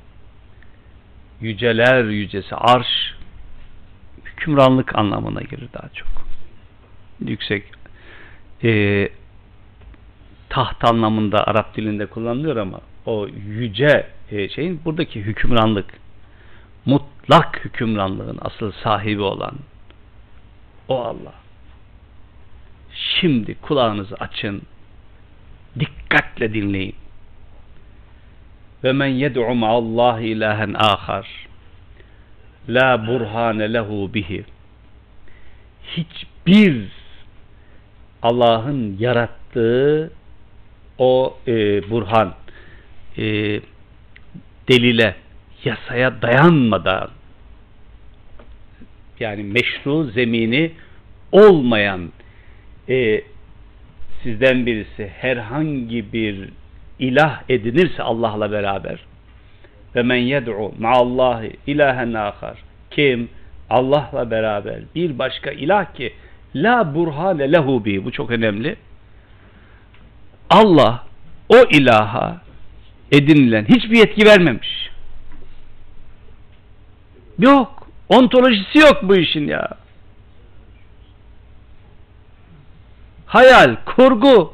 Yüceler yücesi arş, hükümranlık anlamına gelir daha çok. Yüksek e, taht anlamında Arap dilinde kullanılıyor ama o yüce e, şeyin buradaki hükümranlık, mutlak hükümranlığın asıl sahibi olan o Allah. Şimdi kulağınızı açın, dikkatle dinleyin. Ve men yed'u ma'allahi ilahen ahar la burhane lehu bihi. Hiçbir Allah'ın yarattığı o e, burhan e, delile, yasaya dayanmadan, yani meşru zemini olmayan e, sizden birisi herhangi bir ilah edinirse Allah'la beraber, ve men yed'u ma'allahi ilahen ahar, kim Allah'la beraber bir başka ilah ki la burhane lehu bi, bu çok önemli. Allah o ilaha edinilen hiçbir yetki vermemiş. Yok. Ontolojisi yok bu işin ya. Hayal, kurgu.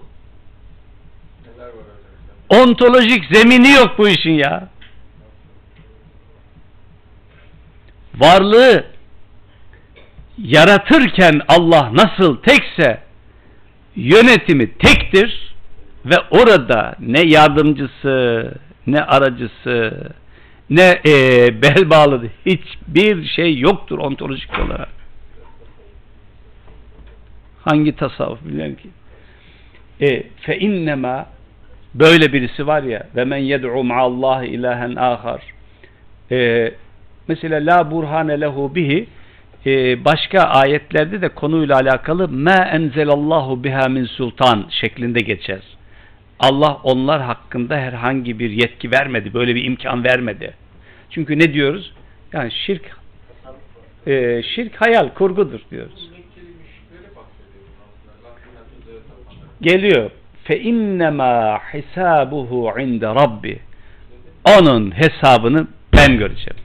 Ontolojik zemini yok bu işin ya. Varlığı yaratırken Allah nasıl tekse, yönetimi tektir ve orada ne yardımcısı, ne aracısı, ne e, bel bağlı, hiçbir şey yoktur ontolojik olarak. Hangi tasavvuf bilmiyorum ki. E, fe innema, böyle birisi var ya, ve men yed'u ma'allahi ilahen ahar. E, mesela la burhane lehu bihi, e, başka ayetlerde de konuyla alakalı ma enzelallahu biha min sultan şeklinde geçer. Allah onlar hakkında herhangi bir yetki vermedi, böyle bir imkan vermedi. Çünkü ne diyoruz? Yani şirk e, şirk hayal, kurgudur diyoruz. Geliyor. Fe innema hisabuhu inde rabbi. Onun hesabını ben göreceğim.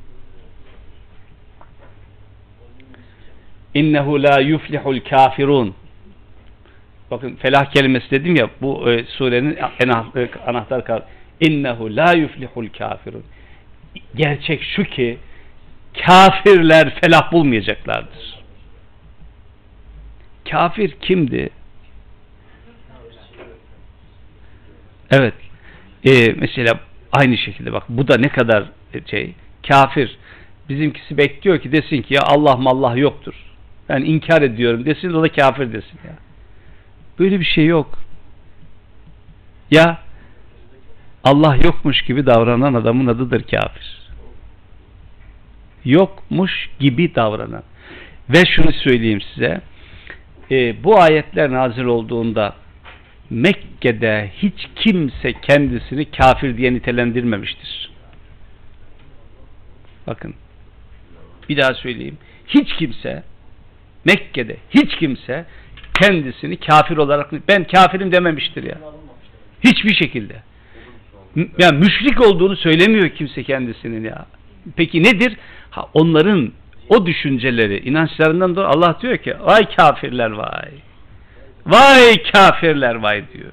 İnnehu la yuflihul kafirun. Bakın felah kelimesi dedim ya, bu e, surenin anahtar kavramı. İnnehu la yuflihul kafirun. Gerçek şu ki kafirler felah bulmayacaklardır. Kafir kimdi? Evet. Ee, mesela aynı şekilde bak, bu da ne kadar şey, kafir. Bizimkisi bekliyor ki desin ki ya Allah mallah yoktur. Ben inkar ediyorum desin, o da kafir desin ya. Böyle bir şey yok. Ya Allah yokmuş gibi davranan adamın adıdır kafir. Yokmuş gibi davranan. Ve şunu söyleyeyim size. E, bu ayetler nazil olduğunda Mekke'de hiç kimse kendisini kafir diye nitelendirmemiştir. Bakın. Bir daha söyleyeyim. Hiç kimse, Mekke'de hiç kimse kendisini kafir olarak, ben kafirim dememiştir ya. Hiçbir şekilde. Yani müşrik olduğunu söylemiyor kimse kendisinin ya. Peki nedir? Ha, onların o düşünceleri, inançlarından dolayı Allah diyor ki vay kafirler vay. Vay kafirler vay diyor.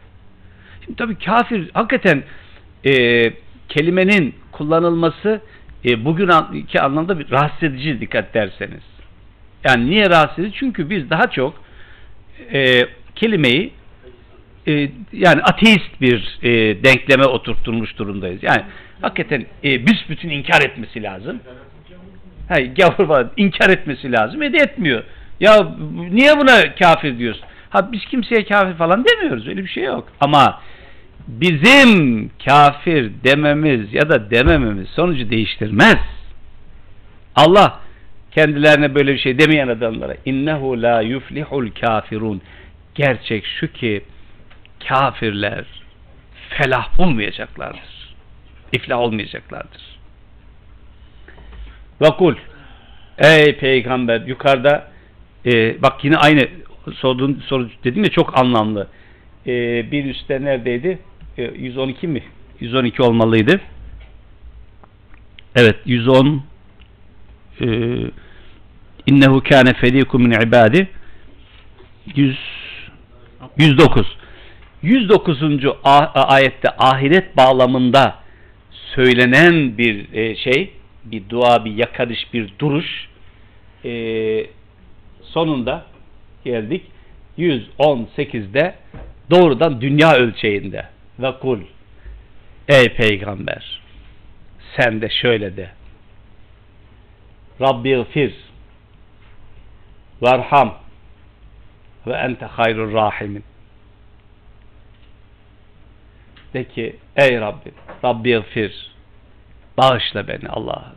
Şimdi tabii kafir hakikaten e, kelimenin kullanılması e, bugünkü anlamda bir rahatsız edici, dikkat derseniz. Yani niye rahatsız edici? Çünkü biz daha çok e, kelimeyi e, yani ateist bir e, denkleme oturtturmuş durumdayız. Yani hakikaten e, büsbütün inkar etmesi lazım. Hayır, gavur falan inkar etmesi lazım. Ede etmiyor. Ya niye buna kafir diyorsun? Ha biz kimseye kafir falan demiyoruz. Öyle bir şey yok. Ama bizim kafir dememiz ya da demememiz sonucu değiştirmez. Allah kendilerine böyle bir şey demeyen adamlara innehu la yuflihul kafirun. Gerçek şu ki kafirler felah bulmayacaklardır. İflah olmayacaklardır. Ve kul ey peygamber, yukarıda e, bak yine aynı sorduğun soru dedim ya, çok anlamlı. E, bir üstte neredeydi? E, yüz on iki mi? yüz on iki olmalıydı. Evet, yüz on e, innehu kâne ferîkum min ibâdi yüz yüz dokuz yüz dokuzuncu ayette ahiret bağlamında söylenen bir e, şey, bir dua, bir yakarış, bir duruş. E, sonunda geldik yüz on sekizde doğrudan dünya ölçeğinde ve kul ey peygamber sen de şöyle de Rabbi gfir varham ve ente hayrur rahimin. De ki ey Rabbim, Rabbi gfir, bağışla beni Allah'ım,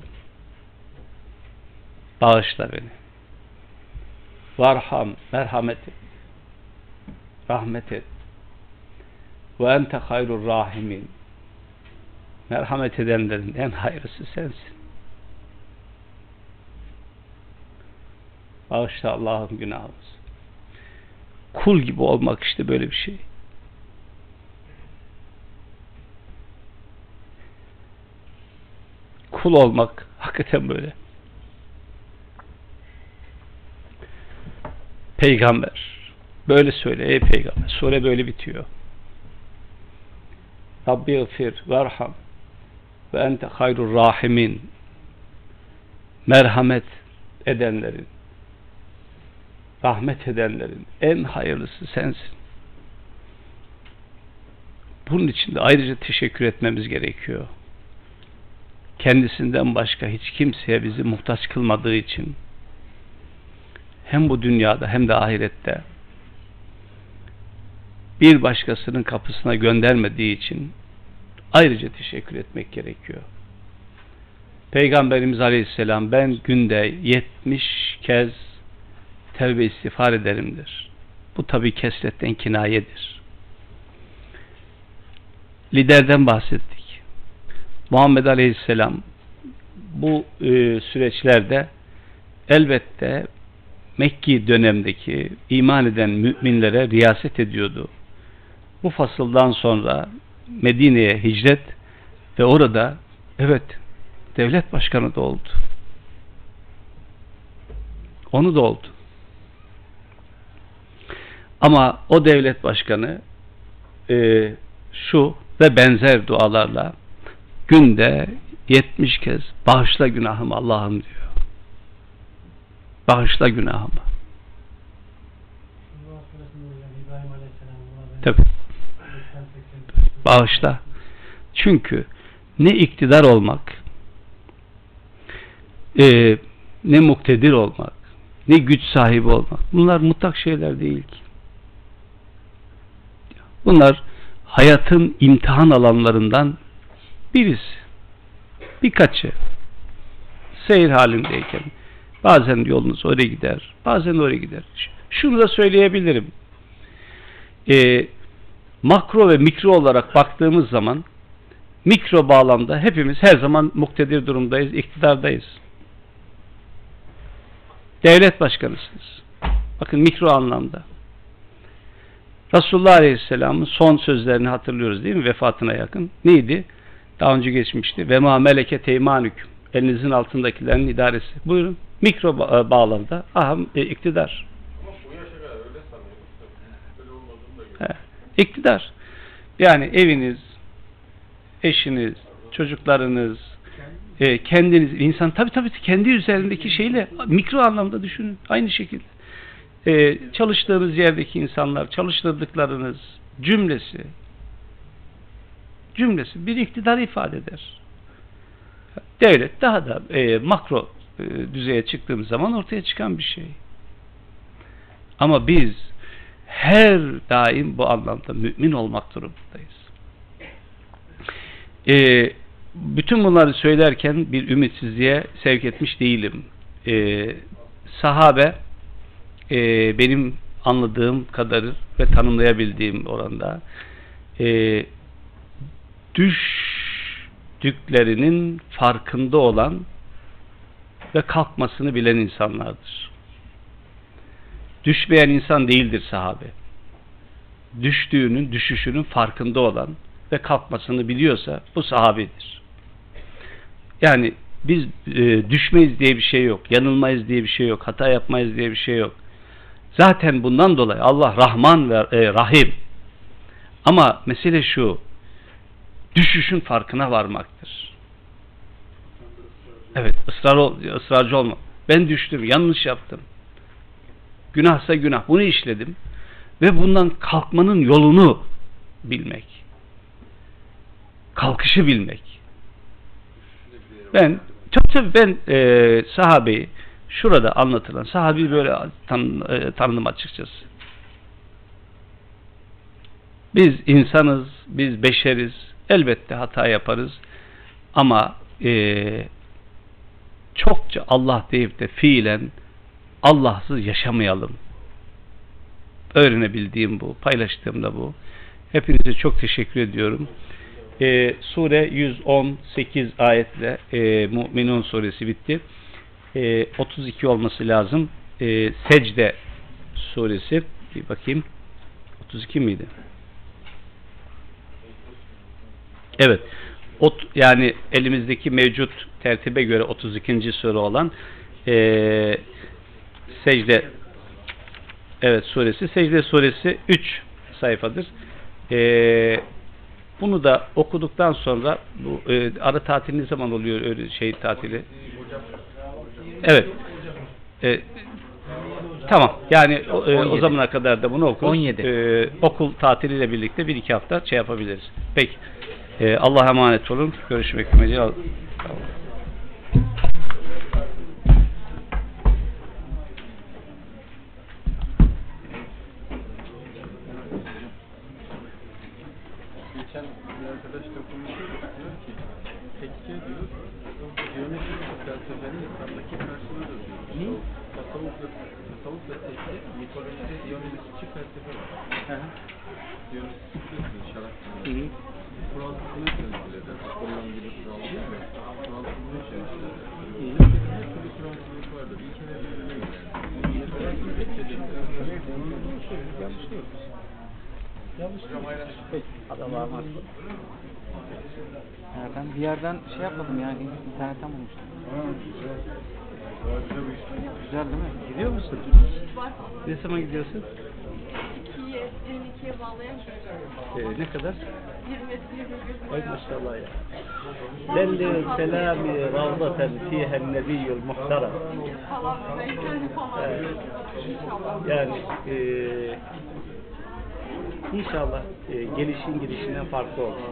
bağışla beni, varham, merhamet et, rahmet et, ve ente hayrur rahimin, merhamet edenlerin en hayırlısı sensin. Bağışla Allah'ım günahımızı. Kul gibi olmak işte böyle bir şey. Kul olmak hakikaten böyle. Peygamber böyle söyle ey peygamber. Sure böyle bitiyor. Rabbi gfir verham ve ente hayrur rahimin. Merhamet edenlerin, rahmet edenlerin en hayırlısı sensin. Bunun için de ayrıca teşekkür etmemiz gerekiyor. Kendisinden başka hiç kimseye bizi muhtaç kılmadığı için, hem bu dünyada hem de ahirette bir başkasının kapısına göndermediği için ayrıca teşekkür etmek gerekiyor. Peygamberimiz Aleyhisselam ben günde yetmiş kez tevbe istiğfar ederimdir. Bu tabi kesretten kinayedir. Liderden bahsettik. Muhammed Aleyhisselam bu e, süreçlerde elbette Mekki dönemdeki iman eden müminlere riyaset ediyordu. Bu fasıldan sonra Medine'ye hicret ve orada evet devlet başkanı da oldu. Onu da oldu. Ama o devlet başkanı e, şu ve benzer dualarla günde yetmiş kez bağışla günahımı Allah'ım diyor. Bağışla günahımı. Tabii. Bağışla. Çünkü ne iktidar olmak, e, ne muktedir olmak, ne güç sahibi olmak, bunlar mutlak şeyler değil ki. Bunlar hayatın imtihan alanlarından birisi. Birkaçı. Seyir halindeyken bazen yolunuz oraya gider, bazen oraya gider. Şunu da söyleyebilirim. E, makro ve mikro olarak baktığımız zaman mikro bağlamda hepimiz her zaman muktedir durumdayız, iktidardayız. Devlet başkanısınız. Bakın mikro anlamda. Resulullah Aleyhisselam'ın son sözlerini hatırlıyoruz değil mi? Vefatına yakın. Neydi? Daha önce geçmişti. Ve ma meleket eymanüküm. Elinizin altındakilerin idaresi. Buyurun. Mikro ba bağlamda aham e, iktidar. Ama bu yaşa kadar öyle sanıyorduk da öyle olmadığını da görüyoruz. İktidar. Yani eviniz, eşiniz, çocuklarınız, e, kendiniz, insan tabii tabii kendi üzerindeki şeyle mikro anlamda düşünün. Aynı şekilde. E, çalıştığınız yerdeki insanlar, çalıştırdıklarınız cümlesi cümlesi bir iktidar ifade eder. Devlet daha da e, makro e, düzeye çıktığımız zaman ortaya çıkan bir şey. Ama biz her daim bu anlamda mümin olmak durumundayız. E, bütün bunları söylerken bir ümitsizliğe sevk etmiş değilim. E, sahabe e, benim anladığım kadar ve tanımlayabildiğim oranda e, düştüklerinin farkında olan ve kalkmasını bilen insanlardır. Düşmeyen insan değildir sahabe. Düştüğünün, düşüşünün farkında olan ve kalkmasını biliyorsa bu sahabedir. Yani biz e, düşmeyiz diye bir şey yok, yanılmayız diye bir şey yok, hata yapmayız diye bir şey yok. Zaten bundan dolayı Allah Rahman ve e, Rahim. Ama mesele şu, düşüşün farkına varmaktır. Evet, ısrar ol, ısrarcı olma. Ben düştüm, yanlış yaptım. Günahsa günah, bunu işledim. Ve bundan kalkmanın yolunu bilmek. Kalkışı bilmek. Ben, tabii tabii ben e, sahabeyi, şurada anlatılan sahabeyi böyle tan, e, tanıdım açıkçası. Biz insanız, biz beşeriz. Elbette hata yaparız. Ama e, çokça Allah deyip de fiilen Allahsız yaşamayalım. Öğrenebildiğim bu, paylaştığım da bu. Hepinize çok teşekkür ediyorum. Ee, sure yüz on sekiz ayetle e, Mü'minun suresi bitti. E, otuz iki olması lazım. E, Secde suresi. Bir bakayım. otuz iki miydi? Evet. Ot, yani elimizdeki mevcut tertibe göre otuz ikinci sure olan e, Secde evet suresi. Secde suresi üç sayfadır. E, bunu da okuduktan sonra bu e, ara tatil ne zaman oluyor, öyle şey tatili? Evet. E, tamam. Yani o, e, o zamana kadar da bunu okuruz. on yedi. E, okul tatiliyle birlikte bir iki hafta şey yapabiliriz. Peki. E, Allah'a emanet olun. Görüşmek üzere. Geçen bir arkadaşla konuşuyoruz, diyor ki tekke diyor, geometrik felsefenin insandaki karşılığı diyor. Ne? Tasavvufla, tasavvufla tekke, mitolojide Dionysosçu felsefe var. Hı hı. Dionysosçu diyor, şarap. Hı hı. Fransızlığı temsil eder. Apollon gibi kural değil mi? Fransızlığı temsil eder. Hı hı. Her türlü Fransızlık vardır. İlkeler birbirine gider. Mesela tekke değil. Yanlış değil. Yanlış değil. Peki. Adamlar var. Ya ben bir yerden şey yapmadım yani internetten bulmuştum. Ha, güzel. Harika bir iş. Güzel değil mi? Gidiyor musun? Ne zaman gidiyorsun? ikiye, yirmi ikiye bağlayan Ee, ne kadar? yirmisi yirmi Ay maşallah ya. Belli selami ravzaten fihen nebiyyul muhtaram. falan böyle falan. Evet. İnşallah. Yani e, inşallah e, gelişin gidişinden farklı olur.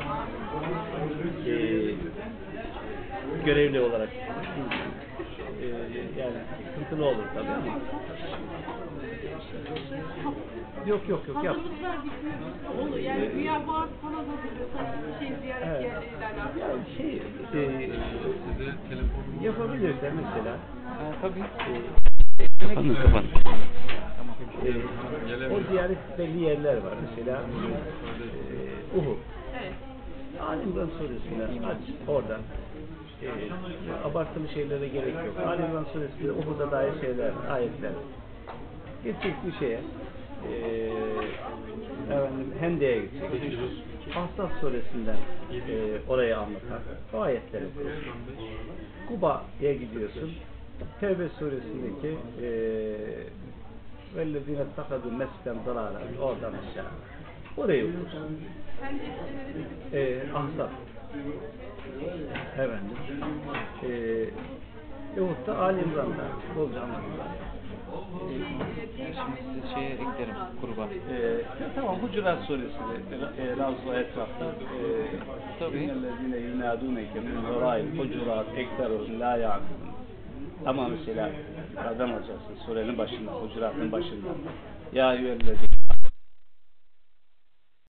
E, görevli olarak e, yani sıkıntılı olur tabii ama yok yok yok yap. Hazırlıklar bitmiş oluyor. Yani Dünya Bağır falan hazırlıyorsa şey ziyaret Evet. yerleriyle alakalı. Yani şey e, yapabilirler mesela. Ha, tabii. E, Kapanın kapanın. Ee, o ziyaret belli yerler var. Mesela e, Uhud. Evet. Alimran Suresi'nde aç oradan. E, abartılı şeylere gerek yok. Alimran Suresi'nde Uhud'a dair şeyler, ayetler. Gidecek bir şeye e, efendim, Hende'ye gidecek. Ahzab Suresi'nden e, orayı anlatan o ayetleri okuyorsun. Kuba'ya gidiyorsun. Tevbe Suresi'ndeki eee وَالَّذِينَ اتَّخَذُوا مَسْجِدًا ضَلَالًا oradan aşağı. Orayı okursun. Eee Ahzab. Efendim. Yahut da Ali İmran'da olacağımızda. Şimdi size şeye eklerim gruba. Ee, tamam, Hucurat suresi e, Ravzu etrafta e, Tabii. İnnellezine yunadûneke min verâil hucurat ekteruhum lâ ya'kilûn. Ama mesela adam olacaksın surenin başında, Hucurat'ın başında. Ya eyyühellezine